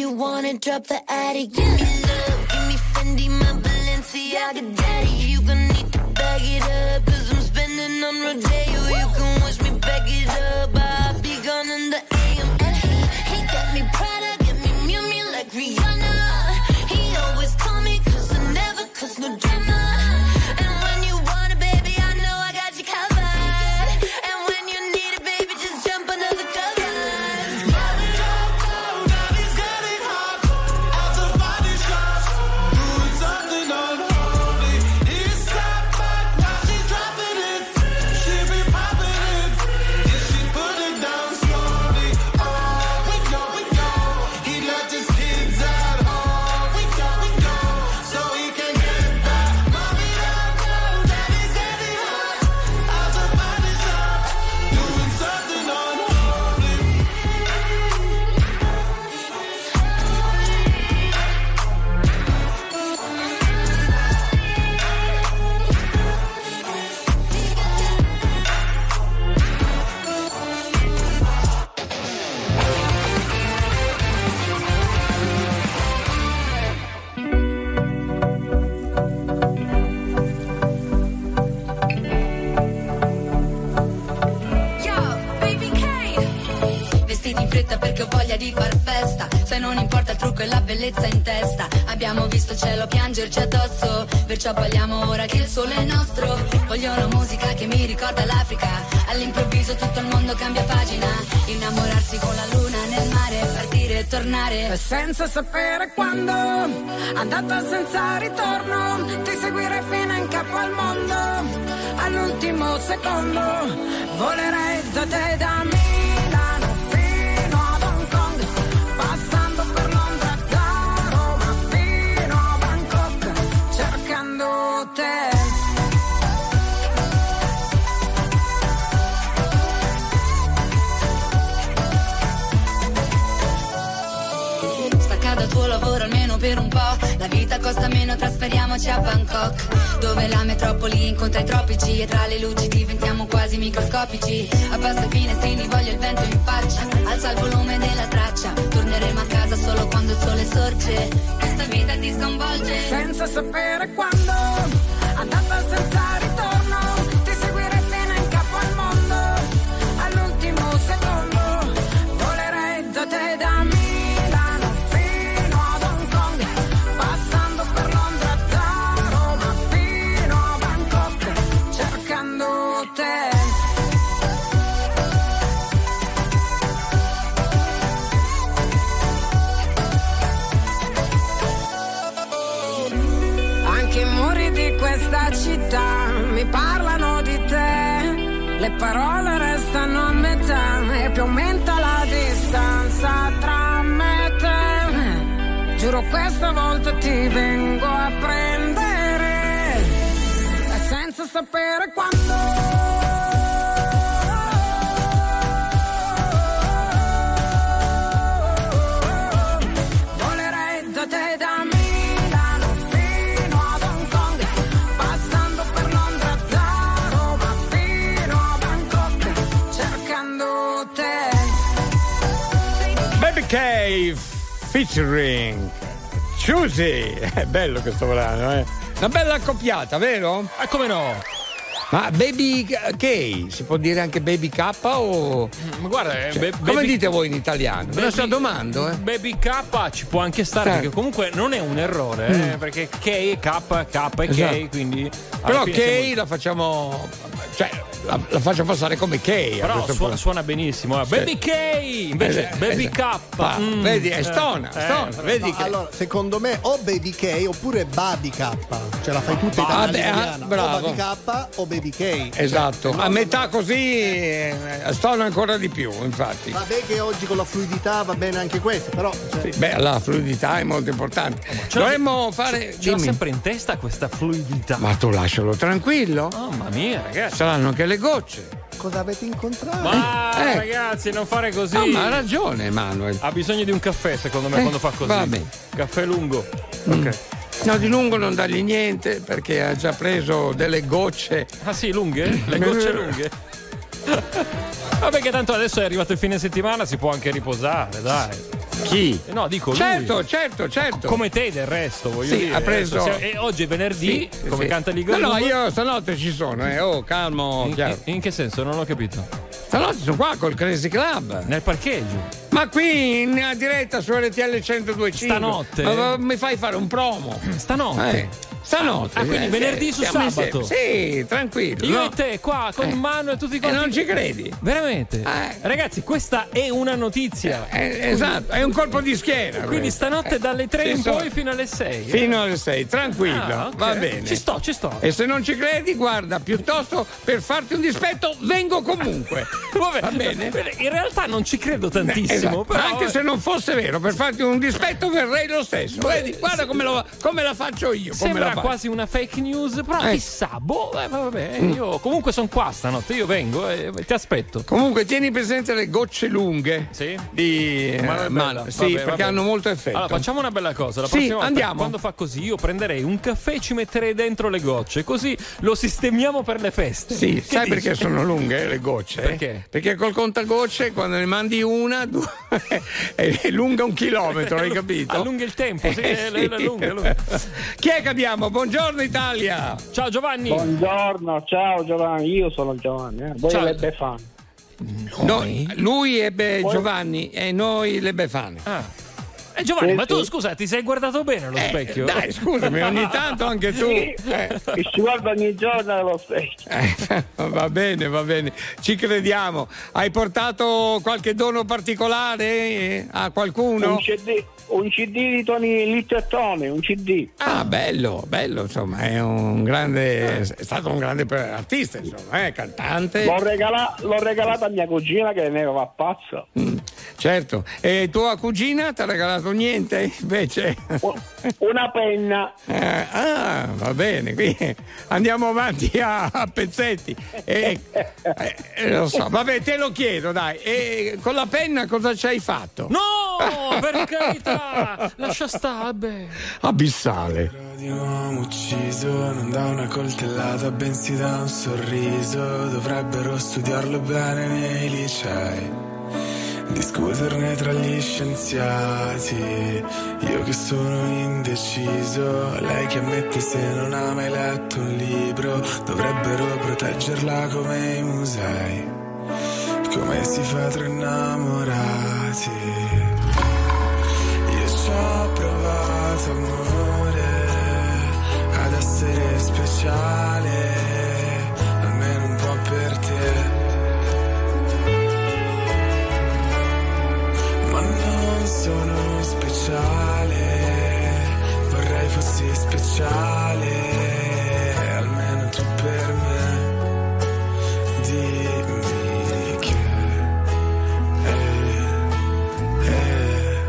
S20: you want it, drop the attic. Give me love, give me Fendi, my Balenciaga daddy. You gon' need to bag it up, cause I'm spending on Rodeo. You can wish me back it up, I'll be gone in the A M. And he, he got me Prada, get me Miu Miu like Rihanna. He always call me cause I never cause no drama. And when you want it, baby, I know I got you covered. And when you need it, baby, just jump under the covers.
S13: Perché ho voglia di far festa. Se non importa il trucco e la bellezza in testa. Abbiamo visto il cielo piangerci addosso, perciò balliamo ora che il sole è nostro. Voglio una musica che mi ricorda l'Africa. All'improvviso tutto il mondo cambia pagina. Innamorarsi con la luna nel mare, partire e tornare
S15: E senza sapere quando, andata senza ritorno, ti seguirei fino in capo al mondo. All'ultimo secondo volerei da te, da Milano fino ad Hong Kong, passando per Londra, da Roma fino a Bangkok, cercando te.
S13: Stacca dal tuo lavoro almeno per un po'. La vita costa meno, trasferiamoci a Bangkok, dove la metropoli incontra i tropici. E tra le luci diventiamo quasi microscopici. Abbassa i finestrini, voglio il vento in faccia. Alza il volume della traccia. Torneremo a casa solo quando il sole sorge. Questa vita ti sconvolge.
S15: Senza sapere quando, andata senza ritorno, ti seguirei fino in capo al mondo. All'ultimo secondo volerei da te, da Milano fino ad Hong Kong, passando per Londra, da Roma fino a Bangkok, cercando te. Anche i muri di questa città mi parlano di te, le parole restano a metà e più aumenta la distanza tra me e te. Giuro questa volta ti vengo a prendere, e senza sapere quando. Volerei da te, da Milano fino ad Hong Kong, passando per Londra, da Roma fino a Bangkok, cercando te.
S1: Baby K featuring Choosy. È bello questo brano, eh? Una bella accoppiata, vero?
S2: Ah, come no?
S1: Ma Baby K, si può dire anche Baby K o...
S2: Ma guarda, eh,
S1: Cioè,
S2: ba-
S1: come
S2: baby-
S1: dite voi in italiano? Me lo sto domando, eh.
S2: Baby K ci può anche stare,
S1: Sì.
S2: perché comunque non è un errore, eh,
S1: Mm.
S2: perché K è K, K è K,
S1: Esatto.
S2: quindi... alla
S1: Però
S2: fine
S1: K
S2: siamo-
S1: la facciamo, cioè la, la faccio passare come K. a
S2: Però
S1: questo
S2: suona,
S1: punto.
S2: suona benissimo. eh.
S1: Sì.
S2: Baby K invece
S1: Eh,
S2: Baby
S1: esatto.
S2: K.
S1: Ah,
S2: Mm.
S1: vedi, è
S2: Eh,
S1: stona,
S2: eh,
S1: stona,
S2: però-
S1: vedi
S3: No,
S1: che...
S3: allora, secondo me o Baby K oppure Baby K. Ce la fai tutta
S1: Ah,
S3: italiana,
S1: beh, ah,
S3: italiana.
S1: bravo.
S3: O Baby K o Baby K.
S1: Esatto, a metà così eh, stona ancora di più, infatti.
S3: Vabbè che oggi con la fluidità va bene anche questo, però... cioè,
S1: Beh, la fluidità è molto importante.
S2: Ce l'ha-
S1: Dovremmo fare...
S2: Ce l'ha
S1: dimmi.
S2: sempre in testa questa fluidità.
S1: Ma tu lascialo tranquillo.
S2: Mamma mia, ragazzi.
S1: Saranno anche le gocce.
S3: cosa avete incontrato?
S2: Ma
S1: Eh.
S2: ragazzi, non fare così.
S1: No, ma ha ragione, Emanuele.
S2: Ha bisogno di un caffè, secondo me,
S1: Eh,
S2: quando fa così.
S1: va bene.
S2: Caffè lungo.
S1: Mm.
S2: Ok.
S1: No, di lungo non dargli niente perché ha già preso delle gocce.
S2: Ah sì, lunghe? Le gocce lunghe? Vabbè che tanto adesso è arrivato il fine settimana, si può anche riposare, dai.
S1: Chi?
S2: No, dico lui.
S1: Certo, certo, certo.
S2: Come te del resto, voglio
S1: Sì,
S2: dire.
S1: ha preso-
S2: Adesso, se- e oggi è venerdì,
S1: Sì,
S2: come
S1: sì.
S2: canta Liga
S1: No, no,
S2: Luba.
S1: io stanotte ci sono, eh. Oh, calmo,
S2: In,
S1: chiaro.
S2: in- in che senso? Non ho capito.
S1: Stanotte sono qua col Crazy Club.
S2: Nel parcheggio.
S1: Ma qui in diretta su R T L centodue e cinque.
S2: Stanotte?
S1: Ma, ma mi fai fare un promo?
S2: Stanotte?
S1: Eh, stanotte.
S2: Ah, quindi
S1: eh,
S2: venerdì
S1: eh,
S2: su
S1: siamo
S2: sabato?
S1: insieme. Sì, tranquillo.
S2: Io
S1: no?
S2: e te qua con
S1: Eh.
S2: mano e tutti
S1: E
S2: quanti.
S1: non ci credi?
S2: Veramente?
S1: Eh.
S2: Ragazzi, questa è una notizia.
S1: Eh, esatto, è un colpo di schiena.
S2: Quindi
S1: questo.
S2: stanotte dalle tre
S1: Sì,
S2: in
S1: so.
S2: poi fino alle sei.
S1: Fino alle sei, tranquillo,
S2: Ah, ok.
S1: va bene.
S2: Ci sto, ci sto.
S1: E se non ci credi, guarda, piuttosto per farti un dispetto vengo comunque.
S2: Vabbè,
S1: Va bene?
S2: In realtà non ci credo tantissimo.
S1: Esatto.
S2: Però,
S1: Anche se non fosse vero, per farti un dispetto verrei lo stesso. Vedi, guarda come, lo- come la faccio io. Come
S2: sembra
S1: la faccio.
S2: quasi una fake news, però
S1: Eh.
S2: chissà, boh, eh, vabbè,
S1: Mm.
S2: io comunque sono qua stanotte, io vengo e ti aspetto.
S1: Comunque tieni presente le gocce lunghe
S2: Sì?
S1: di eh,
S2: Ma è bella.
S1: Mano. Sì,
S2: Vabbè,
S1: perché
S2: vabbè.
S1: hanno molto effetto.
S2: Allora facciamo una bella cosa. La
S1: Sì,
S2: prossima volta,
S1: andiamo.
S2: quando fa così, io prenderei un caffè e ci metterei dentro le gocce, così lo sistemiamo per le feste.
S1: Sì,
S2: Che
S1: sai
S2: dici?
S1: perché sono lunghe eh, le gocce?
S2: Perché?
S1: Perché col contagocce quando ne mandi una due, è lunga un chilometro, hai capito?
S2: Allunga il tempo, sì,
S1: Eh,
S2: è- è- è lunga, è lunga.
S1: Chi è che abbiamo? Buongiorno Italia!
S2: Ciao Giovanni.
S10: Buongiorno, ciao Giovanni, io sono Giovanni, eh. voi
S2: Ciao.
S10: le Befane.
S1: No, lui ebbe
S10: Poi-
S1: Giovanni e noi le Befane.
S2: Ah. Eh, Giovanni,
S10: Sì,
S2: ma tu
S10: sì.
S2: scusa, ti sei guardato bene allo
S1: Eh,
S2: specchio?
S1: dai, scusami, ogni tanto anche tu.
S10: Sì,
S1: Eh.
S10: e ci guardo ogni giorno allo specchio.
S1: Eh, va bene, va bene, ci crediamo. Hai portato qualche dono particolare eh, a qualcuno?
S10: Un C D, un C D di Tony Littettone, un C D.
S1: Ah, bello, bello, insomma, è un grande, è stato un grande artista, insomma, eh, cantante.
S10: L'ho, regala- l'ho regalato a mia cugina che ne va pazza.
S1: Mm, certo, e tua cugina ti ha regalato niente invece?
S10: Una penna.
S1: Eh, ah, va bene, qui andiamo avanti a, a pezzetti. E, eh, lo so, vabbè, te lo chiedo, dai. E con la penna cosa ci hai fatto?
S2: No, per carità, lascia stare.
S1: Abissale.
S11: Di un uomo ucciso non da una coltellata bensì da un sorriso. Dovrebbero studiarlo bene nei licei, discuterne tra gli scienziati. Io che sono indeciso, lei che ammette se non ha mai letto un libro. Dovrebbero proteggerla come i musei, come si fa tra innamorati. Io ci ho provato amore, ad essere speciale, almeno un po' per te. Ma non sono speciale, vorrei fossi speciale, almeno tu per me. Dimmi che eh, eh.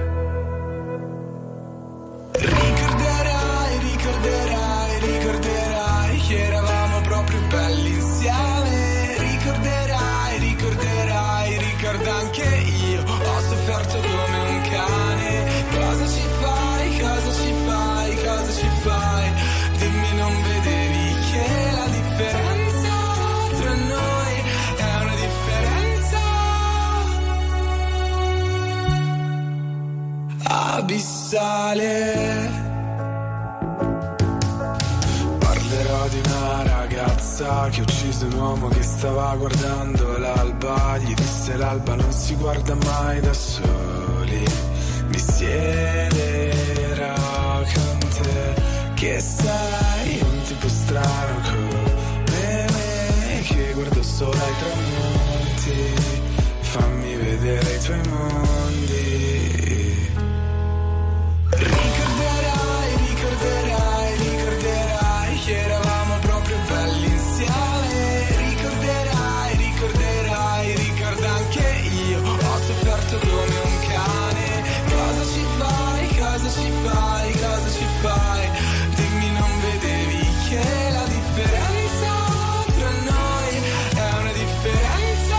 S11: Ricorderai, ricorderai, ricorderai che eravamo proprio belli insieme. Ricorderai, ricorderai, ricorda anche io, ho sofferto come un cane. Cosa ci fai, cosa ci fai, cosa ci fai? Dimmi, non vedevi che la differenza tra noi è una differenza abissale. Parlerò di una ragazza che ha ucciso un uomo che stava guardando l'alba. Gli disse l'alba non si guarda mai da soli. Mi siederò con te, che sei un tipo strano come me, che guardo solo ai tramonti. Fammi vedere i tuoi mondi. Ricorderai, ricorderai, ricorderai che eravamo proprio belli insieme. Ricorderai, ricorderai, ricorda anche io, ho sofferto come un cane. Cosa ci fai, cosa ci fai, cosa ci fai? Dimmi, non vedevi che la differenza tra noi è una differenza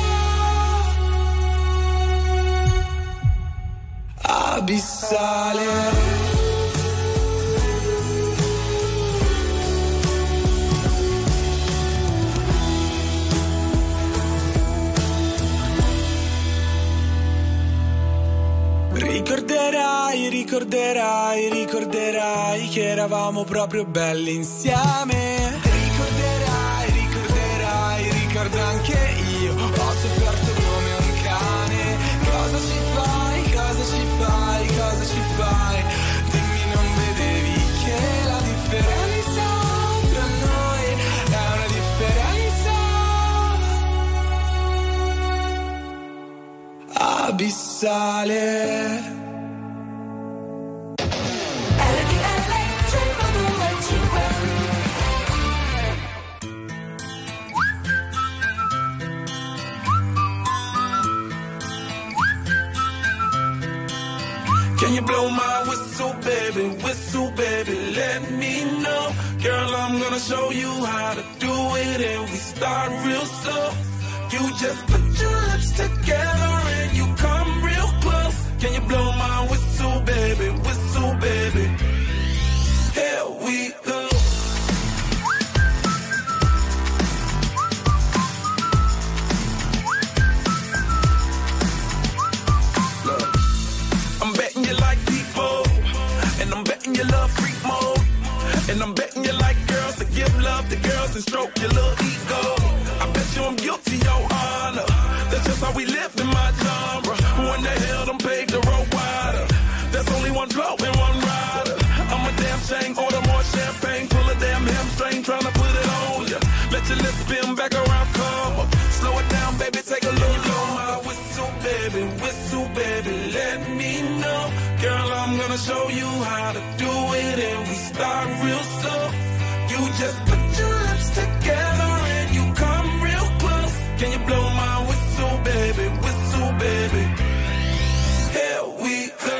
S11: abissale. Ricorderai
S9: Ricorderai, ricorderai, ricorderai che eravamo proprio belli insieme. Ricorderai, ricorderai, ricordo anche io, ho sofferto come un cane. Cosa ci fai, cosa ci fai, cosa ci fai? Dimmi, non vedevi che la differenza tra noi è una differenza abissale. Can you blow my whistle, baby, whistle, baby, let me know. Girl, I'm gonna show you how to do it, and we start real slow. You just put your lips together and you come real close. Can you blow my whistle, baby, whistle, baby? Here we go. You love freak mode, and I'm betting you like girls to give love to girls and stroke your little ego. I bet you I'm guilty, your honor. That's just how we live in my genre. Who in the hell done paved the road wider? There's only one blow and one rider. I'm a damn shame, order more champagne, pull a damn hamstring, tryna put it on ya. Let your lips spin back around, come up. Slow it down, baby, take a look. Blow my whistle, baby, whistle, baby, let me know. Girl, I'm gonna show you how to do it, and we start real slow. You just put your lips together and you come real close. Can you blow my whistle, baby, whistle, baby? Here we go.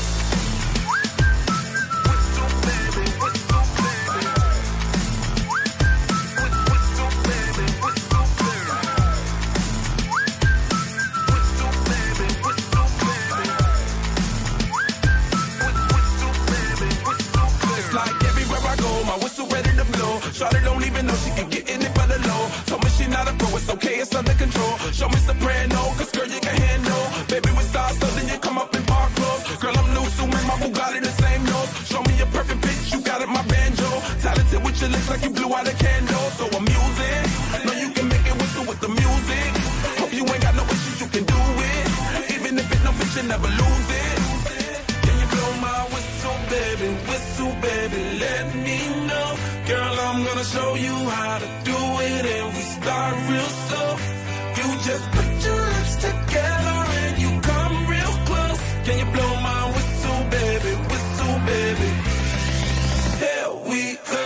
S9: Shawty don't even know she can get in it for the low. Told me she not a pro, it's okay, it's under control. Show me soprano, cause girl you can handle. Baby with stars, so then you come up in park clothes. Girl I'm new, so my Bugatti the same nose. Show me a perfect pitch, you got it, my banjo. Talented with your lips like you blew out a candle. So I'm using, know you can make it whistle with the music. Hope you ain't got no issues, you can do it. Even if it's no bitch, you never lose it. Can you blow my whistle, baby, whistle, baby, let me know. Girl, I'm gonna show you how to do it, and we start real slow. You just put your lips together and you come real close. Can you blow my whistle, baby, whistle, baby? Here we go.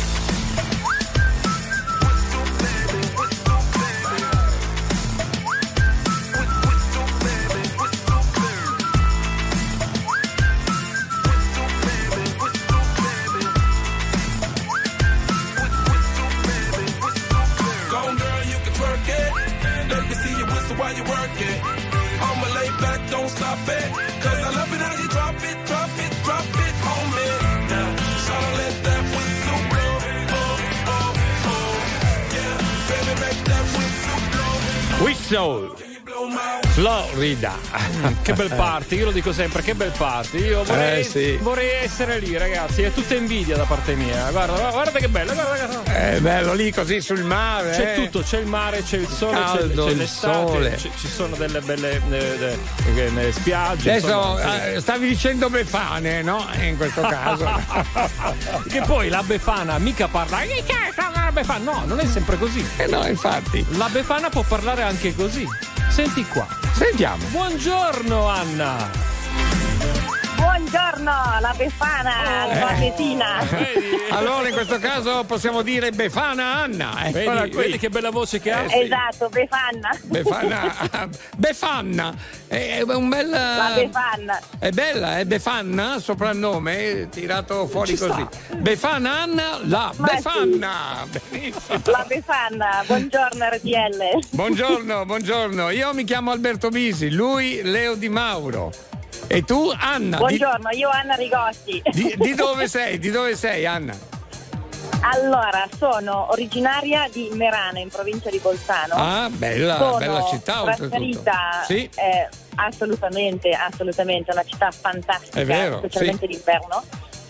S9: While you work it, I'ma lay back, don't stop it. Cause I love it how you drop it, drop it, drop it on me. Now, so don't let that whistle blow. Oh, oh, oh. Yeah, baby, make that whistle blow.
S1: Whistle. Florida.
S2: Che bel party, io lo dico sempre, che bel party. Io vorrei,
S1: eh, sì.
S2: vorrei essere lì, ragazzi. È tutta invidia da parte mia. Guarda, guarda che bello, guarda, guarda.
S1: È bello lì così sul mare.
S2: C'è
S1: eh.
S2: tutto, c'è il mare, c'è il sole,
S1: Caldo,
S2: c'è, c'è
S1: il
S2: l'estate,
S1: sole.
S2: c'è, ci sono delle belle eh, de, de, spiagge.
S1: Adesso
S2: insomma,
S1: eh, stavi dicendo Befane, no? In questo caso.
S2: Che poi la Befana mica parla. Che cazzo la Befana? No, non è sempre così.
S1: Eh no, infatti.
S2: La Befana può parlare anche così. Senti qua.
S1: Sentiamo.
S2: Buongiorno Anna.
S21: Buongiorno, la Befana,
S1: oh,
S21: la
S1: eh.
S21: Befina.
S1: Allora in questo caso possiamo dire Befana Anna.
S2: Vedi, vedi che bella voce che ha?
S21: Eh, esatto, Befanna.
S1: Befana. Befanna. È un bel.
S21: La Befanna.
S1: È bella, è Befanna, soprannome, tirato fuori
S21: Ci
S1: così.
S21: sta.
S1: Befana Anna, la
S21: Ma
S1: Befanna. Sì.
S21: La Befanna, buongiorno R T L.
S1: Buongiorno, buongiorno. Io mi chiamo Alberto Bisi, lui Leo Di Mauro. E tu Anna?
S21: Buongiorno, di, io Anna Rigotti.
S1: Di, di dove sei? Di dove sei Anna?
S21: Allora, sono originaria di Merano, in provincia di Bolzano.
S1: Ah, bella,
S21: sono
S1: bella città oltretutto.
S21: Trasferita,
S1: Sì.
S21: eh, assolutamente, assolutamente, una città fantastica,
S1: È vero,
S21: specialmente
S1: sì.
S21: d'inverno.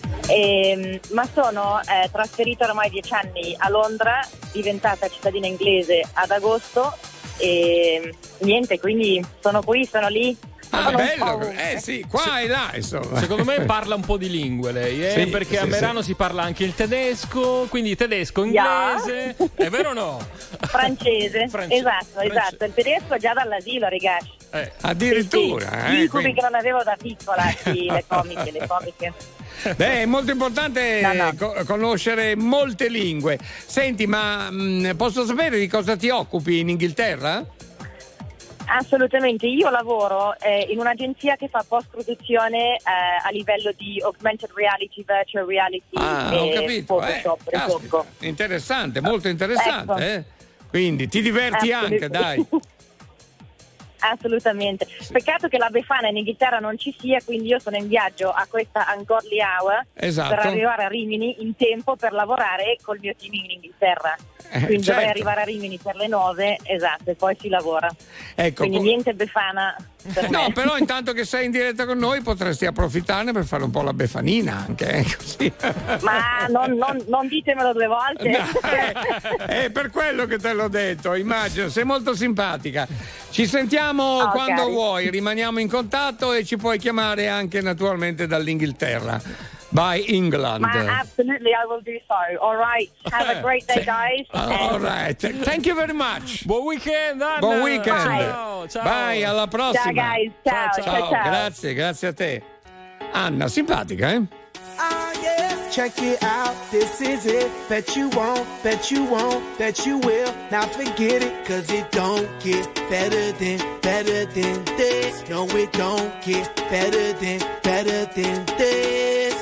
S21: E, ma sono eh, trasferita ormai dieci anni a Londra, diventata cittadina inglese ad agosto e niente, quindi sono qui, sono lì.
S1: Ah,
S21: sono un
S1: bello,
S21: po'
S1: eh sì, qua e là, insomma.
S2: Secondo me parla un po' di lingue lei, eh?
S1: Sì,
S2: perché
S1: sì,
S2: a Merano
S1: sì.
S2: si parla anche il tedesco, quindi tedesco,
S21: Yeah.
S2: inglese, è vero o no?
S21: francese,
S2: France-
S21: esatto,
S2: France-
S21: esatto, il tedesco già dall'asilo, ragazzi.
S2: Eh.
S1: Addirittura,
S21: Sì, sì.
S1: eh,
S21: Incubi
S1: quindi-
S21: che non avevo da piccola, sì, le comiche, le comiche.
S1: Beh, è molto importante
S21: No, no.
S1: co- conoscere molte lingue. Senti, ma mh, posso sapere di cosa ti occupi in Inghilterra?
S21: Assolutamente, io lavoro eh, in un'agenzia che fa post-produzione eh, a livello di augmented reality, virtual reality
S1: Ah,
S21: e
S1: ho capito.
S21: Photoshop,
S1: Eh, caspita,
S21: gioco.
S1: interessante, molto interessante.
S21: Ecco.
S1: Eh? Quindi ti diverti anche, dai.
S21: Assolutamente. Peccato che la Befana in Inghilterra non ci sia, quindi io sono in viaggio a questa Ungodly Hour
S1: Esatto.
S21: per arrivare a Rimini in tempo per lavorare col mio team in Inghilterra.
S1: Eh,
S21: Quindi
S1: certo.
S21: dovrei arrivare a Rimini per le nove, esatto, e poi si lavora.
S1: Ecco,
S21: Quindi
S1: co-
S21: niente Befana per
S1: No,
S21: me.
S1: però intanto che sei in diretta con noi potresti approfittarne per fare un po' la befanina anche, eh, così.
S21: Ma non, non- non ditemelo due volte.
S1: È per quello che te l'ho detto, immagino, sei molto simpatica. Ci sentiamo
S21: Oh,
S1: quando
S21: cari.
S1: vuoi, rimaniamo in contatto e ci puoi chiamare anche naturalmente dall'Inghilterra. By England.
S21: Ma absolutely, I will do so. All right. Have a great day, guys.
S1: All right. Thank you very much.
S2: Buon weekend, Anna.
S1: Buon weekend.
S2: Ciao, ciao.
S1: Bye, alla prossima.
S21: Ciao, guys. Ciao, ciao, ciao.
S1: Grazie, grazie a te. Anna, simpatica, eh?
S14: Ah, yeah. Check it out, this is it. Bet you won't, bet you won't, bet you will. Now forget it, cause it don't get better than, better than this. No, it don't get better than, better than this.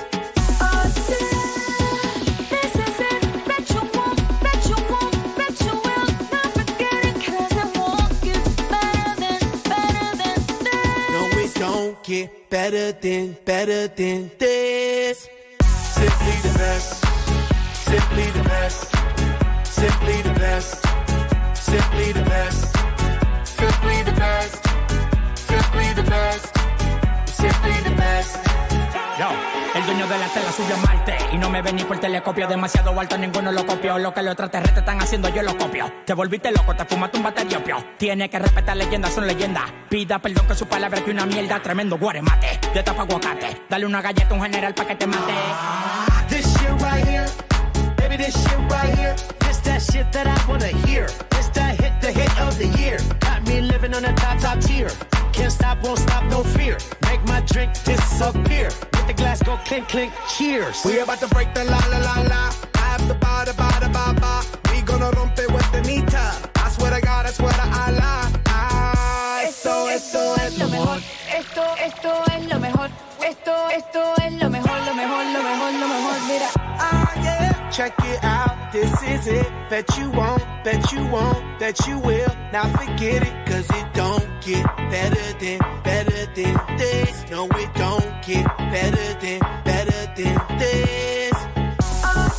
S14: Don't get better than, better than this. Simply the best, simply the best, simply the best, simply the best, simply the best, simply the best, simply the best.
S15: Yo, el dueño de la tela subió a Marte y no me ven ni por telescopio, demasiado alto, ninguno lo copió. Lo que los extraterrestres están haciendo yo lo copio. Te volviste loco, te fumaste un bateriopio. Tiene que respetar leyendas, son leyendas. Pida perdón que su palabra que una mierda, tremendo guaremate. De tapa aguacate, dale una galleta a un general pa' que te mate.
S14: This shit right here, baby, this shit right here. This that shit that I wanna hear. This that hit, the hit of the year. Got me living on a top, top tier. Can't stop, won't stop, no fear. Make my drink disappear. Let the glass go clink, clink, cheers.
S6: We about to break the la la la la. I have the ba da ba da ba ba. We gonna rompe with the nita. I swear to God, I swear to Allah. Ah, esto, esto es lo mejor.
S13: Esto, esto es lo mejor. Esto, esto es lo mejor, lo mejor, lo mejor, lo mejor. Mira.
S14: Ah, yeah. Check it out, this is it. Bet you won't, bet you won't, bet you will. Now forget it, cause it don't get better than, better than this. No, it don't get better than, better than this.
S13: Oh,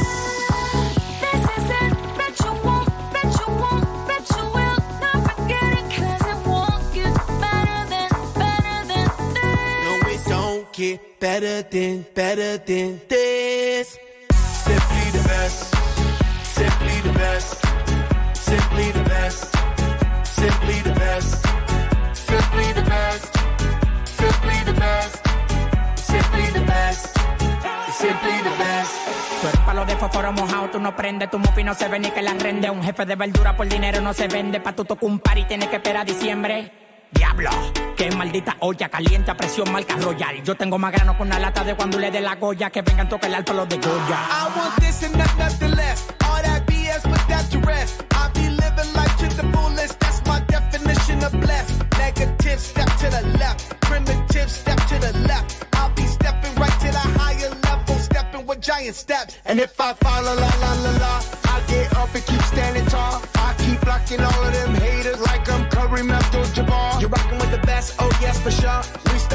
S13: yeah. This is it. Bet you won't, bet you won't, bet you will. Not forget it, cause it won't get better than, better than this.
S14: No, it don't get better than, better than this. Simply the best, simply the best, simply the best, simply the best, simply the best, simply the best, simply the best, simply the best.
S15: Tú eres palo de fósforo mojado, tú no prendes, tu mufi no se ve ni que la rende. Un jefe de verdura por dinero no se vende. Pa' tu tocar un par y tienes que esperar a diciembre. Diablo, que maldita olla caliente a presión marca Royal. Yo tengo más grano con una lata de cuando le dé la Goya. Que vengan toca el alto los de Goya.
S14: I want this and not nothing less. All that B S, put that to rest. I be living life to the fullest. That's my definition of blessed. Negative, step to the left. Primitive, step to the left. I'll be stepping right to the higher level. Stepping with giant steps. And if I fall, la la la la la, I get up and keep standing tall. I keep blocking all of them haters like I'm Kareem Abdul-Jabbar. You're rocking with the best, oh yes for sure. We start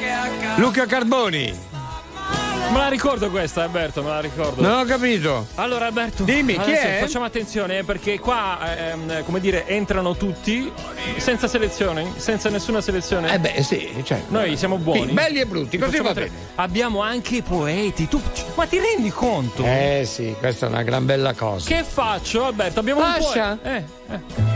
S1: Luca Carboni.
S2: Me la ricordo questa, Alberto, me la ricordo.
S1: Non ho capito.
S2: Allora, Alberto,
S1: dimmi chi è?
S2: Facciamo attenzione perché qua, ehm, come dire, entrano tutti senza selezione, senza nessuna selezione.
S1: Eh beh, sì, cioè.
S2: Noi siamo buoni.
S1: Sì, belli e brutti, così va bene.
S2: Abbiamo anche i poeti. Tu, ma ti rendi conto?
S1: Eh sì, questa è una gran bella cosa.
S2: Che faccio, Alberto? Abbiamo
S1: Lascia.
S2: un poeta. Eh, eh.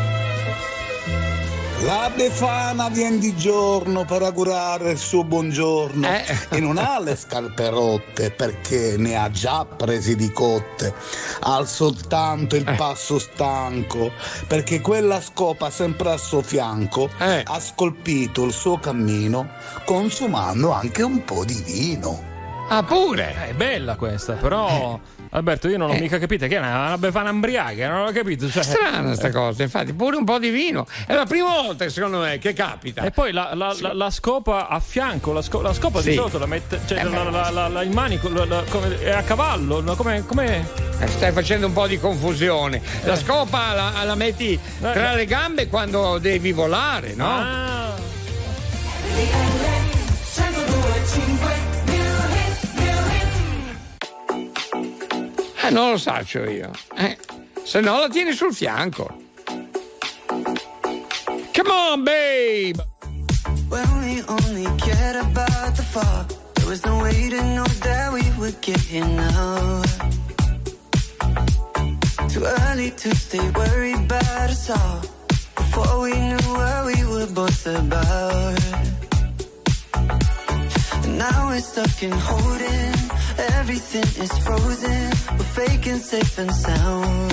S17: La Befana viene di giorno per augurare il suo buongiorno
S1: eh.
S17: e non ha le scarpe rotte perché ne ha già presi di cotte, ha soltanto il passo stanco perché quella scopa sempre al suo fianco
S1: eh.
S17: ha scolpito il suo cammino consumando anche un po' di vino.
S1: Ah, pure?
S2: È bella questa, però eh. Alberto, io non ho
S1: eh.
S2: mica capito che è una, una Befana ambriaca, non ho capito. Cioè,
S1: strana sta cosa, infatti, pure un po' di vino. È la prima volta, secondo me, che capita.
S2: E poi la, la, la, la scopa a fianco, la, sco- la scopa sì. di sotto la mette, cioè eh la, la, la, la, il manico la, la, come, è a cavallo, come, come...
S1: Eh, stai facendo un po' di confusione. La eh. scopa la, la metti tra le gambe quando devi volare, no?
S2: Ah.
S1: Eh, non lo saccio io. Eh, se no la tieni sul fianco. Come on, babe!
S11: When we only cared about the fall, there was no way to know that we would get here now. Too early to stay worried about us all, before we knew what we were both about. And now we're stuck in holding, everything is frozen, we're faking safe and sound.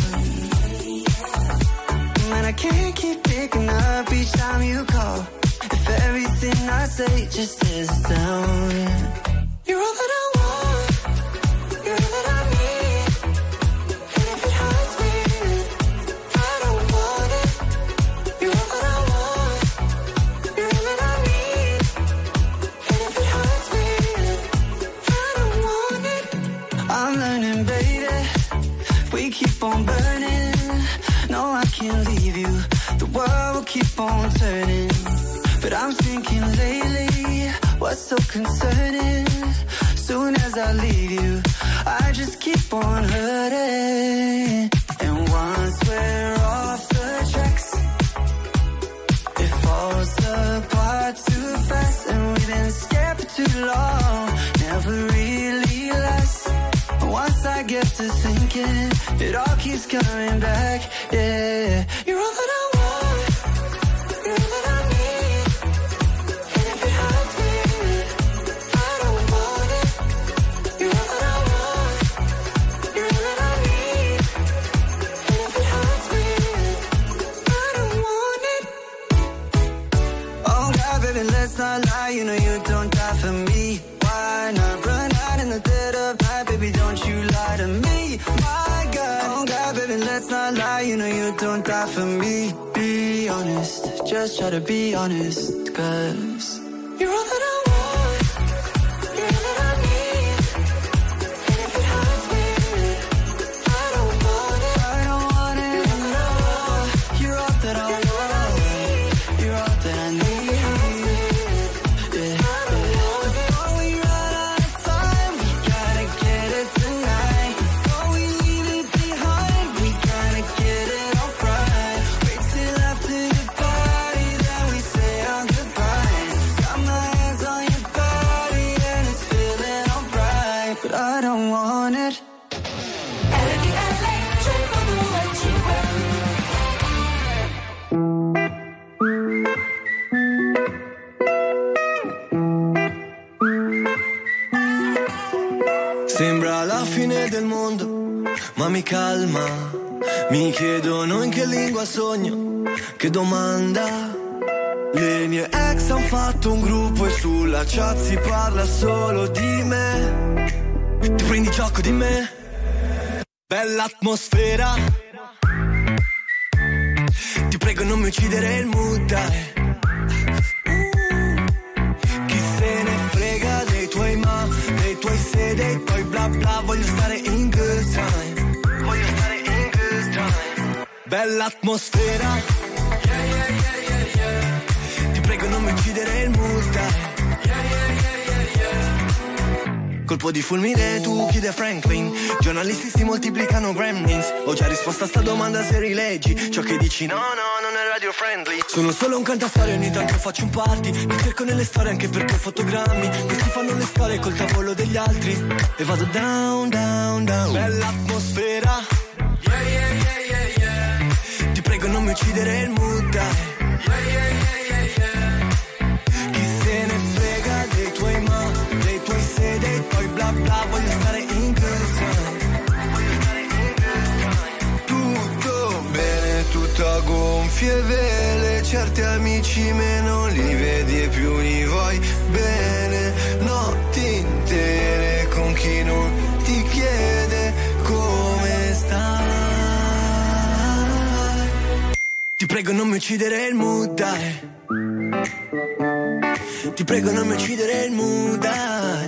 S11: Man, I can't keep picking up each time you call, if everything I say just is down. You're all that I want, you're all that I need, and if it hurts me, I don't want it. You're all that I want, you're all that I need, and if it hurts me, I don't want it. I'm learning, baby, we keep on burning. No, I can't leave you, the world will keep on turning. But I'm thinking lately, what's so concerning? Soon as I leave you, I just keep on hurting. And once we're off the tracks, it falls apart too fast. And we've been scared for too long, never really lasts. Once I get to thinking, it all keeps coming back, yeah. You're all that I want, you're all that I need, and if it hurts me, I don't want it. You're all that I want, you're all that I need, and if it hurts me, I don't want it. Oh God, baby, let's not lie, you know you don't die for me. Why not run out in the dead of night, baby, don't you lie to me. My God, oh God, baby, let's not lie, you know you don't die for me. Be honest, just try to be honest, cause you're all that I want, you're all that I need, and if it hurts me, I don't want it. I don't want it, no. You're all that I want, you're all that I need.
S18: Sembra la fine del mondo, ma mi calma. Mi chiedono in che lingua sogno, che domanda. Le mie ex han fatto un gruppo e sulla chat si parla solo di me. Ti prendi gioco di me? Bella atmosfera. Ti prego non mi uccidere il mood, dai. Chi se ne frega dei tuoi ma, dei tuoi se, dei tuoi bla bla. Voglio stare in good time, voglio stare in good time. Bella atmosfera, yeah, yeah, yeah, yeah, yeah. Ti prego non mi uccidere il mood, dai. Yeah, yeah, yeah. colpo di fulmine tu chiudi a Franklin. Giornalisti si moltiplicano gremlins. Ho già risposto a sta domanda se rileggi ciò che dici, no no non è radio friendly. Sono solo un cantastorie, ogni tanto faccio un party. Mi cerco nelle storie anche perché ho fotogrammi. Questi fanno le storie col tavolo degli altri. E vado down down down. Bella atmosfera, yeah yeah yeah yeah yeah. Ti prego non mi uccidere il mood, dai. Yeah yeah yeah yeah yeah. Chi se ne frega dei tuoi ma, dei tuoi se, dei tuoi bla bla. Voglio stare in good time. Voglio stare in good time. Tutto bene, tutto a gonfie vele. Certi amici meno li vedi e più li vuoi bene. Notti intere con chi non ti chiede come stai. Ti prego non mi uccidere il mood, dai. Ti prego non mi uccidere il mood, dai.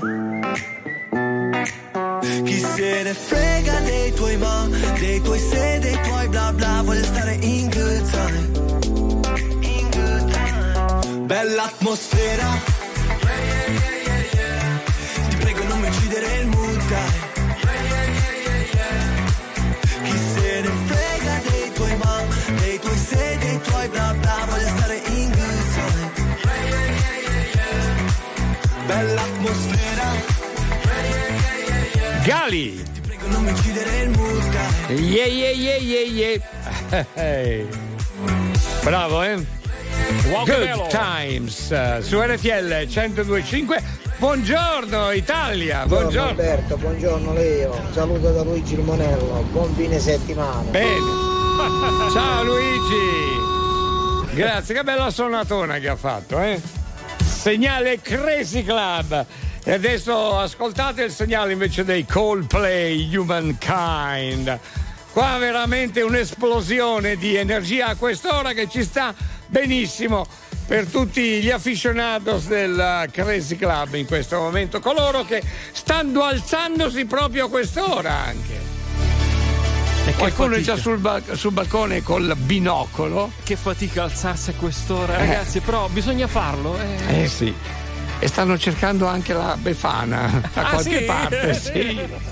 S18: Chi se ne frega dei tuoi ma, dei tuoi se, dei tuoi bla bla. Voglio stare in good time. In good time. Bella atmosfera, yeah yeah yeah yeah yeah. Ti prego non mi uccidere il mood, dai. Yeah yeah yeah yeah yeah. Chi se ne frega dei tuoi ma, dei tuoi se, dei tuoi bla bla. Voglio stare in good time. Yeah yeah yeah yeah yeah. Bella atmosfera, yeah yeah yeah yeah yeah.
S1: Gali.
S18: Ti prego non mi uccidere il mood, dai.
S1: Yeah yeah yeah yeah yeah. Hey. Bravo, eh? Good Times uh, su R T L centodue e cinque. Buongiorno Italia, buongiorno.
S12: Buongiorno Alberto, buongiorno Leo. Saluto da Luigi Limonello, buon fine settimana.
S1: Bene. Ciao Luigi. Grazie, che bella sonatona che ha fatto, eh? Segnale Crazy Club. E adesso ascoltate il segnale invece dei Coldplay, Humankind. Qua veramente un'esplosione di energia a quest'ora che ci sta benissimo per tutti gli aficionados del Crazy Club in questo momento, coloro che stanno alzandosi proprio a quest'ora anche. E qualcuno è già sul, ba- sul balcone col binocolo.
S2: Che fatica alzarsi a quest'ora, eh. Ragazzi, però bisogna farlo. Eh,
S1: eh sì. E stanno cercando anche la Befana da
S2: ah,
S1: qualche
S2: sì?
S1: parte, sì.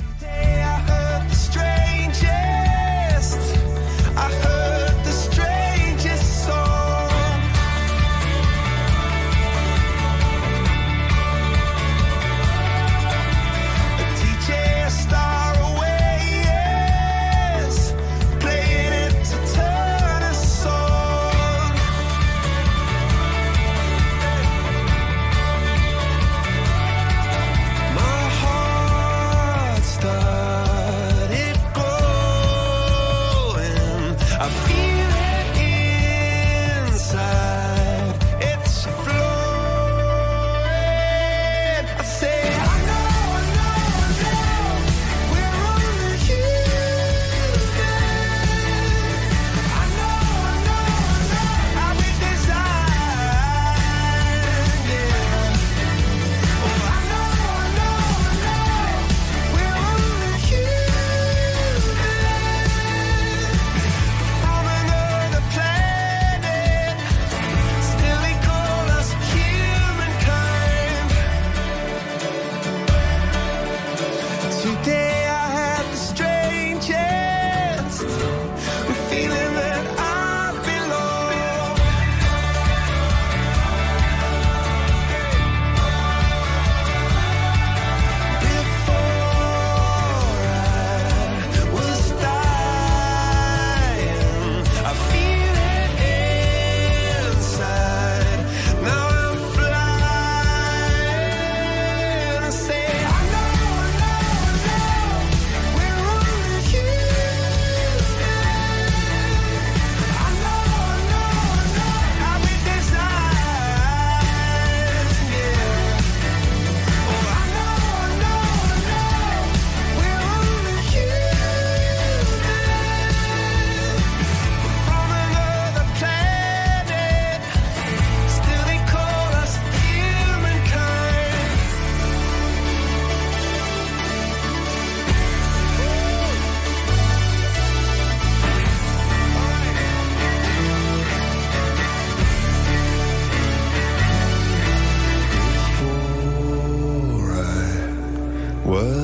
S6: I heard the strangest song. A D J, a star away, yes, playing it to turn us on. My heart's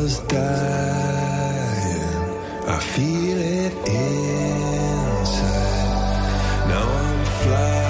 S6: was dying, I feel it inside. Now I'm flying.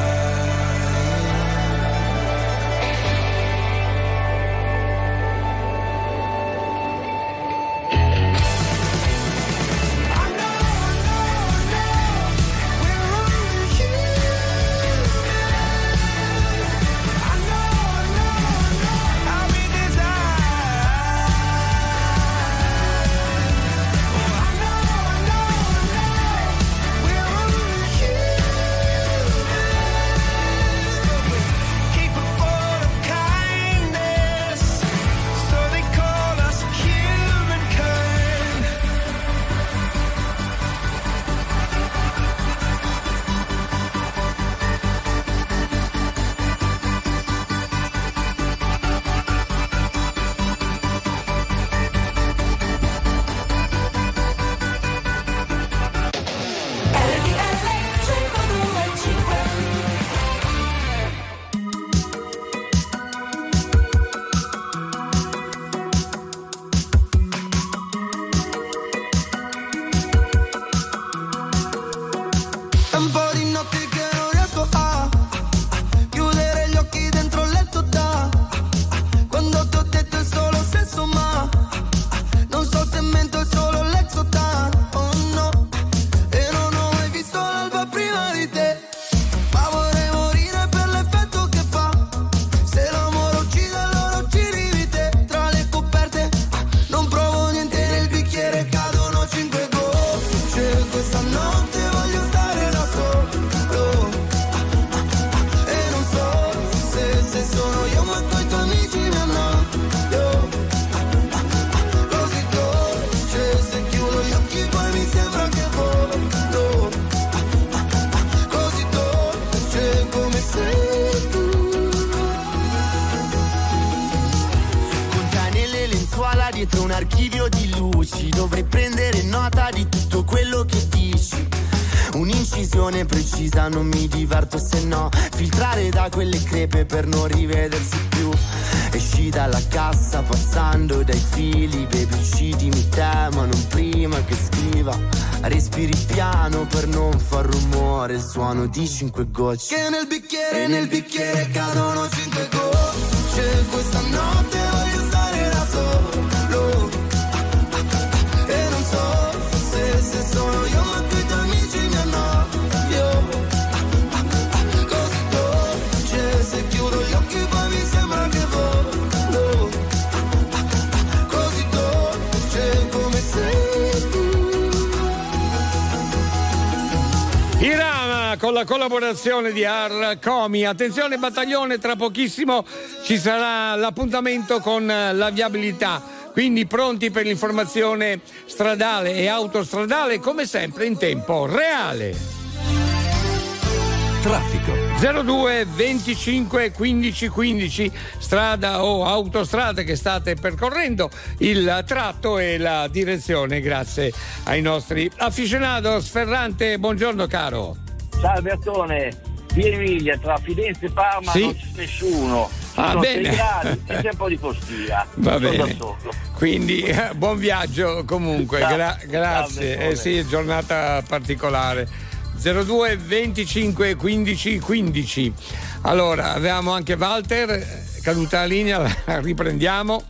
S7: Dietro un archivio di luci dovrei prendere nota di tutto quello che dici. Un'incisione precisa, non mi diverto se no. Filtrare da quelle crepe per non rivedersi più. Esci dalla cassa passando dai fili. Baby uccidimi te ma non prima che scriva. Respiri piano per non far rumore. Il suono di cinque gocce
S6: che nel bicchiere, nel bicchiere cadono cinque gocce. Questa notte voglio stare da solo. E non so se, se sono io ma tu i tuoi amici mi annoio. Così dolce, se chiudo gli occhi poi mi sembra che volo. Così dolce come sei tu.
S1: Irama con la collaborazione di Arcomi. Attenzione battaglione, tra pochissimo ci sarà l'appuntamento con la viabilità. Quindi pronti per l'informazione stradale e autostradale, come sempre in tempo reale.
S16: Traffico.
S1: zero due venticinque quindici quindici, strada o autostrada che state percorrendo, il tratto e la direzione, grazie ai nostri afficionados. Ferrante, buongiorno caro.
S10: Ciao Albertone, via Emilia tra Fidenza e Parma, sì? Non c'è nessuno.
S1: Ah,
S10: sono
S1: bene.
S10: sei gradi, c'è un po' di postia.
S1: Va
S10: sono
S1: bene.
S10: da solo.
S1: Quindi eh, buon viaggio comunque,
S10: Ciao.
S1: Gra- grazie.
S10: Ciao,
S1: eh sì, giornata particolare. zero due venticinque quindici quindici. Allora, avevamo anche Walter, caduta la linea, la riprendiamo.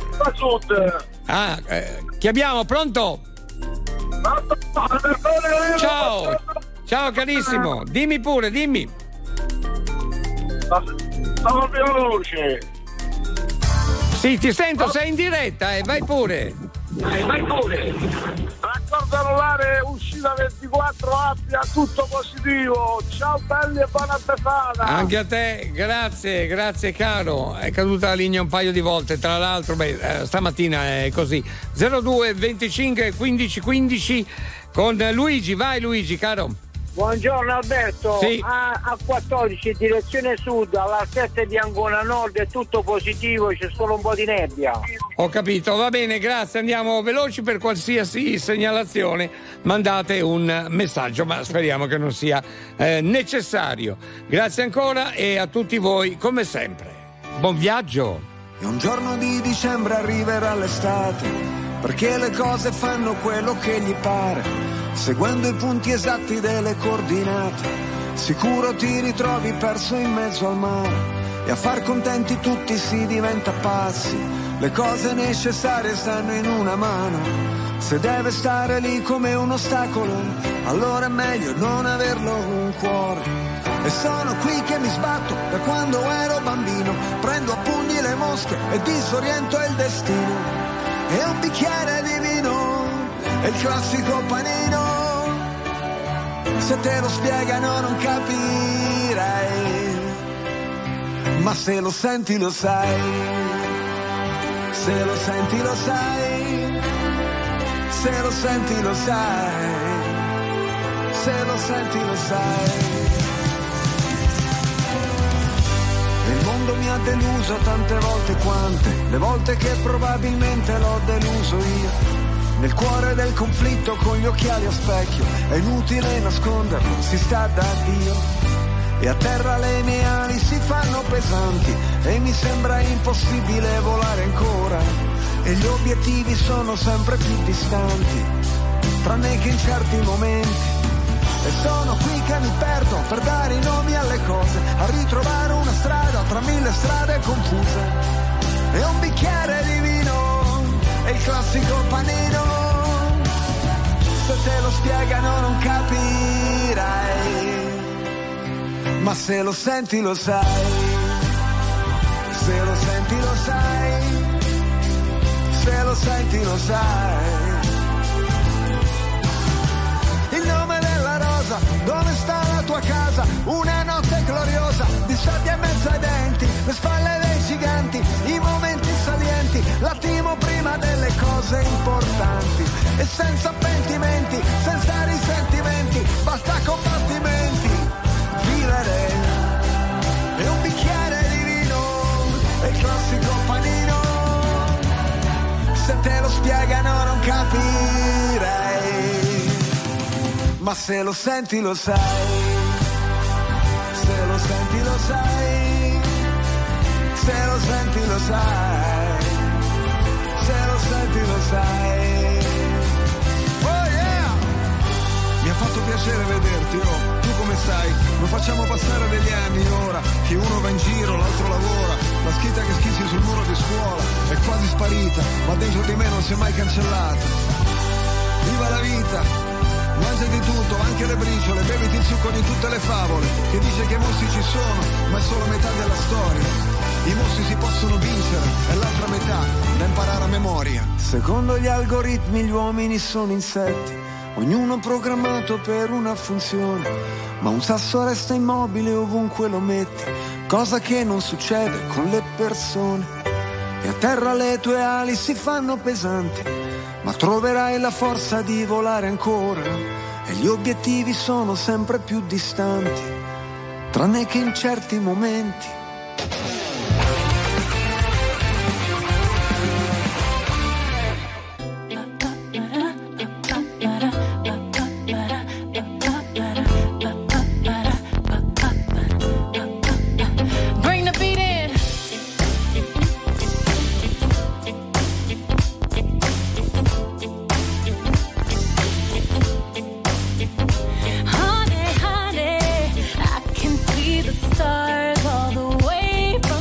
S1: Ah, eh, chi abbiamo? Pronto? Ciao. Ciao carissimo, dimmi pure, dimmi.
S10: Stavo più veloce.
S1: Sì, ti sento, sei in diretta, eh, vai pure.
S10: Eh, vai pure. Raccordo anulare uscita ventiquattro Appia, tutto positivo. Ciao belli e buona Befana.
S1: Anche a te, grazie, grazie caro. È caduta la linea un paio di volte, tra l'altro, beh, eh, stamattina è così. zero due venticinque quindici quindici con Luigi, vai Luigi caro.
S10: Buongiorno Alberto,
S1: sì.
S10: a, a quattordici direzione sud, all'altezza di Ancona Nord è tutto positivo, c'è solo un po' di nebbia.
S1: Ho capito, va bene, grazie, andiamo veloci. Per qualsiasi segnalazione mandate un messaggio, ma speriamo che non sia eh, necessario. Grazie ancora e a tutti voi come sempre. Buon viaggio!
S6: E un giorno di dicembre arriverà l'estate perché le cose fanno quello che gli pare, seguendo i punti esatti delle coordinate. Sicuro ti ritrovi perso in mezzo al mare, e a far contenti tutti si diventa pazzi. Le cose necessarie stanno in una mano, se deve stare lì come un ostacolo, allora è meglio non averlo un cuore. E sono qui che mi sbatto da quando ero bambino, prendo a pugni le mosche e disoriento il destino. E un bicchiere di vino è il classico panino, se te lo spiegano non capirai, ma se lo senti lo sai, se lo senti lo sai, se lo senti lo sai, se lo senti lo sai. Il mondo mi ha deluso tante volte quante, le volte che probabilmente l'ho deluso io. Nel cuore del conflitto con gli occhiali a specchio, è inutile nasconderlo, si sta da Dio. E a terra le mie ali si fanno pesanti e mi sembra impossibile volare ancora. E gli obiettivi sono sempre più distanti, tranne che in certi momenti. E sono qui che mi perdo per dare i nomi alle cose, a ritrovare una strada tra mille strade confuse. E un bicchiere di vino è il classico panino, se te lo spiegano non capirai, ma se lo senti lo sai, se lo senti lo sai, se lo senti lo sai. Il nome della rosa, dove sta la tua casa? Una notte gloriosa, di sabbia in mezzo ai denti, le spalle dei giganti, i momenti salienti, l'attimo prima delle cose importanti. E senza pentimenti, senza risentimenti, basta combattimenti, vivere. E un bicchiere di vino è il classico panino, se te lo spiegano non capirai, ma se lo senti lo sai, se lo senti lo sai, se lo senti lo sai, se lo senti lo sai. Oh yeah! Mi ha fatto piacere vederti, oh, tu come stai? Lo facciamo passare degli anni ora, che uno va in giro, l'altro lavora, la scritta che schizzi sul muro di scuola è quasi sparita, ma dentro di me non si è mai cancellata. Viva la vita! Mangiati tutto, anche le briciole, beviti il succo di tutte le favole, che dice che i mostri ci sono, ma è solo metà della storia. I mostri si possono vincere, e l'altra metà da imparare a memoria. Secondo gli algoritmi gli uomini sono insetti, ognuno programmato per una funzione, ma un sasso resta immobile ovunque lo metti, cosa che non succede con le persone. E a terra le tue ali si fanno pesanti, ma troverai la forza di volare ancora, e gli obiettivi sono sempre più distanti, tranne che in certi momenti.
S20: Honey, honey, I can see the stars all the way from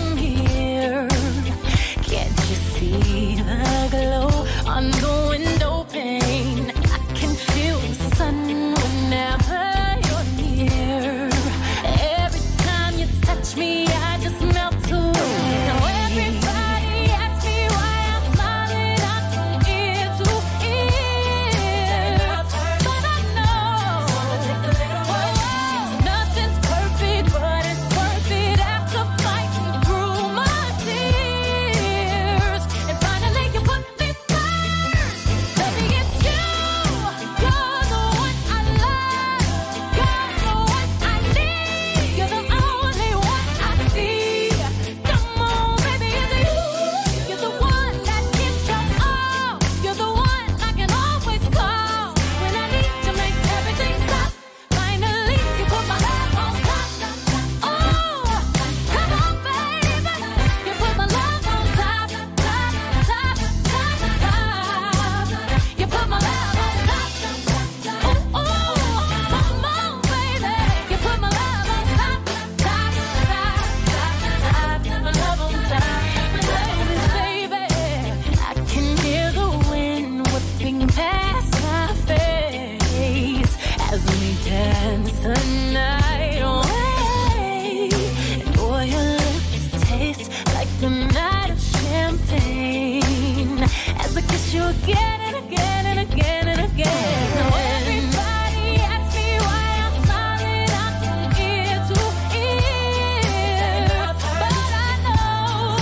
S20: kiss you again and again and again and again. Now everybody asks me why I'm smiling out from ear to ear, but I know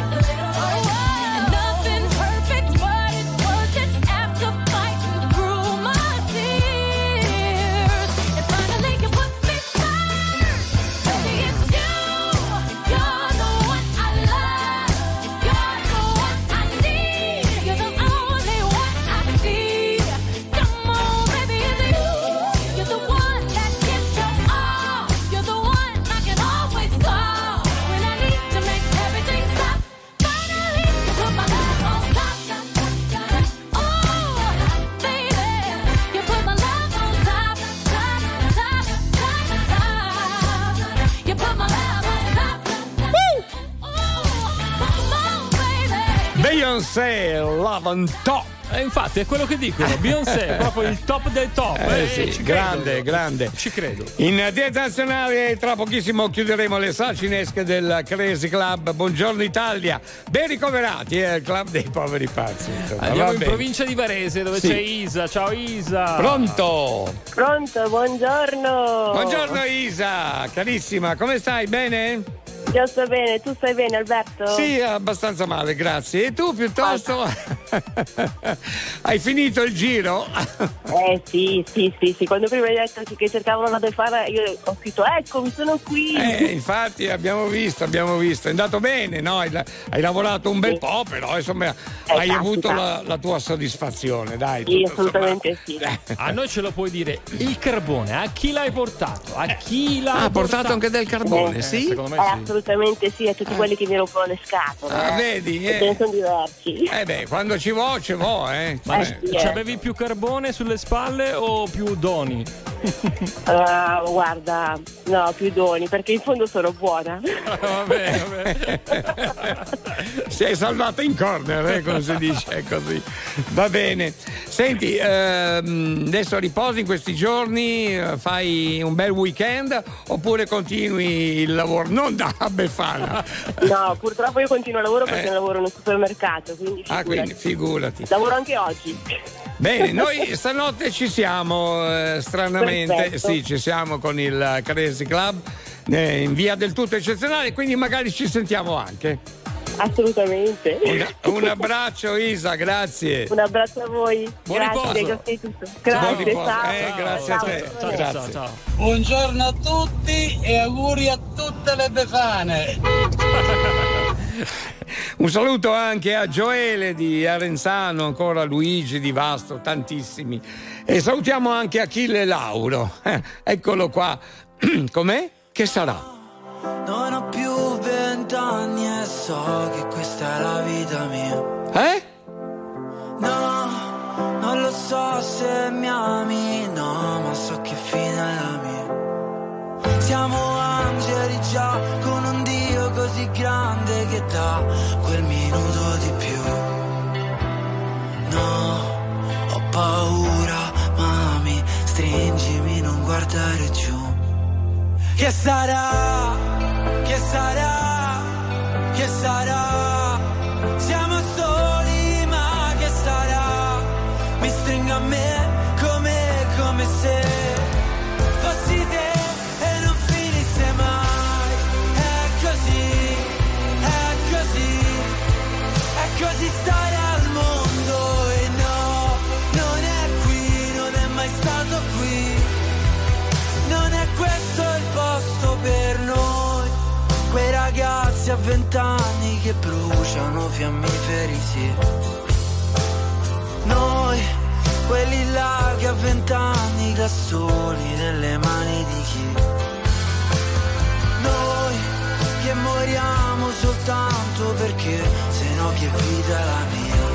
S20: oh, nothing's perfect, but it's worth it after fighting through my tears. And finally you put me first, baby, it's you. You're the one I love. You're the one I need. You're the only one I see. Come on, baby, it's you. You're the one that gives your all. You're the one I can always call when I need to make everything stop. Finally, you put my love on top. Oh, baby, you put my love on top, top, top, top, top. You put my love on top. Woo! Come on, baby.
S1: Beyoncé, Love on Top.
S2: E infatti è quello che dicono, Beyoncé, proprio il top del top.
S1: Eh,
S2: Eh,
S1: sì,
S2: ci
S1: grande,
S2: credo.
S1: grande.
S2: Ci credo.
S1: In diretta nazionale, tra pochissimo chiuderemo le sale cinesche del Crazy Club. Buongiorno Italia, ben ricoverati, è eh, il club dei poveri pazzi. Insomma,
S2: Andiamo
S1: va
S2: in
S1: bene.
S2: provincia di Varese dove
S1: Sì.
S2: c'è Isa. Ciao Isa.
S1: Pronto?
S21: Pronto, buongiorno.
S1: Buongiorno Isa, carissima, come stai? Bene?
S21: Io sto bene, tu stai bene Alberto?
S1: Sì, abbastanza male, grazie. E tu piuttosto? Hai finito il giro?
S21: Eh sì, sì, sì, sì. Quando prima hai detto che cercavano la Befana, io ho scritto eccomi, sono qui.
S1: Eh, infatti abbiamo visto, abbiamo visto. È andato bene, no? Hai, hai lavorato un bel
S21: Sì.
S1: po', però insomma
S21: Eh,
S1: hai
S21: capita.
S1: avuto la, la tua soddisfazione, dai.
S21: Sì,
S1: tutto
S21: assolutamente sì.
S2: A noi ce lo puoi dire, il carbone, a chi l'hai portato? A chi l'ha
S1: Ah, ha portato anche del carbone,
S21: Eh,
S1: sì?
S2: Secondo me
S21: Eh,
S2: sì.
S21: assolutamente sì, a tutti quelli che mi rompono le scatole.
S1: Ah,
S21: eh.
S1: vedi,
S21: E
S1: eh.
S21: ce ne sono diversi.
S1: Eh beh, quando ci vuoi, ci vuoi, eh.
S2: Ma
S21: Eh, sì,
S2: ci
S21: eh.
S2: avevi più carbone sulle spalle o più doni?
S21: Ah, guarda, no, più doni, perché in fondo sono buona.
S2: vabbè, vabbè.
S1: Sei salvata in corner, eh, come si dice, è così. Va bene. Senti, ehm, adesso riposi in questi giorni, eh, fai un bel weekend oppure continui il lavoro? Non da Befana.
S21: No, purtroppo io continuo a lavoro perché
S1: Eh.
S21: lavoro in un supermercato, quindi
S1: Ah,
S21: figurati.
S1: quindi figurati.
S21: Lavoro anche oggi.
S1: Bene, noi stanotte ci siamo, eh, stranamente,
S21: Perfetto.
S1: sì, ci siamo con il Crazy Club eh, in via del tutto eccezionale, quindi magari ci sentiamo anche.
S21: Assolutamente.
S1: Un, un abbraccio Isa, grazie.
S21: Un abbraccio a voi.
S1: Buon
S21: grazie,
S1: riposo.
S21: grazie di tutto.
S1: Buon
S21: Grazie,
S1: riposo.
S21: ciao.
S1: Eh, grazie a te.
S21: Ciao.
S1: Grazie.
S5: Buongiorno a tutti e auguri a tutte le Befane.
S1: Un saluto anche a Gioele di Arenzano, ancora Luigi di Vasto, tantissimi. E salutiamo anche Achille Lauro. Eh, eccolo qua. Com'è? Che sarà?
S19: Non ho più vent'anni e so che questa è la vita mia.
S1: Eh?
S19: No, non lo so se mi ami, no, ma so che fine è la mia. Siamo angeli già, con un Dio così grande che dà quel minuto di più. No, ho paura, mami, stringimi, non guardare giù. Che sarà? Che sarà? Che sarà? Siamo soli, ma che sarà? Mi stringa a me come, come se fossi te e non finisse mai. È così, è così, è così stare al mondo e no, non è qui, non è mai stato qui. Non è questo il posto per noi, quei ragazzi a vent'anni che bruciano fiammiferi, sì. Noi, quelli là che a vent'anni da soli nelle mani di chi. Noi, che moriamo soltanto perché se no che vita è la mia.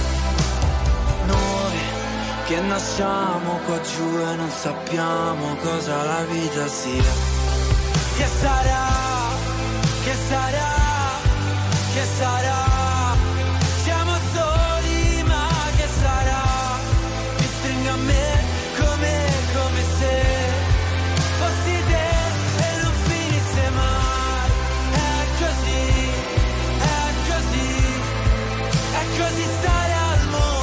S19: Noi, che nasciamo qua giù e non sappiamo cosa la vita sia. Che sarà, che sarà, che sarà? Siamo soli, ma che sarà? Mi stringa a me come, come se fossi te e non finisse mai. È così, è così, è così stare al mondo.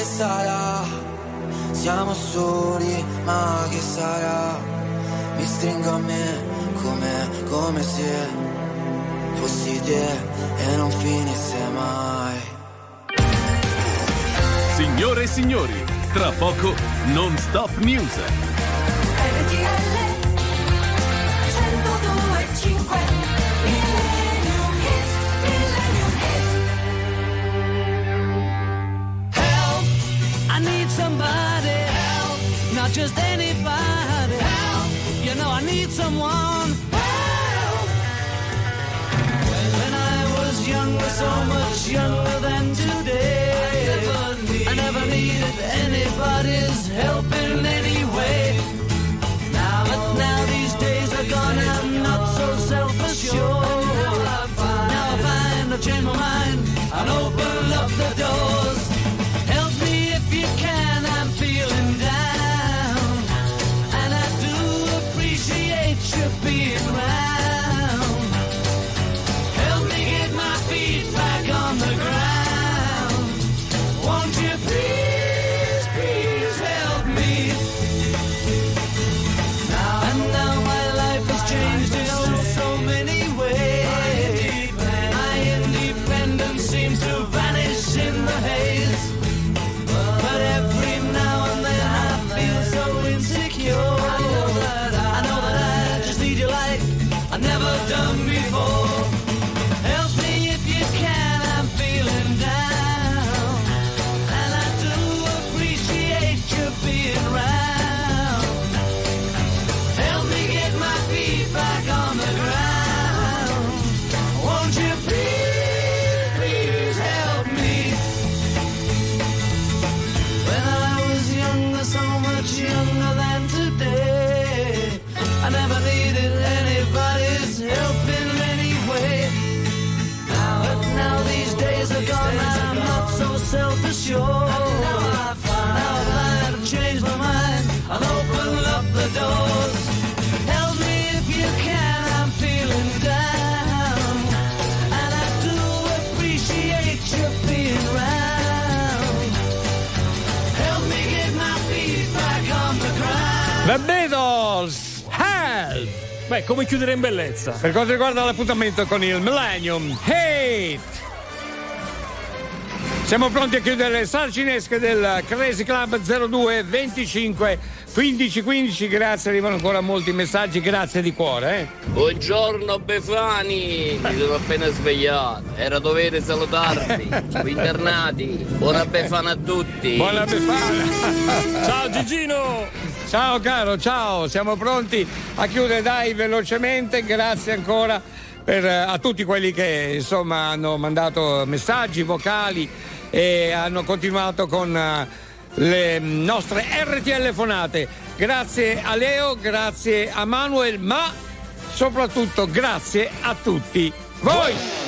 S19: che sarà? Siamo soli, ma che sarà? Mi stringo a me come, come se fossi te e non finisse mai.
S8: Signore e signori, tra poco Non Stop News.
S9: R T L centodue e cinque Millennium Hit, Millennium Hit.
S14: Help, I need somebody. Help, not just anybody. Help, you know I need someone. Help. When I was younger, so much younger than today, I never needed anybody's help in any way. Now, but now these days are gone, I'm not so self-assured. Now I find I've changed my mind and open up the doors. Help me if you can, I'm feeling down, and I do appreciate you being round. Help me get my feet back on the ground. Won't you please, please help me? Now and now my life has changed in oh so many ways. My independence seems to vanish in the haze. But every now and then I feel so insecure. I know that I, I know that I just need you like I've never done before. Help me if you can, I'm feeling down, and I do appreciate you being round. Help me get my feet back on the ground. Won't you please, please help me? When I was younger, so much younger than today, I never needed anybody's help in any way. Now, but now these days are gone, I'm not so self-assured. Now I find out I've changed my mind, I'll open up the doors. Help me if you can, I'm feeling down, and I do appreciate you being round. Help me get my feet back on the ground.
S1: The Beatles, Help!
S2: Beh, come chiudere in bellezza?
S1: Per quanto riguarda l'appuntamento con il Millennium Hit, siamo pronti a chiudere le sale cinesche del Crazy Club. Zero due venticinque quindici quindici. Grazie, arrivano ancora molti messaggi, grazie di cuore, eh.
S16: Buongiorno Befani, mi sono appena svegliato, era dovere salutarvi, internati, buona Befana a tutti.
S1: Buona Befana.
S2: Ciao Gigino.
S1: Ciao caro, ciao, siamo pronti a chiudere, dai, velocemente. Grazie ancora per, a tutti quelli che insomma hanno mandato messaggi vocali e hanno continuato con uh, le nostre R T L fonate. Grazie a Leo, grazie a Manuel, ma soprattutto grazie a tutti voi.